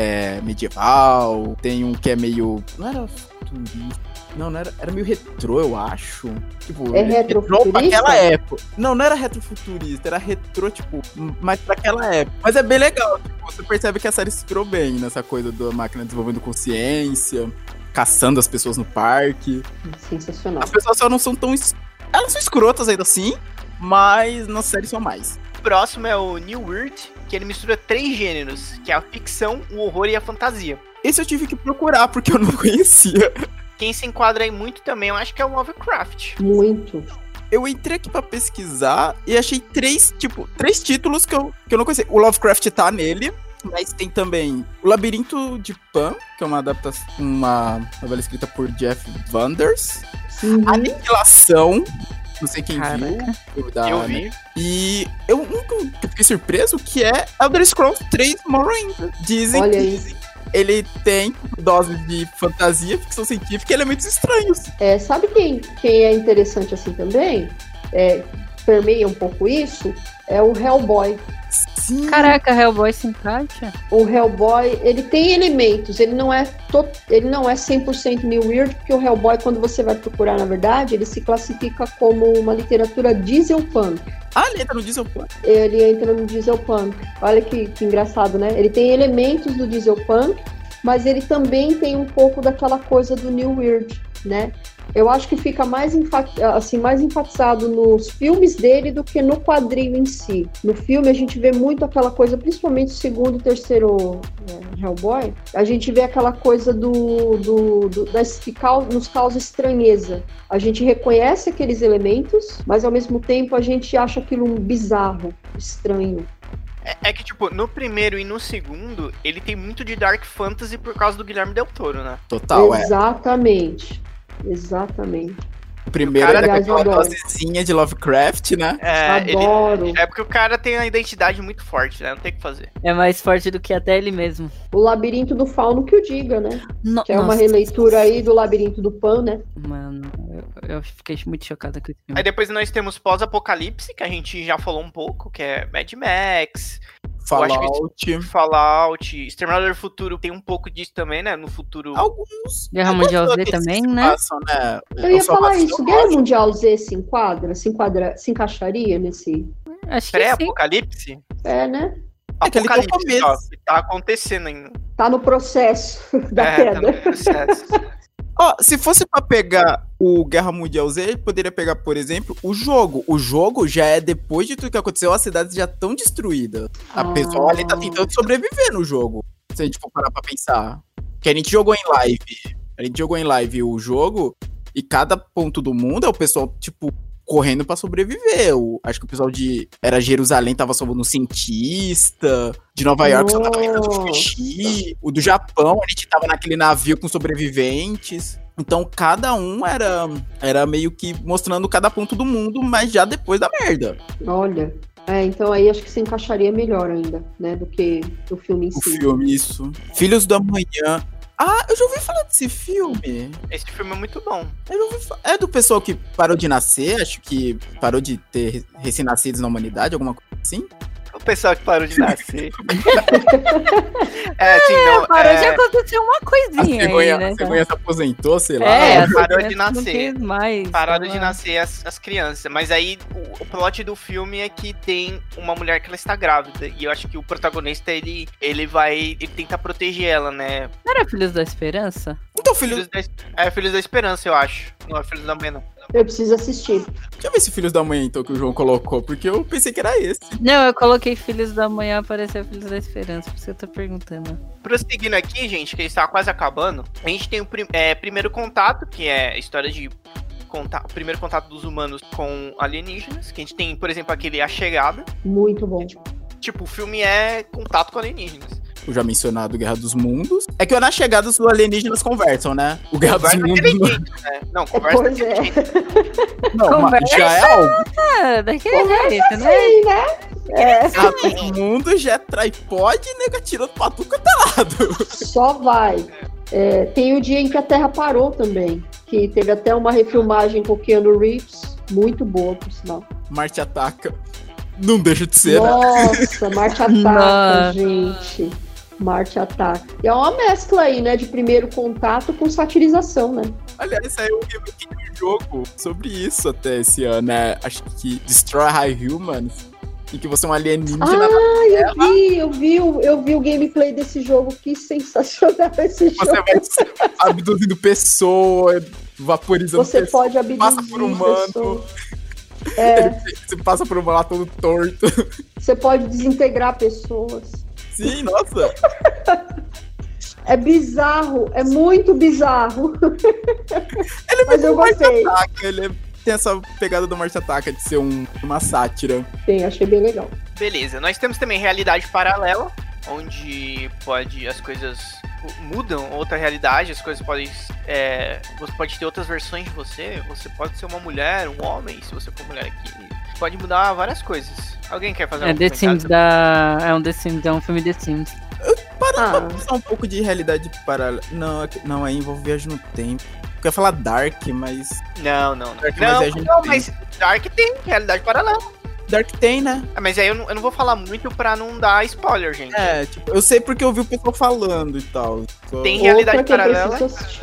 medieval, tem um que é meio... Não era futurista. Não era. Era meio retrô, eu acho. Tipo, É retrofuturista? Pra aquela época. Não era retrofuturista, era retrô, tipo, mas pra aquela época. Mas é bem legal, tipo, você percebe que a série se inspirou bem nessa coisa da máquina desenvolvendo consciência, caçando as pessoas no parque. Sensacional. As pessoas só não são tão... Elas são escrotas ainda assim, mas na série são mais. O próximo é o New Weird, que ele mistura 3 gêneros, que é a ficção, o horror e a fantasia. Esse eu tive que procurar, porque eu não conhecia. Quem se enquadra aí muito também, eu acho que é o Lovecraft. Muito. Eu entrei aqui pra pesquisar e achei 3 títulos que eu não conhecia. O Lovecraft tá nele, mas tem também O Labirinto de Pan, que é uma adaptação, uma novela escrita por Jeff Wanders. Uhum. Aniquilação, não sei quem Caraca. viu. Eu vi. E eu fiquei surpreso que é Elder Scrolls 3 Morrowind. Dizem Olha que aí. ele tem doses de fantasia, ficção científica e elementos estranhos. Sabe quem é interessante assim também? Permeia um pouco isso? É o Hellboy. Sim. Caraca, Hellboy se encaixa? O Hellboy, ele tem elementos, ele não é 100% New Weird, porque o Hellboy, quando você vai procurar, na verdade, ele se classifica como uma literatura dieselpunk. Ah, ele entra no Dieselpunk. Ele entra no dieselpunk. Olha que engraçado, né? Ele tem elementos do dieselpunk, mas ele também tem um pouco daquela coisa do New Weird, né? Eu acho que fica mais enfatizado nos filmes dele do que no quadrinho em si. No filme a gente vê muito aquela coisa, principalmente o segundo e terceiro Hellboy, a gente vê aquela coisa nos causa estranheza. A gente reconhece aqueles elementos, mas ao mesmo tempo a gente acha aquilo bizarro, estranho. É que, tipo, no primeiro e no segundo, ele tem muito de Dark Fantasy por causa do Guilherme Del Toro, né? Total, Exatamente. O primeiro cara, era com aquela adoro. dosezinha de Lovecraft, né? Adoro. É porque o cara tem uma identidade muito forte, né? Não tem o que fazer. É mais forte do que até ele mesmo. O Labirinto do Fauno que o diga, né? Que é uma Nossa. releitura aí do Labirinto do Pan, né? Mano, eu fiquei muito chocada com esse filme. Aí depois nós temos Pós-Apocalipse, que a gente já falou um pouco, que é Mad Max, Fallout, Exterminador do Futuro tem um pouco disso também, né? No futuro. Alguns. Guerra Mundial Z também, né? Passam, né? Eu ia falar isso. Guerra Mundial Z se encaixaria nesse... Acho que sim. Pré-apocalipse? né? É que ele tá no Apocalipse, ó, que tá acontecendo ainda. Tá no processo da Tá queda. no processo. Ó, se fosse pra pegar o Guerra Mundial Z, poderia pegar, por exemplo, o jogo. O jogo já é depois de tudo que aconteceu, as cidades já estão destruídas. A pessoa ali tá tentando sobreviver no jogo. Se a gente for parar pra pensar. Que a gente jogou em live. A gente jogou em live o jogo e cada ponto do mundo é o pessoal, tipo, correndo pra sobreviver. Acho que o pessoal de Jerusalém tava salvando um cientista. De Nova York só tava tentando fugir. O do Japão, a gente tava naquele navio com sobreviventes. Então, cada um era meio que mostrando cada ponto do mundo, mas já depois da merda. Olha, então aí acho que se encaixaria melhor ainda, né, do que o filme em si. O filme, isso. Filhos da Manhã. Ah, eu já ouvi falar desse filme. Esse filme é muito bom. É do pessoal que parou de nascer, acho que parou de ter recém-nascidos na humanidade, alguma coisa assim? O pessoal que parou de nascer. Parou de acontecer uma coisinha aí, né? A cegonha se aposentou, sei lá. Parou de nascer. Pararam de nascer as crianças. Mas aí, o plot do filme é que tem uma mulher que ela está grávida. E eu acho que o protagonista, ele tenta proteger ela, né? Não era Filhos da Esperança? Então, Filhos da Esperança, eu acho. Não é Filhos da Manhã, não. Eu preciso assistir. Deixa eu ver esse Filhos da Manhã, então, que o João colocou, porque eu pensei que era esse. Não, eu coloquei Filhos da Manhã, apareceu Filhos da Esperança, por isso que eu tô perguntando. Prosseguindo aqui, gente, que a gente tá quase acabando, a gente tem o primeiro contato, que é a história de o primeiro contato dos humanos com alienígenas, que a gente tem, por exemplo, aquele A Chegada. Muito bom. Tipo, o filme é contato com alienígenas. O já mencionado Guerra dos Mundos. É que na chegada os alienígenas conversam, né? O Guerra dos Mundos. Né? Não, conversa pois é. Não, conversa já é algo. Daquele jeito, né? Sim, né? Guerra dos Mundos já é tripod e nega tirando pra tudo quanto é lado. Só vai. Tem o dia em que a Terra parou também. Que teve até uma refilmagem com o Keanu Reeves. Muito boa, por sinal. Marte Ataca. Não deixa de ser, Nossa, Marte Ataca, gente. Marte Ataca. E é uma mescla aí, né? De primeiro contato com satirização, né? Aliás, saiu um jogo sobre isso até esse ano, né? Acho que Destroy High Humans. Em que você é um alienígena. Eu vi o gameplay desse jogo. Que sensacional esse jogo. Você vai abduzindo pessoas, vaporizando pessoas. Você pode abduzir passa por humano. Você passa por um lá todo torto. Você pode desintegrar pessoas. Sim, nossa. É bizarro, é muito bizarro. Ele é Mas eu gostei. Ele tem essa pegada do Marte Ataca de ser uma sátira. Tem, achei bem legal. Beleza, nós temos também realidade paralela, onde as coisas mudam, outra realidade, as coisas podem... você pode ter outras versões de você pode ser uma mulher, um homem, se você for mulher aqui. Pode mudar várias coisas. Alguém quer fazer The Sims é um filme The Sims. Para pra pensar um pouco de realidade paralela. Não, envolve viagem no tempo. Eu quero falar Dark, mas... Não, mas Dark tem realidade paralela. Dark tem, né? Mas aí eu não vou falar muito pra não dar spoiler, gente. Tipo, eu sei porque eu vi o pessoal falando e tal. Tem realidade paralela.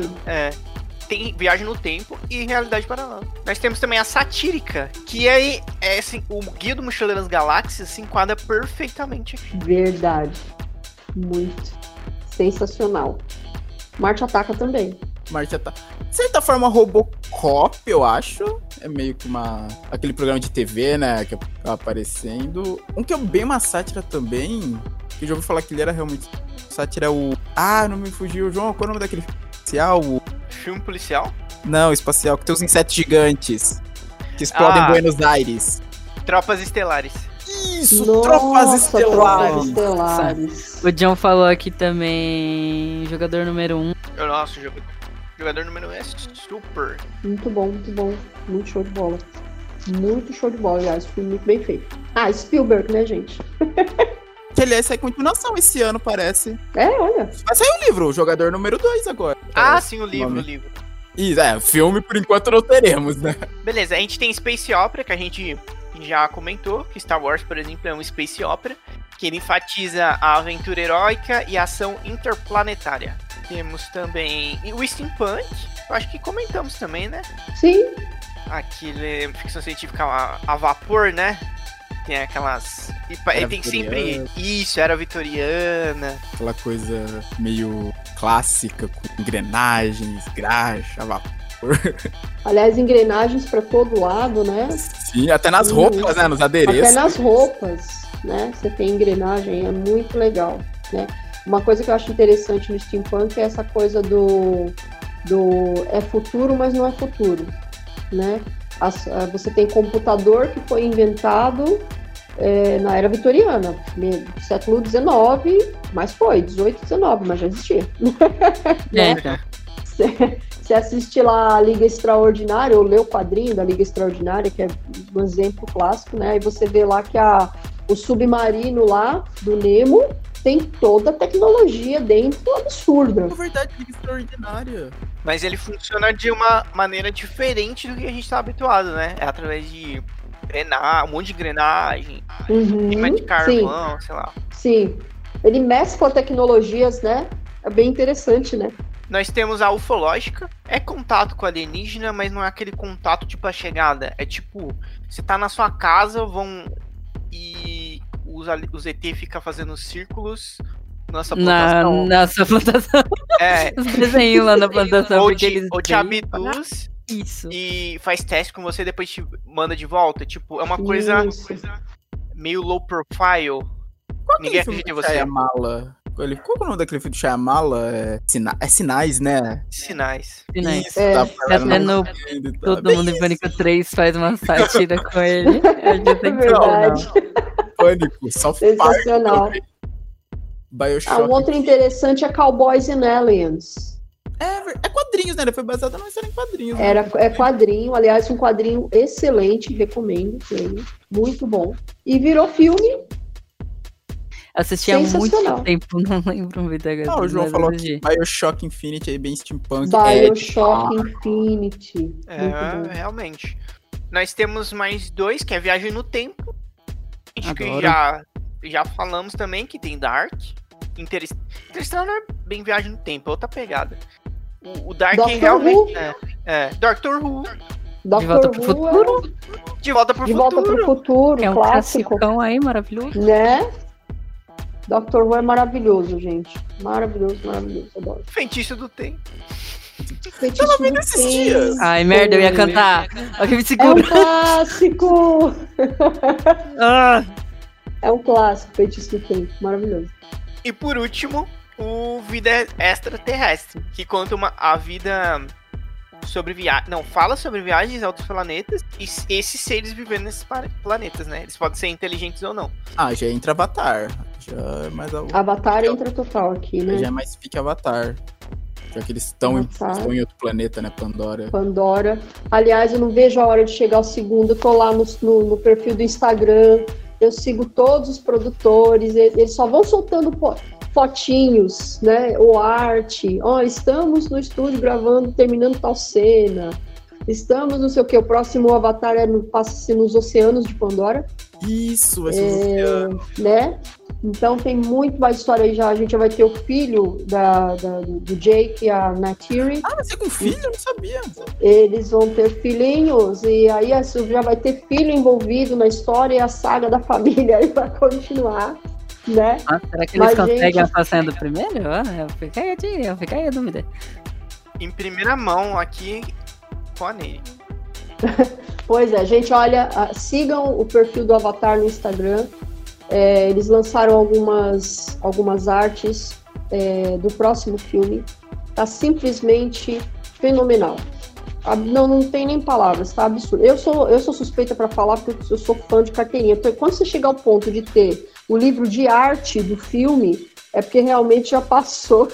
Tem viagem no tempo e realidade paralela. Nós temos também a satírica, que assim, o Guia do Mochileiro das Galáxias se enquadra perfeitamente aqui. Verdade. Muito. Sensacional. Marte Ataca também. Marte Ataca. De certa forma, Robocop, eu acho. É meio que aquele programa de TV, né? Que tá aparecendo. Um que é bem uma sátira também. Que eu já ouvi falar que ele era realmente sátira. É o... não me fugiu. João, qual é o nome daquele filme policial? Filme policial? Não, espacial. Que tem os insetos gigantes. Que explodem em Buenos Aires. Tropas Estelares. Isso, Nossa, Tropas Estelares. O John falou aqui também Jogador Número 1. Nossa, Jogador Número 1 é super. Muito bom, muito bom. Muito show de bola. Muito show de bola, aliás. Foi muito bem feito. Spielberg, né, gente? Que aliás sai continuação esse ano, parece. Olha. Vai sair o livro, o Jogador Número 2 agora. Sim, o livro. Isso, filme por enquanto não teremos, né? Beleza, a gente tem Space Opera, que a gente já comentou, que Star Wars, por exemplo, é um Space Opera, que ele enfatiza a aventura heróica e a ação interplanetária. Temos também o Steampunk, eu acho que comentamos também, né? Sim. Aquele ficção científica a vapor, né? Tem aquelas... E tem sempre... Isso, era vitoriana. Aquela coisa meio clássica, com engrenagens, graxa, vapor. Aliás, engrenagens para todo lado, né? Sim, até nas roupas, né? Nos adereços. Até nas roupas, né? Você tem engrenagem, é muito legal, né? Uma coisa que eu acho interessante no steampunk é essa coisa do é futuro, mas não é futuro, né? Você tem computador que foi inventado na era vitoriana, século XIX, mas foi 18, 19, mas já existia. Então. Você assiste lá a Liga Extraordinária, ou lê o quadrinho da Liga Extraordinária, que é um exemplo clássico, né? E você vê lá que o submarino lá do Nemo tem toda a tecnologia dentro absurda. É verdade, Liga Extraordinária. Mas ele funciona de uma maneira diferente do que a gente tá habituado, né? É através de um monte de engrenagem, queima de carvão, sei lá. Sim. Ele mescla tecnologias, né? É bem interessante, né? Nós temos a ufológica, é contato com alienígena, mas não é aquele contato tipo a chegada. É tipo, você tá na sua casa, e os ET ficam fazendo círculos na sua plantação. Na sua plantação. Os desenhos lá na plantação. Ou te abduz isso. E faz teste com você e depois te manda de volta. Tipo, é uma coisa meio low profile. Ninguém acredita em você. Shyamala. Qual é o nome daquele filme do Shyamala? É Sinais, né? Sinais. Isso, Até no Todo Mundo em Pânico 3 faz uma sátira com ele. É verdade. Pânico, só sensacional. Bioshock. Um outro interessante é Cowboys and Aliens. É quadrinhos, né? Ele foi baseado numa história em quadrinhos. É quadrinho, aliás, um quadrinho excelente, recomendo ele, muito bom. E virou filme. Assisti há muito tempo, não lembro muito agora. O João falou aqui, Bioshock Infinite, aí bem steampunk. Bioshock Infinity. Realmente. Nós temos mais 2, que é Viagem no Tempo. Acho que já falamos também que tem Dark. Interestelar não é bem Viagem no Tempo, é outra pegada. O Dark realmente Doctor Who. De Volta pro Futuro. De Volta pro Futuro, é um clássico. classicão aí, maravilhoso. Né? Doctor Who é maravilhoso, gente. Maravilhoso, adoro. Feitiço do Tempo. Feitiço do Tempo. Ai, merda, eu ia cantar. Olha que me segura. É um clássico. É um clássico, Feitiço do Tempo. Maravilhoso. E por último, o Vida Extraterrestre, que conta a vida sobre fala sobre viagens a outros planetas e esses seres vivendo nesses planetas, né? Eles podem ser inteligentes ou não. Já entra Avatar. Já é mais Avatar entra total aqui, né? Já é mais pique Avatar. Já que eles estão em outro planeta, né? Pandora. Aliás, eu não vejo a hora de chegar ao segundo. Eu tô lá no perfil do Instagram. Eu sigo todos os produtores. Eles só vão soltando fotinhos, né? Ou arte. Estamos no estúdio gravando, terminando tal cena. Estamos não sei o que. O próximo Avatar passa-se nos oceanos de Pandora. Isso, vai ser nos oceanos. Né? Então tem muito mais história aí já. A gente já vai ter o filho do Jake e a Neytiri. Vai ser com filho? Eu não sabia. Eles vão ter filhinhos e aí já vai ter filho envolvido na história e a saga da família aí vai continuar, né? Será que eles conseguem a façanha do primeiro? Fica aí a dúvida. Em primeira mão aqui com a Ney. Pois é, gente, olha, sigam o perfil do Avatar no Instagram. Eles lançaram algumas artes do próximo filme. Tá simplesmente fenomenal. Não tem nem palavras, tá absurdo. Eu sou suspeita para falar porque eu sou fã de carteirinha. Então, quando você chegar ao ponto de ter o livro de arte do filme, é porque realmente já passou.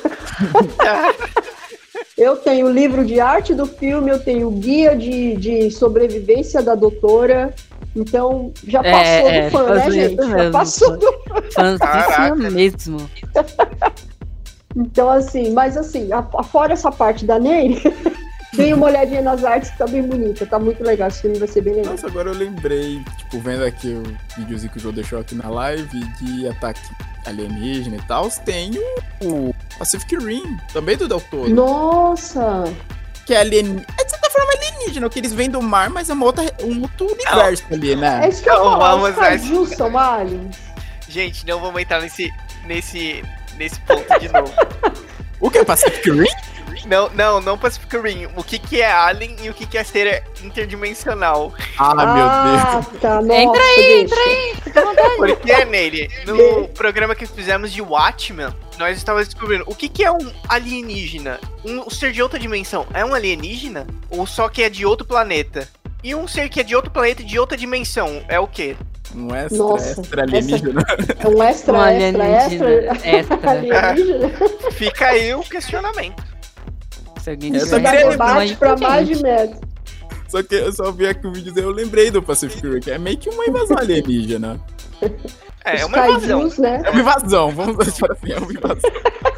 Eu tenho o livro de arte do filme, eu tenho o guia de sobrevivência da doutora. Então, já passou do fã, né, gente? Já passou do fã mesmo. Então, assim, mas assim, fora essa parte da Ney, dei uma olhadinha nas artes que tá bem bonita, tá muito legal, esse filme vai ser bem legal. Nossa, agora eu lembrei, vendo aqui o videozinho que o João deixou aqui na live de ataque alienígena e tal, tem o Pacific Rim, também do Del Toro. Nossa! Que é alienígena, de certa forma alienígena, que eles vêm do mar, mas é um outro universo ali, né? É isso que eu falo, os Kaiju são aliens. Gente, não vamos entrar nesse ponto de novo. O que é Pacific Rim? Não Pacific Rim. O que é Alien e o que é ser interdimensional. Meu Deus. Tá, nossa, Entra aí. Porque nele, no programa que fizemos de Watchmen, nós estávamos descobrindo o que é um alienígena. Um ser de outra dimensão é um alienígena? Ou só que é de outro planeta? E um ser que é de outro planeta e de outra dimensão é o quê? Um extra alienígena. É um extra alienígena. Fica aí o questionamento. Se alguém Eu tiver só queria debate pra mais de metro. Só que eu só vi aqui o vídeo e eu lembrei do Pacific Rim, que é meio que uma invasão alienígena. É Os uma invasão. kaijus, né? É uma invasão, vamos deixar assim, é uma invasão.